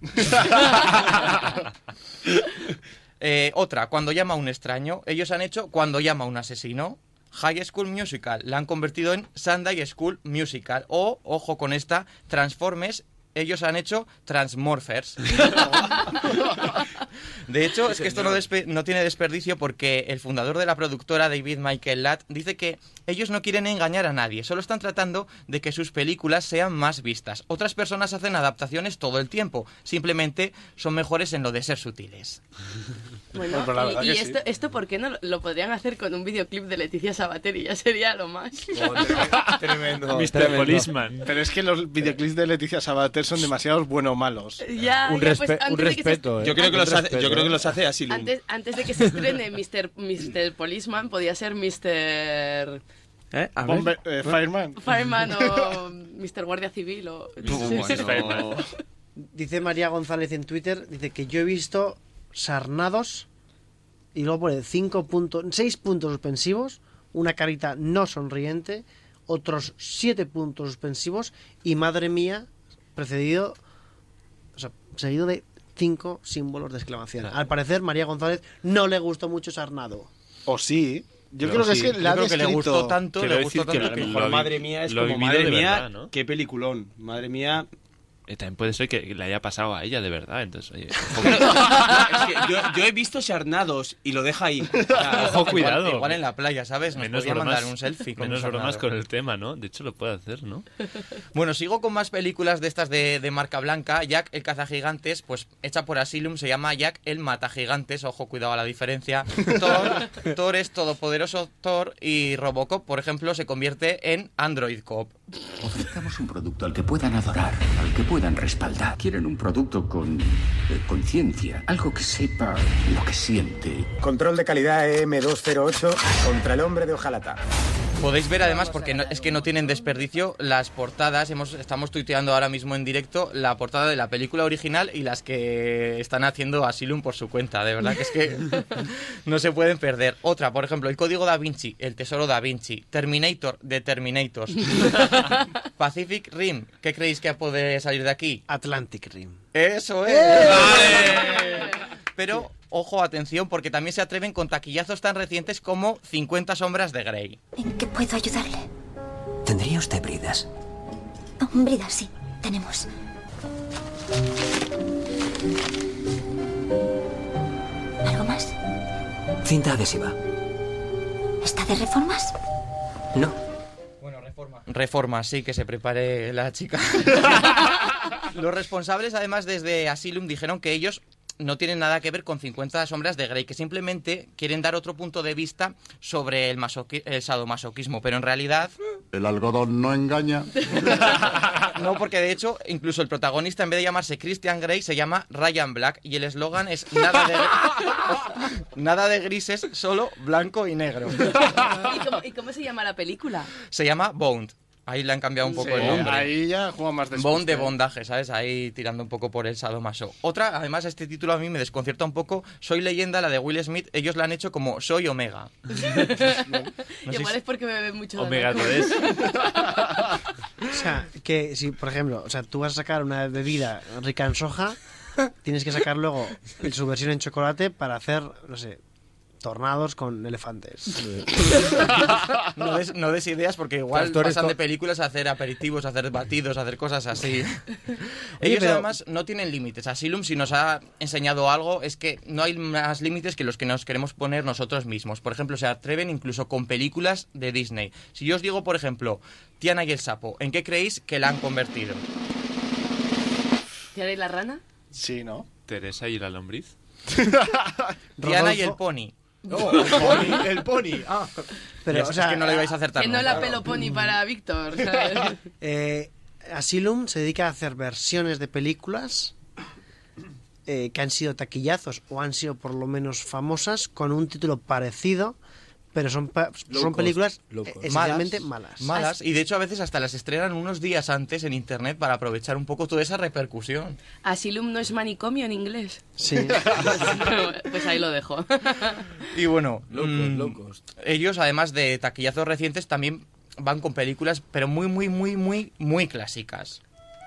Speaker 9: Eh, otra, Cuando llama a un extraño. Ellos han hecho Cuando llama a un asesino. High School Musical. La han convertido en Sunday School Musical. O, ojo con esta, Transformers. Ellos han hecho Transmorphers. De hecho, es que esto no, despe- no tiene desperdicio porque el fundador de la productora, David Michael Latt, dice que ellos no quieren engañar a nadie, solo están tratando de que sus películas sean más vistas. Otras personas hacen adaptaciones todo el tiempo, simplemente son mejores en lo de ser sutiles.
Speaker 5: Bueno,
Speaker 4: Pues la verdad
Speaker 5: y, y
Speaker 4: que sí.
Speaker 5: esto, esto, ¿por qué no lo- lo podrían hacer con un videoclip de Leticia Sabater y ya sería lo más?
Speaker 11: Tremendo.
Speaker 7: mister Policeman.
Speaker 4: Pero es que los videoclips de Leticia Sabater son demasiados bueno malos.
Speaker 5: Ya,
Speaker 11: un,
Speaker 5: ya,
Speaker 11: respe-
Speaker 5: pues, antes
Speaker 11: un
Speaker 5: de que se-
Speaker 11: respeto. ¿eh?
Speaker 6: Yo creo que
Speaker 11: Un
Speaker 6: los hace,
Speaker 11: respeto,
Speaker 6: yo creo que
Speaker 11: ¿eh?
Speaker 6: los hace Asylum.
Speaker 5: Antes, antes de que se estrene mister mister Policeman, podía ser mister
Speaker 6: ¿Eh? A ver.
Speaker 4: Bomber, eh, Fireman.
Speaker 5: Fireman o mister Guardia Civil o...
Speaker 6: Bueno.
Speaker 3: Dice María González en Twitter, dice que yo he visto sarnados y luego pone cinco puntos, seis puntos suspensivos, una carita no sonriente, otros siete puntos suspensivos y madre mía, precedido, o sea, seguido de cinco símbolos de exclamación. Al parecer María González no le gustó mucho Sarnado.
Speaker 4: O sí. Yo
Speaker 6: Pero
Speaker 4: creo que
Speaker 6: sí,
Speaker 4: es que le
Speaker 6: yo
Speaker 4: ha
Speaker 6: creo que le
Speaker 4: descrito-
Speaker 6: gustó tanto,
Speaker 7: Quiero
Speaker 6: le gustó
Speaker 7: decir que
Speaker 6: tanto que,
Speaker 7: lo-
Speaker 6: mejor
Speaker 7: lo
Speaker 6: madre
Speaker 7: vi-
Speaker 6: mía es
Speaker 7: lo
Speaker 6: como
Speaker 7: vivido
Speaker 6: madre
Speaker 7: de
Speaker 6: mía,
Speaker 7: verdad, ¿no?
Speaker 6: qué peliculón. Madre mía.
Speaker 7: Eh, también puede ser que le haya pasado a ella de verdad, entonces, oye, ojo,
Speaker 6: Es que yo, yo he visto Sarnados y lo deja ahí. O sea,
Speaker 7: ojo, cuidado.
Speaker 9: Igual, igual en la playa, ¿sabes? Nos
Speaker 7: menos
Speaker 9: podía
Speaker 7: bromas,
Speaker 9: mandar un selfie con
Speaker 7: menos
Speaker 9: un
Speaker 7: bromas
Speaker 9: sarnado.
Speaker 7: con el tema, ¿no? De hecho, lo puede hacer, ¿no?
Speaker 9: Bueno, sigo con más películas de estas de, de marca blanca. Jack el cazagigantes, pues hecha por Asylum, se llama Jack el matagigantes. Ojo, cuidado a la diferencia. Thor, Thor es todopoderoso Thor y Robocop, por ejemplo, se convierte en Android Cop.
Speaker 8: Ofrezcamos un producto al que puedan adorar, al que puedan respaldar. Quieren un producto con eh, conciencia, algo que sepa lo que siente.
Speaker 14: Control de calidad E M doscientos ocho contra el hombre de hojalata.
Speaker 9: Podéis ver además, porque no- es que no tienen desperdicio, las portadas. Hemos, estamos tuiteando ahora mismo en directo la portada de la película original y las que están haciendo Asylum por su cuenta. De verdad que es que no se pueden perder. Otra, por ejemplo, el Código Da Vinci, el Tesoro Da Vinci, Terminator de Terminators, Pacific Rim. ¿Qué creéis que puede salir de aquí?
Speaker 3: Atlantic Rim.
Speaker 9: Eso es.
Speaker 3: ¡Eh!
Speaker 9: ¡Vale! Pero, ojo, atención, porque también se atreven con taquillazos tan recientes como cincuenta sombras de Grey.
Speaker 12: ¿En qué puedo ayudarle?
Speaker 15: ¿Tendría usted bridas?
Speaker 12: Oh, bridas, sí, tenemos. ¿Algo más?
Speaker 15: Cinta adhesiva.
Speaker 12: ¿Está de reformas?
Speaker 15: No.
Speaker 9: Reforma, sí, que se prepare la chica. Los responsables, además, desde Asylum dijeron que ellos no tienen nada que ver con cincuenta sombras de Grey, que simplemente quieren dar otro punto de vista sobre el, masoqui- el sadomasoquismo, pero en realidad...
Speaker 16: El algodón no engaña.
Speaker 9: No, porque de hecho, incluso el protagonista, en vez de llamarse Christian Grey, se llama Ryan Black, y el eslogan es nada de, nada de grises, solo blanco y negro.
Speaker 5: ¿Y cómo, y cómo se llama la película?
Speaker 9: Se llama Bond. Ahí le han cambiado un poco
Speaker 4: Sí,
Speaker 9: el nombre.
Speaker 4: ahí ya juega más de
Speaker 9: Bond de bondaje, ¿sabes? Ahí tirando un poco por el sadomaso. Otra, además, este título a mí me desconcierta un poco. Soy Leyenda, la de Will Smith. Ellos la han hecho como Soy Omega. No sé
Speaker 5: Igual
Speaker 9: si-
Speaker 5: es porque me bebe mucho de
Speaker 7: Omega
Speaker 5: alcohol.
Speaker 7: tres.
Speaker 3: O sea, que si, por ejemplo, o sea, tú vas a sacar una bebida rica en soja, tienes que sacar luego su versión en chocolate para hacer, no sé, tornados con elefantes.
Speaker 9: No des, no des ideas porque igual
Speaker 3: Tractores
Speaker 9: pasan
Speaker 3: con-
Speaker 9: de películas a hacer aperitivos, a hacer batidos, a hacer cosas así.
Speaker 3: Oye,
Speaker 9: Ellos
Speaker 3: pero-
Speaker 9: además no tienen límites. Asylum, si nos ha enseñado algo, es que no hay más límites que los que nos queremos poner nosotros mismos. Por ejemplo, se atreven incluso con películas de Disney. Si yo os digo, por ejemplo, Tiana y el sapo, ¿en qué creéis que la han convertido?
Speaker 5: ¿Tiana y la rana?
Speaker 4: Sí, ¿no?
Speaker 7: Teresa y la lombriz.
Speaker 9: Tiana y el pony.
Speaker 11: Oh, el pony, el pony. Ah.
Speaker 3: Pero,
Speaker 9: Es-
Speaker 3: o sea,
Speaker 9: es que no le vais a acertar
Speaker 5: Que no
Speaker 9: nunca.
Speaker 5: la pelo pony para Víctor, ¿sabes?
Speaker 3: Eh, Asylum se dedica a hacer versiones de películas eh, que han sido taquillazos o han sido por lo menos famosas con un título parecido, pero son, pa- son
Speaker 11: cost,
Speaker 3: películas
Speaker 11: low
Speaker 3: eh,
Speaker 11: cost.
Speaker 3: esencialmente malas.
Speaker 9: Malas, y de hecho a veces hasta las estrenan unos días antes en internet para aprovechar un poco toda esa repercusión.
Speaker 5: Asylum no es manicomio en inglés.
Speaker 3: Sí.
Speaker 5: Pues ahí lo dejo.
Speaker 9: Y bueno,
Speaker 11: Low cost,
Speaker 9: mm,
Speaker 11: low cost.
Speaker 9: ellos además de taquillazos recientes también van con películas, pero muy, muy, muy, muy, muy clásicas.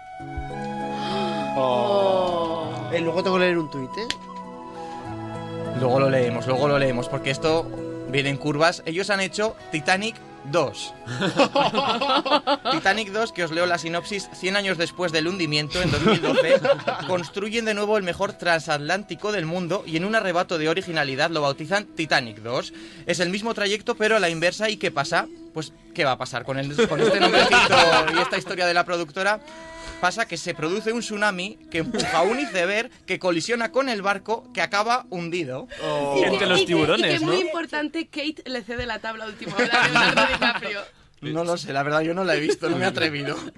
Speaker 3: Eh, luego tengo que leer un tuit, ¿eh?
Speaker 9: Luego lo leemos, luego lo leemos, porque esto viene en curvas. Ellos han hecho Titanic dos. Titanic dos, que os leo la sinopsis, cien años después del hundimiento, en dos mil doce, construyen de nuevo el mejor transatlántico del mundo y en un arrebato de originalidad lo bautizan Titanic dos. Es el mismo trayecto, pero a la inversa. ¿Y qué pasa? Pues, ¿qué va a pasar con, el, con este nombrecito y esta historia de la productora? Pasa que se produce un tsunami que empuja a un iceberg que colisiona con el barco que acaba hundido.
Speaker 5: Y que-
Speaker 7: Entre los
Speaker 5: y que-
Speaker 7: tiburones,
Speaker 5: y que
Speaker 7: ¿no?
Speaker 5: muy importante, Kate le cede la tabla a última hora a Leonardo DiCaprio.
Speaker 9: No lo sé, la verdad yo no la he visto, no me he atrevido.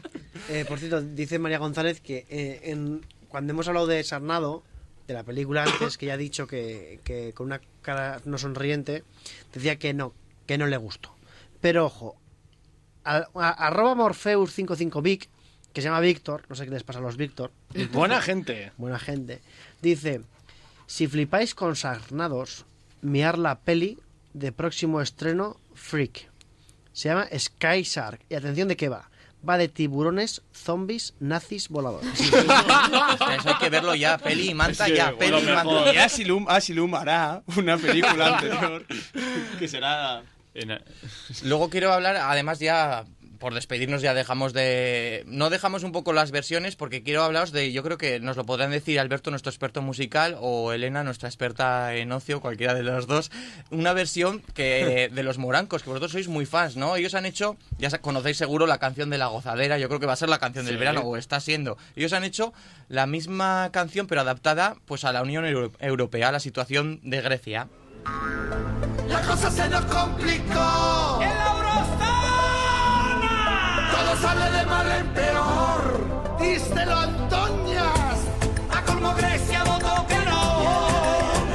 Speaker 3: Eh, por cierto, dice María González que eh, en, cuando hemos hablado de Sarnado, de la película antes, que ya ha dicho que, que con una cara no sonriente, decía que no, que no le gustó. Pero ojo, a, a, arroba Morpheus cincuenta y cinco Vic, que se llama Víctor, no sé qué les pasa a los Víctor.
Speaker 4: Buena gente.
Speaker 3: Buena gente. Dice, si flipáis con Sarnados, mirar la peli de próximo estreno Freak. Se llama Sky Shark. Y atención de qué va. Va de tiburones, zombies, nazis, voladores.
Speaker 9: Eso hay que verlo ya, peli y manta
Speaker 6: Sí,
Speaker 9: ya,
Speaker 6: bueno,
Speaker 9: peli y
Speaker 6: mejor.
Speaker 9: manta.
Speaker 6: Y Asylum, Asylum hará una película anterior que será...
Speaker 9: Luego quiero hablar, además ya, por despedirnos ya dejamos de... No dejamos un poco las versiones porque quiero hablaros de, yo creo que nos lo podrán decir Alberto, nuestro experto musical, o Elena, nuestra experta en ocio, cualquiera de los dos, una versión que de los Morancos, que vosotros sois muy fans, ¿no? Ellos han hecho, ya conocéis seguro la canción de La Gozadera, yo creo que va a ser la canción del
Speaker 6: Sí.
Speaker 9: verano, o está siendo. Ellos han hecho la misma canción, pero adaptada pues a la Unión Euro- Europea, a la situación de Grecia.
Speaker 17: La cosa se nos complicó. En la eurozona. Todo sale de mal en peor. Díselo, Antoñas. A colmo Grecia votó que no.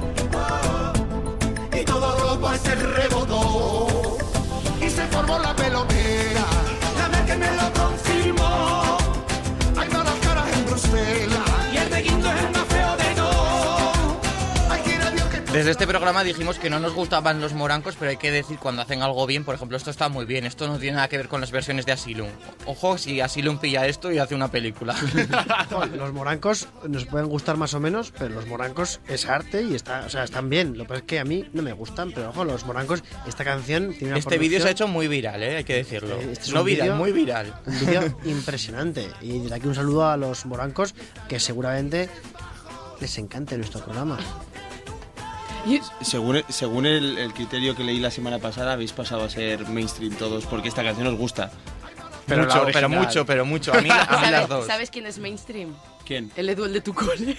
Speaker 17: Y toda Europa se rebotó. Y se formó la pelotera. La Merkel me lo confirmó. Hay malas caras en Bruselas. Y el de Guindo es el más feo de todos. Hay que ir a Dios que...
Speaker 9: Desde este programa dijimos que no nos gustaban los morancos, pero hay que decir cuando hacen algo bien, por ejemplo, esto está muy bien, esto no tiene nada que ver con las versiones de Asylum. Ojo, si Asylum pilla esto y hace una película.
Speaker 3: Los morancos nos pueden gustar más o menos, pero los morancos es arte y está, o sea, están bien. Lo que pasa es que a mí no me gustan, pero ojo, los morancos, esta canción tiene una
Speaker 9: Este vídeo
Speaker 3: producción-
Speaker 9: se ha hecho muy viral, ¿eh? Hay que decirlo.
Speaker 3: Este es
Speaker 9: no
Speaker 3: un
Speaker 9: viral,
Speaker 3: vídeo-
Speaker 9: muy viral.
Speaker 3: Un vídeo impresionante. Y desde aquí un saludo a los morancos, que seguramente les encante nuestro programa.
Speaker 6: Según, según el, el criterio que leí la semana pasada, habéis pasado a ser mainstream todos, porque esta canción os gusta.
Speaker 9: Pero
Speaker 6: Mucho,
Speaker 9: la
Speaker 6: pero
Speaker 9: original.
Speaker 6: mucho,
Speaker 9: pero mucho. A mí, a mí
Speaker 5: ¿Sabes,
Speaker 9: las dos.
Speaker 5: ¿Sabes quién es mainstream?
Speaker 6: ¿Quién?
Speaker 5: El Edu, el de tu cole.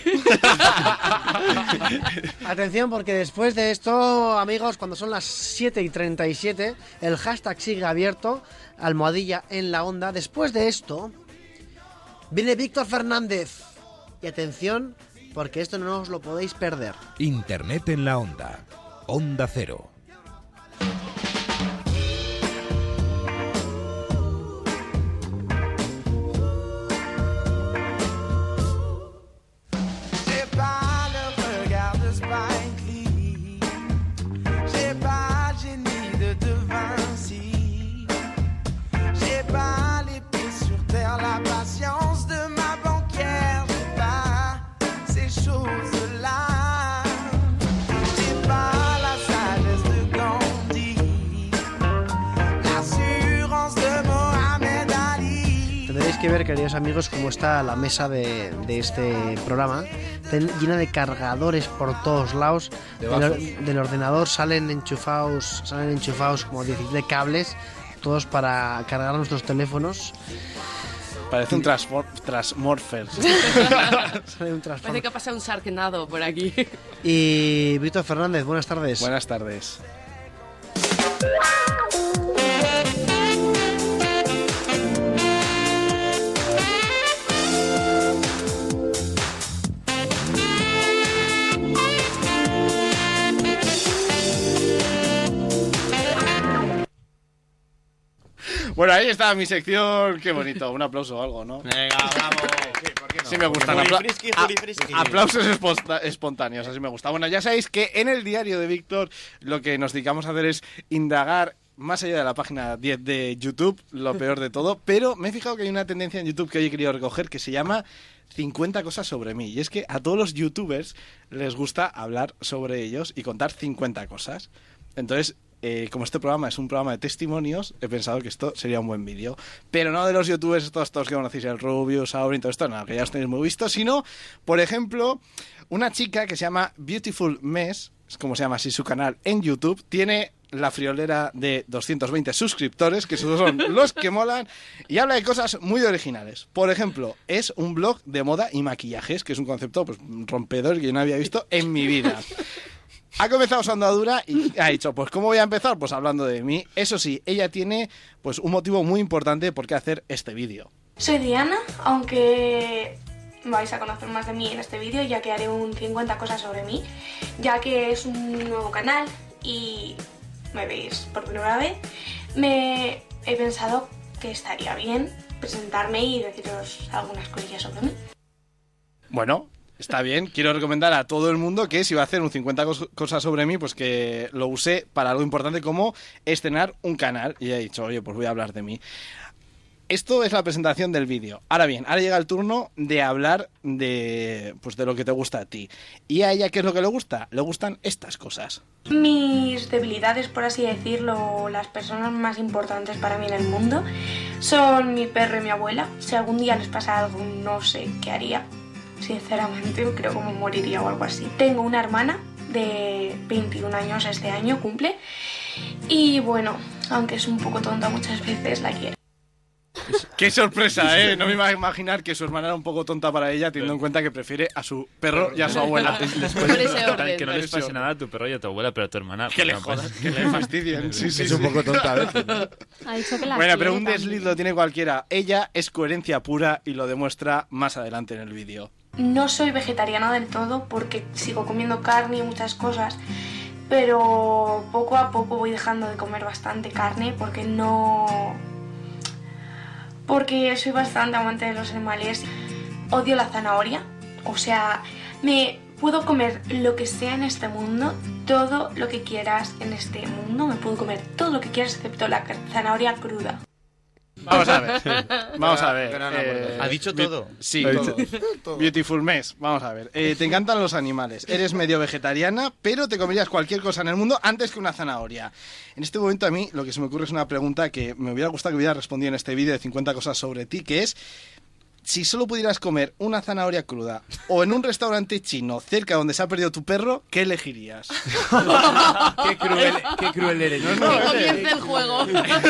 Speaker 3: Atención, porque después de esto, amigos, cuando son las siete y treinta y siete, el hashtag sigue abierto, almohadilla en la onda. Después de esto, viene Víctor Fernández. Y atención, porque esto no os lo podéis perder.
Speaker 2: Internet en la onda. Onda Cero.
Speaker 17: J'ai pas le regard de Spike Lee. J'ai pas le génie de De Vinci. J'ai pas les pieds sur terre, la patience de ma banquière. J'ai pas ces choses-là. J'ai pas la sagesse de Gandhi, l'assurance de Mohamed Ali.
Speaker 3: Tendréis que ver, queridos amigos, cómo está la mesa de, de este programa. Está llena de cargadores por todos lados.
Speaker 11: De
Speaker 3: Del,
Speaker 11: bajos.
Speaker 3: del ordenador salen enchufados, salen enchufados como diecisiete cables, todos para cargar nuestros teléfonos.
Speaker 4: Parece un transfor- Transmorpher.
Speaker 3: Sale un transform-
Speaker 5: Parece que ha pasado un sarquenado por aquí.
Speaker 3: Y Víctor Fernández, buenas tardes.
Speaker 4: Buenas tardes. Bueno, ahí está mi sección. Qué bonito. Un aplauso o algo, ¿no?
Speaker 6: Venga, bravo.
Speaker 4: Sí me gustan.
Speaker 6: Juli
Speaker 4: apla-
Speaker 6: frisky,
Speaker 4: a-
Speaker 6: Juli frisky.
Speaker 4: aplausos esponta- espontáneos, así me gusta. Bueno, ya sabéis que en el diario de Víctor lo que nos dedicamos a hacer es indagar más allá de la página diez de YouTube, lo peor de todo, pero me he fijado que hay una tendencia en YouTube que hoy he querido recoger que se llama cincuenta cosas sobre mí. Y es que a todos los youtubers les gusta hablar sobre ellos y contar cincuenta cosas. Entonces, eh, como este programa es un programa de testimonios, he pensado que esto sería un buen vídeo. Pero no de los youtubers estos todos que conocéis, el Rubius, Aurin, todo esto, no, que ya os tenéis muy visto, sino, por ejemplo, una chica que se llama Beautiful Mess, es como se llama así su canal en YouTube, tiene la friolera de doscientos veinte suscriptores, que esos son los que molan, y habla de cosas muy originales. Por ejemplo, es un blog de moda y maquillajes, que es un concepto pues, rompedor que yo no había visto en mi vida. Ha comenzado su andadura y ha dicho, pues ¿cómo voy a empezar? Pues hablando de mí. Eso sí, ella tiene pues un motivo muy importante por qué hacer este vídeo.
Speaker 18: Soy Diana, aunque vais a conocer más de mí en este vídeo, ya que haré un cincuenta cosas sobre mí, ya que es un nuevo canal y me veis por primera vez. Me he pensado que estaría bien presentarme y deciros algunas cosillas sobre mí.
Speaker 4: Bueno, está bien. Quiero recomendar a todo el mundo que si va a hacer un cincuenta cos- cosas sobre mí, pues que lo use para algo importante como estrenar un canal. Y he dicho, oye, pues voy a hablar de mí. Esto es la presentación del vídeo. Ahora bien, ahora llega el turno de hablar de, pues de lo que te gusta a ti. ¿Y a ella qué es lo que le gusta? Le gustan estas cosas.
Speaker 18: Mis debilidades, por así decirlo, las personas más importantes para mí en el mundo, son mi perro y mi abuela. Si algún día les pasa algo, no sé qué haría. Sinceramente, creo que me moriría o algo así. Tengo una hermana de veintiún años este año, cumple. Y bueno, aunque es un poco tonta muchas veces, la quiero.
Speaker 4: ¡Qué sorpresa, eh! No me iba a imaginar que su hermana era un poco tonta para ella, teniendo en cuenta que prefiere a su perro y a su abuela.
Speaker 7: Total, que no les pase nada a tu perro y a tu abuela, pero a tu hermana...
Speaker 4: Que le
Speaker 7: pues,
Speaker 4: jodas,
Speaker 7: pues,
Speaker 4: que le fastidien. Sí, sí,
Speaker 11: Es un
Speaker 4: sí.
Speaker 11: poco tonta a veces, ¿no?
Speaker 10: Ha dicho que la
Speaker 4: Bueno,
Speaker 10: quiere
Speaker 4: pero un
Speaker 10: también.
Speaker 4: desliz lo tiene cualquiera. Ella es coherencia pura y lo demuestra más adelante en el vídeo.
Speaker 18: No soy vegetariana del todo porque sigo comiendo carne y muchas cosas, pero poco a poco voy dejando de comer bastante carne porque no... porque soy bastante amante de los animales. Odio la zanahoria, o sea, me puedo comer lo que sea en este mundo, todo lo que quieras en este mundo, me puedo comer todo lo que quieras excepto la zanahoria cruda.
Speaker 4: Vamos a ver. Vamos a ver.
Speaker 6: Gran
Speaker 4: eh,
Speaker 6: aportación.
Speaker 9: ¿Ha dicho
Speaker 4: Be-
Speaker 9: todo?
Speaker 4: Sí,
Speaker 6: Ha
Speaker 4: todo.
Speaker 6: dicho
Speaker 4: Beautiful Mess. Vamos a ver. Eh, te encantan los animales. Eres medio vegetariana, pero te comerías cualquier cosa en el mundo antes que una zanahoria. En este momento a mí lo que se me ocurre es una pregunta que me hubiera gustado que hubiera respondido en este vídeo de cincuenta cosas sobre ti, que es... Si solo pudieras comer una zanahoria cruda o en un restaurante chino cerca donde se ha perdido tu perro, ¿qué elegirías?
Speaker 11: Qué cruel, qué cruel eres.
Speaker 4: No, no,
Speaker 5: Que
Speaker 4: eh,
Speaker 5: comience el juego.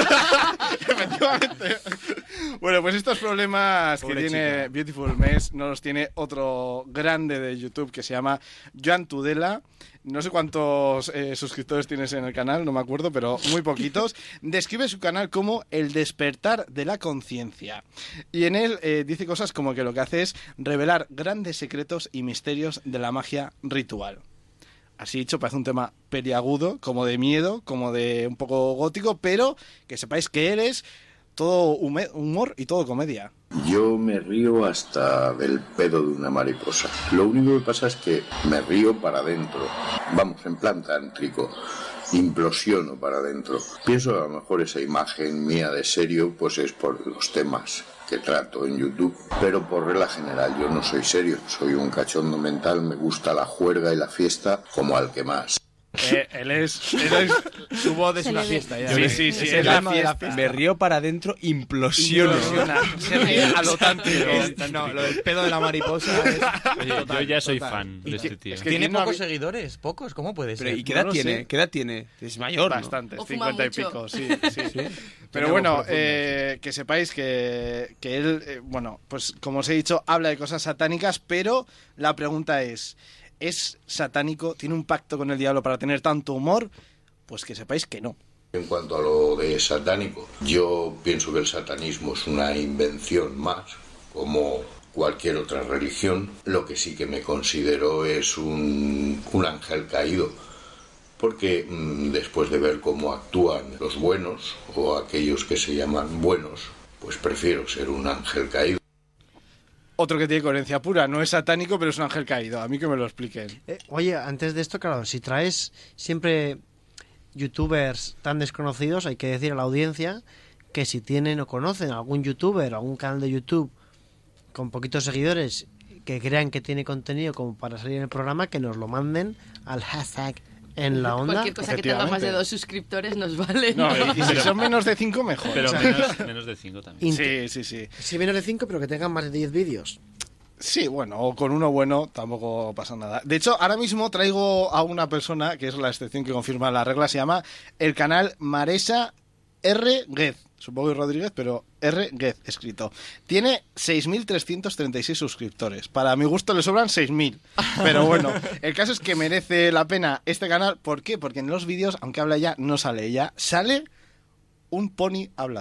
Speaker 4: Efectivamente. Bueno, pues estos problemas
Speaker 11: Pobre
Speaker 4: que tiene
Speaker 11: chica.
Speaker 4: Beautiful Mess no los tiene otro grande de YouTube que se llama Joan Tudela. No sé cuántos eh, suscriptores tienes en el canal, no me acuerdo, pero muy poquitos. Describe su canal como el despertar de la conciencia. Y en él eh, dice cosas como que lo que hace es revelar grandes secretos y misterios de la magia ritual. Así dicho, parece un tema peliagudo, como de miedo, como de un poco gótico, pero que sepáis que él es todo hume- humor y todo comedia.
Speaker 19: Yo me río hasta del pedo de una mariposa. Lo único que pasa es que me río para adentro. Vamos, en plan tántrico. Implosiono para adentro. Pienso que a lo mejor esa imagen mía de serio pues es por los temas que trato en YouTube, pero por regla general yo no soy serio, soy un cachondo mental, me gusta la juerga y la fiesta como al que más.
Speaker 4: Eh, él es... Él es
Speaker 11: Su voz es
Speaker 10: Se
Speaker 11: una
Speaker 10: le ve.
Speaker 11: fiesta ya.
Speaker 4: Sí, sí, sí,
Speaker 11: Es
Speaker 4: es
Speaker 11: el
Speaker 4: la
Speaker 11: alma de la
Speaker 4: fiesta.
Speaker 6: Me río para adentro, implosiono.
Speaker 4: Implosiona. Se ríe a lo tántrico.
Speaker 11: Es- no, lo del pedo de la mariposa es...
Speaker 7: Oye, yo
Speaker 11: total,
Speaker 7: ya soy
Speaker 11: total.
Speaker 7: fan de este tío.
Speaker 4: es que
Speaker 9: Tiene
Speaker 4: ¿quién no
Speaker 9: pocos
Speaker 4: había-
Speaker 9: seguidores, pocos, ¿cómo puede ser?
Speaker 6: Pero, ¿y qué
Speaker 4: No
Speaker 6: edad
Speaker 4: lo
Speaker 6: tiene?
Speaker 4: sé.
Speaker 6: ¿Qué edad tiene? Es mayor, ¿no?
Speaker 4: Bastantes,
Speaker 5: O fuma
Speaker 4: cincuenta y
Speaker 5: mucho.
Speaker 4: pico, sí, sí. Pero
Speaker 11: Tenemos
Speaker 4: bueno,
Speaker 11: profundas.
Speaker 4: eh, que sepáis que, que él, eh, bueno, pues como os he dicho, habla de cosas satánicas, pero la pregunta es, ¿es satánico? ¿Tiene un pacto con el diablo para tener tanto humor? Pues que sepáis que no.
Speaker 19: En cuanto a lo de satánico, yo pienso que el satanismo es una invención más, como cualquier otra religión. Lo que sí que me considero es un, un ángel caído, porque mmm, después de ver cómo actúan los buenos o aquellos que se llaman buenos, pues prefiero ser un ángel caído.
Speaker 4: Otro que tiene coherencia pura, no es satánico, pero es un ángel caído. A mí que me lo expliquen.
Speaker 3: Eh, oye, antes de esto, claro, si traes siempre youtubers tan desconocidos, hay que decir a la audiencia que si tienen o conocen algún youtuber o algún canal de YouTube con poquitos seguidores que crean que tiene contenido como para salir en el programa, que nos lo manden al hashtag en la onda.
Speaker 5: Cualquier cosa que tenga más de dos suscriptores nos vale.
Speaker 4: No, y, y si son menos de cinco, mejor.
Speaker 7: Pero
Speaker 4: O sea,
Speaker 7: menos, menos de cinco también.
Speaker 3: Int-
Speaker 4: Sí, sí, sí.
Speaker 3: Si menos de cinco, pero que tengan más de diez vídeos.
Speaker 4: Sí, bueno, o con uno bueno tampoco pasa nada. De hecho, ahora mismo traigo a una persona, que es la excepción que confirma la regla, se llama el canal Maresa R. Guez. Supongo que Rodríguez, pero R. Guez escrito. Tiene seis mil trescientos treinta y seis suscriptores. Para mi gusto le sobran seis mil. Pero bueno, el caso es que merece la pena este canal. ¿Por qué? Porque en los vídeos, aunque habla ella, no sale ella. Sale un pony hablando.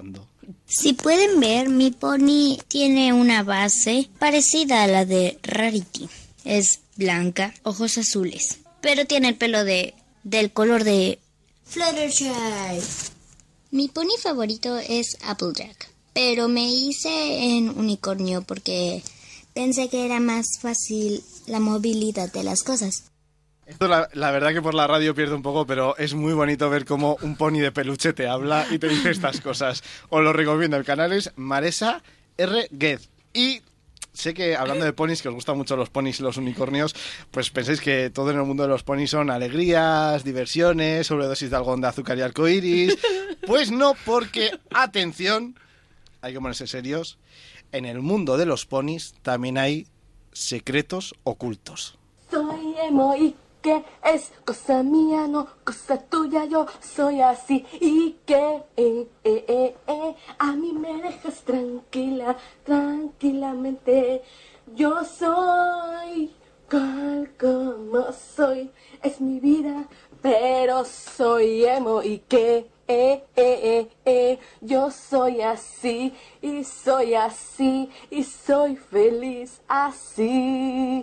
Speaker 13: Si pueden ver, mi pony tiene una base parecida a la de Rarity. Es blanca, ojos azules, pero tiene el pelo de del color de Fluttershy. Mi pony favorito es Applejack, pero me hice en unicornio porque pensé que era más fácil la movilidad de las cosas.
Speaker 4: Esto la, la verdad que por la radio pierde un poco, pero es muy bonito ver cómo un pony de peluche te habla y te dice estas cosas. Os lo recomiendo, el canal es Maresa R. Guez. Y sé que hablando de ponis, que os gustan mucho los ponis y los unicornios, pues pensáis que todo en el mundo de los ponis son alegrías, diversiones, sobredosis de algodón de azúcar y arcoiris. Pues no, porque, atención, hay que ponerse serios, en el mundo de los ponis también hay secretos ocultos.
Speaker 20: Soy emo y que es cosa mía, no cosa tuya, yo soy así y que eh, eh, eh, eh, a mí me dejas tranquila, tranquilamente. Yo soy tal como soy, es mi vida, pero soy emo y que eh, eh, eh, eh, yo soy así y soy así y soy feliz así.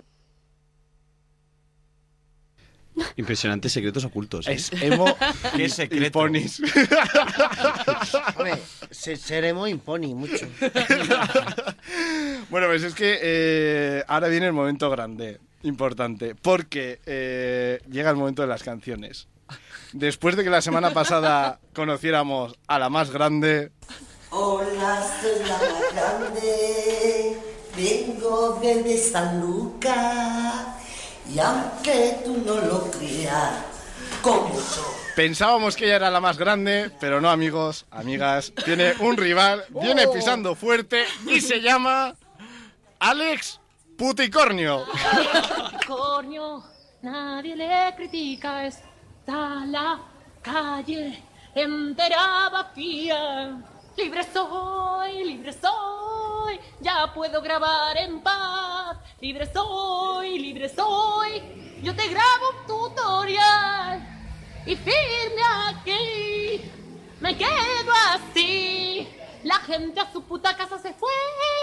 Speaker 6: Impresionantes secretos ocultos, ¿eh?
Speaker 4: Es emo
Speaker 6: ¿Qué
Speaker 4: y,
Speaker 6: secreto?
Speaker 4: y ponis.
Speaker 3: Hombre, se- ser emo impone mucho.
Speaker 4: Bueno, pues es que eh, ahora viene el momento grande, importante, porque eh, llega el momento de las canciones. Después de que la semana pasada conociéramos a la más grande...
Speaker 22: Hola, soy la más grande, vengo desde San Lucas, y aunque tú no lo creas, como soy.
Speaker 4: Pensábamos que ella era la más grande, pero no, amigos, amigas. Tiene un rival, viene pisando fuerte y se llama Alex Puticornio.
Speaker 24: Puticornio, nadie le critica, está la calle entera vacía. Libre soy, libre soy, ya puedo grabar en paz. Libre soy, libre soy, yo te grabo un tutorial. Y firme aquí, me quedo así. La gente a su puta casa se fue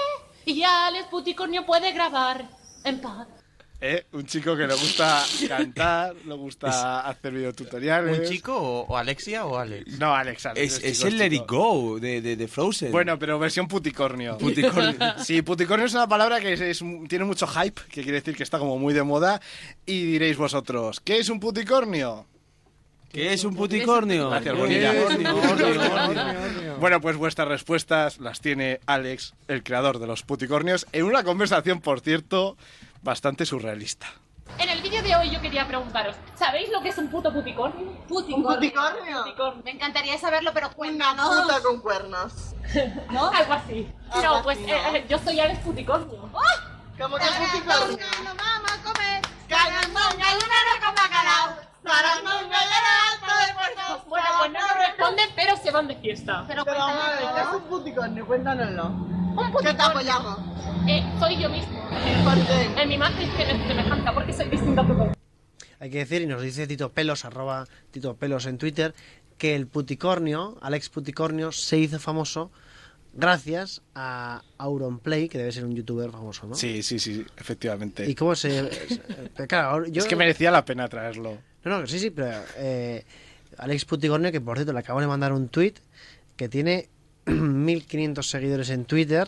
Speaker 24: y Alex Puticornio puede grabar en paz.
Speaker 4: ¿Eh? Un chico que le gusta cantar, le gusta hacer videotutoriales.
Speaker 9: ¿Un chico o, o Alexia o Alex?
Speaker 4: No, Alex, Alex.
Speaker 6: Es, es el Let It Go de, de, de Frozen.
Speaker 4: Bueno, pero versión puticornio.
Speaker 6: Puticornio.
Speaker 4: Sí, puticornio es una palabra que es, es- tiene mucho hype, que quiere decir que está como muy de moda. Y diréis vosotros, ¿qué es un puticornio?
Speaker 6: ¿Qué es un puticornio?
Speaker 4: Gracias,
Speaker 6: ¿Qué
Speaker 4: Bonilla.
Speaker 6: es un puticornio?
Speaker 4: Bueno, pues vuestras respuestas las tiene Alex, el creador de los puticornios, en una conversación, por cierto, bastante surrealista.
Speaker 24: En el vídeo de hoy yo quería preguntaros, ¿sabéis lo que es un puto puticornio?
Speaker 25: ¿Un puticornio? Me encantaría saberlo, pero cuéntanos. Una puta con cuernos.
Speaker 24: ¿No? Algo así.
Speaker 25: Algo
Speaker 24: no, pues
Speaker 25: así,
Speaker 24: eh,
Speaker 25: ¿no?
Speaker 24: eh, yo soy Alex Puticornio.
Speaker 25: ¿Cómo que puticornio? Nos vamos a comer carandonga y una roca bacalao. Sarandonga y el alto de Puerto.
Speaker 24: Bueno, pues no nos responden, pero se van de fiesta.
Speaker 25: Pero vamos a ver, ¿qué es un puticornio? Cuéntanoslo.
Speaker 24: Un puticornio.
Speaker 25: ¿Qué te apoyamos?
Speaker 24: Eh, soy yo mismo.
Speaker 25: ¿Por qué?
Speaker 24: En mi imagen tiene semejanza, porque soy distinta a tu.
Speaker 3: Hay que decir, y nos dice Tito Pelos, arroba Tito Pelos en Twitter, que el puticornio, Alex Puticornio, se hizo famoso gracias a Auronplay, que debe ser un youtuber famoso, ¿no?
Speaker 4: Sí, sí, sí, efectivamente.
Speaker 3: ¿Y cómo se...? Pero claro, yo...
Speaker 4: Es que merecía la pena traerlo.
Speaker 3: No, no, sí, sí, pero eh, Alex Puticornio, que por cierto le acabo de mandar un tweet que tiene mil quinientos seguidores en Twitter,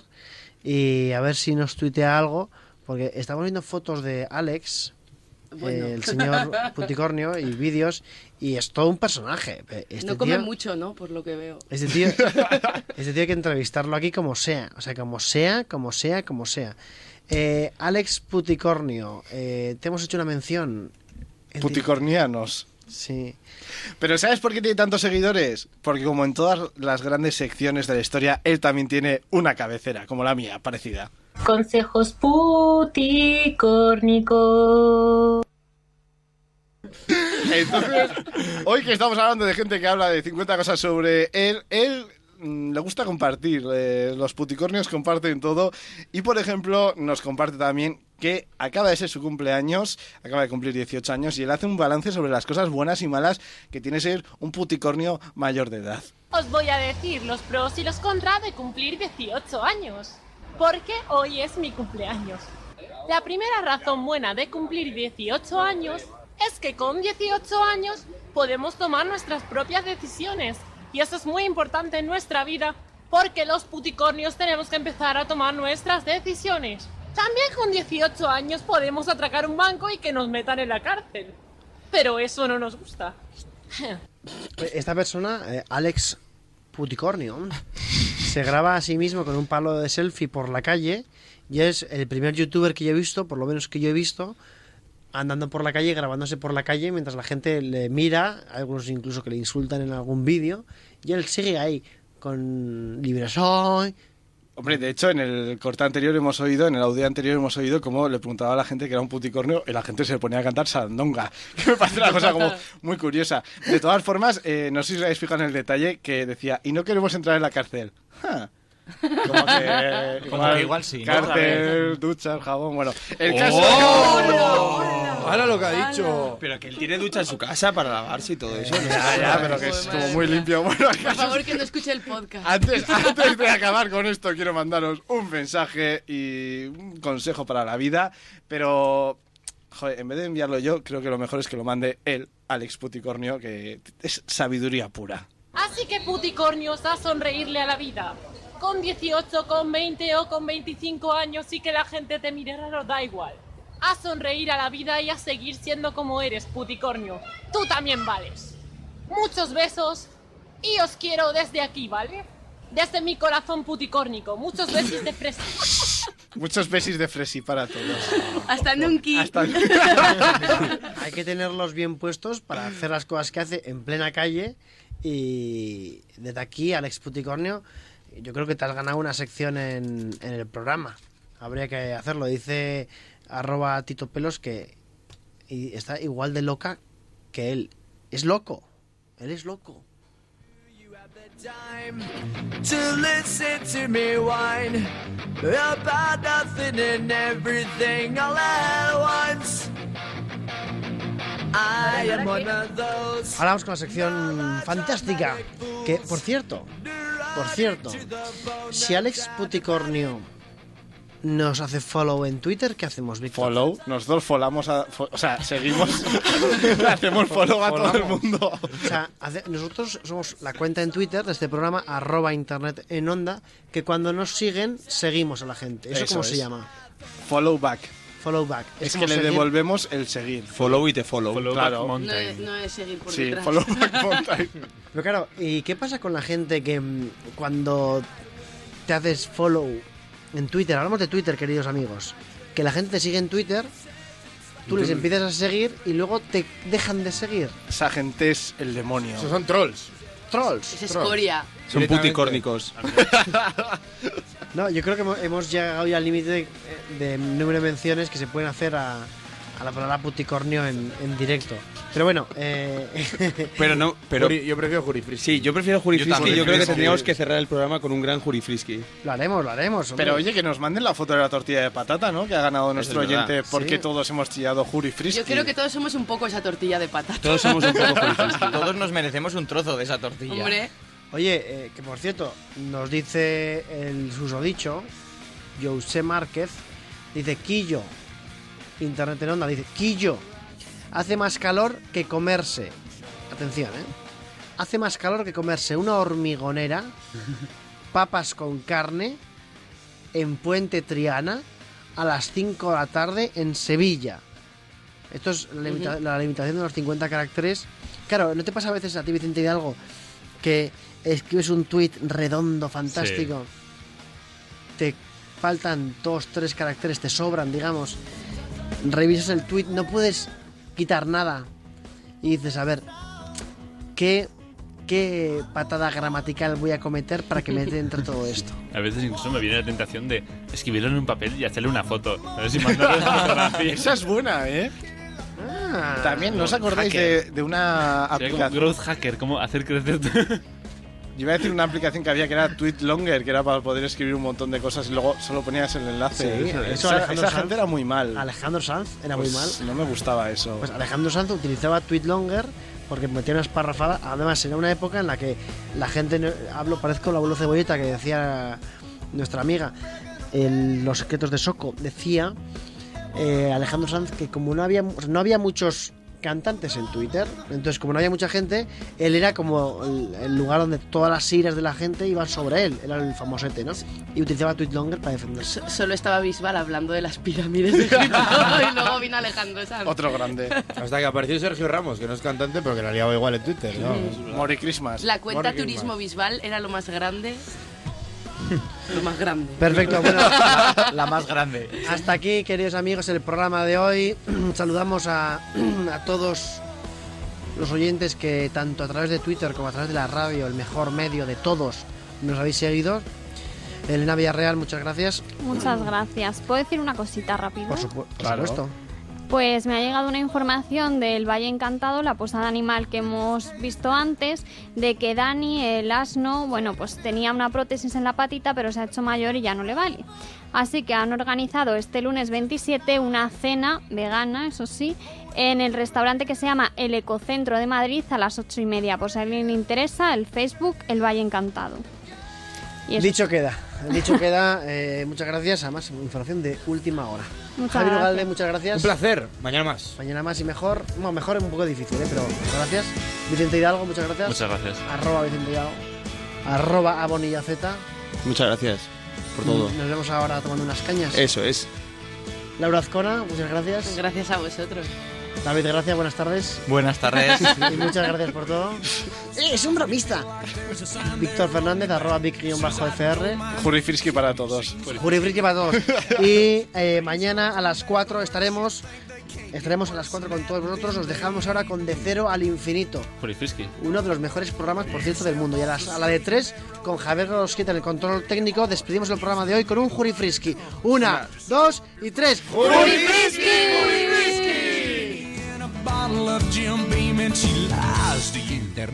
Speaker 3: y a ver si nos tuitea algo, porque estamos viendo fotos de Alex,
Speaker 5: Bueno.
Speaker 3: eh, el señor Puticornio, y vídeos, y es todo un personaje. Este
Speaker 5: no come
Speaker 3: tío,
Speaker 5: mucho, ¿no? Por lo que veo.
Speaker 3: Este tío, este tío hay que entrevistarlo aquí como sea, o sea, como sea, como sea, como sea. Eh, Alex Puticornio, eh, te hemos hecho una mención.
Speaker 4: Puticornianos.
Speaker 3: Sí.
Speaker 4: Pero ¿sabes por qué tiene tantos seguidores? Porque como en todas las grandes secciones de la historia, él también tiene una cabecera, como la mía, parecida.
Speaker 24: Consejos puticórnicos.
Speaker 4: Entonces, hoy que estamos hablando de gente que habla de cincuenta cosas sobre él, él mm, le gusta compartir. Eh, los puticornios comparten todo. Y, por ejemplo, nos comparte también que acaba de ser su cumpleaños, acaba de cumplir dieciocho años, y él hace un balance sobre las cosas buenas y malas que tiene ser un puticornio mayor de edad.
Speaker 24: Os voy a decir los pros y los contras de cumplir dieciocho años, porque hoy es mi cumpleaños. La primera razón buena de cumplir dieciocho años es que con dieciocho años podemos tomar nuestras propias decisiones, y eso es muy importante en nuestra vida, porque los puticornios tenemos que empezar a tomar nuestras decisiones. También con dieciocho años podemos atracar un banco y que nos metan en la cárcel. Pero eso no nos gusta.
Speaker 3: Esta persona, eh, Alex Puticornio, se graba a sí mismo con un palo de selfie por la calle y es el primer youtuber que yo he visto, por lo menos que yo he visto, andando por la calle, grabándose por la calle mientras la gente le mira, algunos incluso que le insultan en algún vídeo, y él sigue ahí con libre soy.
Speaker 4: Hombre, de hecho, en el corte anterior hemos oído, en el audio anterior hemos oído cómo le preguntaba a la gente que era un puticornio y la gente se ponía a cantar sandonga, que me parece una cosa como muy curiosa. De todas formas, eh, no sé si os habéis fijado en el detalle que decía, y no queremos entrar en la cárcel. Huh. Como que,
Speaker 1: Como
Speaker 4: igual,
Speaker 1: que igual sí, ¿no?
Speaker 4: Cárcel, ducha, jabón, bueno. El
Speaker 6: ¡Oh!
Speaker 4: caso...
Speaker 6: ¡Oh!
Speaker 11: Ahora lo que ha dicho.
Speaker 6: Pero que él tiene ducha en su casa para lavarse y todo eso. ¿no?
Speaker 4: Ya, ya, pero que es como muy limpio. Bueno,
Speaker 5: Por favor, que no escuche el podcast.
Speaker 4: Antes, antes de acabar con esto, quiero mandaros un mensaje y un consejo para la vida, pero... Joder, en vez de enviarlo yo, creo que lo mejor es que lo mande él, Alex Puticornio, que es sabiduría pura.
Speaker 24: Así que puticornios, a sonreírle a la vida. Con dieciocho, con veinte o con veinticinco años y que la gente te mire raro, da igual. A sonreír a la vida y a seguir siendo como eres, puticornio. Tú también vales. Muchos besos y os quiero desde aquí, ¿vale? Desde mi corazón puticórnico. Muchos besos de fresa.
Speaker 4: Muchos besis de fresi para todos.
Speaker 5: Hasta nunca.
Speaker 4: Hasta...
Speaker 3: Hay que tenerlos bien puestos para hacer las cosas que hace en plena calle. Y desde aquí, Alex Puticornio, yo creo que te has ganado una sección en, en el programa. Habría que hacerlo. Dice arroba Tito Pelos que y está igual de loca que él. Es loco. Él es loco.
Speaker 17: To listen to me whine about nothing and everything all at once. I am one of those.
Speaker 3: Ahora vamos con la sección fantástica. Que, por cierto, por cierto, si Alex Puticornio nos hace follow en Twitter, ¿qué hacemos, Víctor?
Speaker 4: Follow, nosotros follamos a... fo- o sea, seguimos... hacemos follow a todo el mundo.
Speaker 3: O sea, hace- nosotros somos la cuenta en Twitter de este programa, arroba internet en onda, que cuando nos siguen, seguimos a la gente. ¿Eso,
Speaker 4: Eso
Speaker 3: cómo
Speaker 4: es.
Speaker 3: se llama?
Speaker 4: Follow back.
Speaker 3: Follow back.
Speaker 4: Es,
Speaker 3: como
Speaker 4: que le
Speaker 3: seguir-
Speaker 4: devolvemos el seguir.
Speaker 6: Follow y te follow.
Speaker 7: Follow
Speaker 4: Claro.
Speaker 7: back
Speaker 5: No
Speaker 7: mountain.
Speaker 5: es, no es seguir por
Speaker 4: Sí,
Speaker 5: detrás.
Speaker 4: follow back mountain.
Speaker 3: Pero claro, ¿y qué pasa con la gente que mm, cuando te haces follow en Twitter, hablamos de Twitter, queridos amigos, que la gente te sigue en Twitter, tú les empiezas a seguir y luego te dejan de seguir?
Speaker 4: Esa gente es el demonio.
Speaker 11: Esos son trolls.
Speaker 3: Trolls.
Speaker 5: Es escoria.
Speaker 6: Son
Speaker 11: Directamente.
Speaker 6: puticórnicos.
Speaker 3: No, yo creo que hemos- hemos llegado ya al límite de, de número de menciones que se pueden hacer a, a la palabra puticornio en, en directo. Pero bueno, eh...
Speaker 6: Pero no, pero...
Speaker 11: Juri- yo prefiero Jurifrisky.
Speaker 6: Sí, yo prefiero Jurifrisky. Yo,
Speaker 4: también.
Speaker 6: yo creo que
Speaker 4: Sí.
Speaker 6: tendríamos que cerrar el programa con un gran Jurifrisky.
Speaker 3: lo haremos, lo haremos. hombre.
Speaker 4: Pero oye, que nos manden la foto de la tortilla de patata, ¿no? Que ha ganado nuestro
Speaker 6: es verdad.
Speaker 4: oyente porque
Speaker 3: Sí.
Speaker 4: todos hemos chillado Juri Frisky.
Speaker 5: Yo creo que todos somos un poco esa tortilla de patata.
Speaker 6: Todos somos un poco Jurifrisky.
Speaker 9: Todos nos merecemos un trozo de esa tortilla.
Speaker 5: Hombre,
Speaker 3: Oye, eh, que por cierto, nos dice el susodicho, José Márquez, dice Quillo, Internet en onda, dice Quillo, hace más calor que comerse, atención, ¿eh? Hace más calor que comerse una hormigonera, papas con carne, en Puente Triana, a las cinco de la tarde en Sevilla. Esto es la, limita- la limitación de los cincuenta caracteres. Claro, ¿no te pasa a veces a ti, Vicente Hidalgo, que escribes un tuit redondo, fantástico, te faltan dos, tres caracteres, te sobran, digamos, revisas el tuit, no puedes quitar nada y dices, a ver, ¿qué, qué patada gramatical voy a cometer para que me entre todo esto?
Speaker 7: A veces incluso me viene la tentación de escribirlo en un papel y hacerle una foto. A ver si mandarle una fotografía.
Speaker 4: Esa es buena, ¿eh?
Speaker 3: Ah,
Speaker 4: También, ¿no os acordáis de,
Speaker 7: hacker.
Speaker 4: de una
Speaker 7: Sería como
Speaker 4: aplicación?
Speaker 7: growth hacker, como hacer crecer...
Speaker 4: Yo iba a decir una aplicación que había que era TweetLonger, que era para poder escribir un montón de cosas y luego solo ponías el enlace.
Speaker 3: Sí,
Speaker 4: Eso-
Speaker 3: eso
Speaker 4: esa,
Speaker 3: Alejandro
Speaker 4: esa
Speaker 3: Sanz-
Speaker 4: gente era muy mal.
Speaker 3: Alejandro Sanz era
Speaker 4: Pues
Speaker 3: muy mal.
Speaker 4: No me gustaba eso.
Speaker 3: Pues Alejandro Sanz utilizaba TweetLonger porque metía unas parrafadas. Además, era una época en la que la gente, no- hablo, parezco la abuelo Cebolleta que decía nuestra amiga, en Los secretos de Soco, decía eh, Alejandro Sanz que como no había, o sea, no había muchos cantantes en Twitter, entonces como no había mucha gente, él era como el, el lugar donde todas las iras de la gente iban sobre él, era el famosete, ¿no? Y utilizaba TweetLonger para defenderse.
Speaker 5: Solo estaba Bisbal hablando de las pirámides de Egipto y luego vino Alejandro Sanz.
Speaker 4: Otro grande.
Speaker 11: Hasta que apareció Sergio Ramos, que no es cantante, pero que la liaba igual en Twitter, ¿no?
Speaker 4: Mori Christmas.
Speaker 5: La cuenta
Speaker 11: Morning
Speaker 5: Turismo
Speaker 11: Christmas.
Speaker 5: Bisbal era lo más grande. Lo más grande.
Speaker 3: Perfecto, bueno,
Speaker 9: La más grande.
Speaker 3: hasta aquí, queridos amigos, el programa de hoy. Saludamos a, a todos los oyentes que tanto a través de Twitter como a través de la radio, el mejor medio de todos, nos habéis seguido. Elena Villarreal, muchas gracias.
Speaker 10: Muchas gracias. ¿Puedo decir una cosita rápido?
Speaker 3: Por, supu- por
Speaker 4: Claro.
Speaker 3: supuesto.
Speaker 10: Pues me ha llegado una información del Valle Encantado, la posada animal que hemos visto antes, de que Dani, el asno, bueno, pues tenía una prótesis en la patita, pero se ha hecho mayor y ya no le vale. Así que han organizado este lunes veintisiete una cena vegana, eso sí, en el restaurante que se llama El Ecocentro de Madrid a las ocho y media. Por si a alguien le interesa, el Facebook El Valle Encantado. Y eso.
Speaker 3: Dicho queda, dicho queda, eh, muchas gracias. Además, información de última hora.
Speaker 10: Muchas
Speaker 3: Javi
Speaker 10: gracias.
Speaker 3: Ugalde, muchas gracias.
Speaker 11: Un placer. Mañana más.
Speaker 3: Mañana más y mejor. Bueno, mejor es un poco difícil, ¿eh? Pero muchas gracias. Vicente Hidalgo, muchas gracias.
Speaker 7: Muchas gracias.
Speaker 3: Arroba Vicente Hidalgo. Arroba Abonillaceta.
Speaker 6: Muchas gracias por todo.
Speaker 3: Nos vemos ahora tomando unas cañas.
Speaker 6: Eso es.
Speaker 3: Laura Azcona, muchas gracias.
Speaker 5: Gracias a vosotros.
Speaker 3: David, gracias, buenas tardes.
Speaker 9: Buenas tardes.
Speaker 3: Y muchas gracias por todo. ¡Eh, es un bromista! Víctor Fernández, arroba vic-f r.
Speaker 4: Juri Frisky para todos.
Speaker 3: Juri Friki para todos. Y eh, mañana a las cuatro estaremos. Estaremos a las cuatro con todos vosotros. Os dejamos ahora con De Cero al Infinito.
Speaker 7: Jurifrisky.
Speaker 3: Uno de los mejores programas, por cierto, del mundo. Y a, las- a la de tres, con Javier Rosquita en el control técnico, despedimos el programa de hoy con un Juri Frisky. Una, dos y tres. ¡Juri Frisky!
Speaker 17: Bottle of Jim Beam and she lies to you.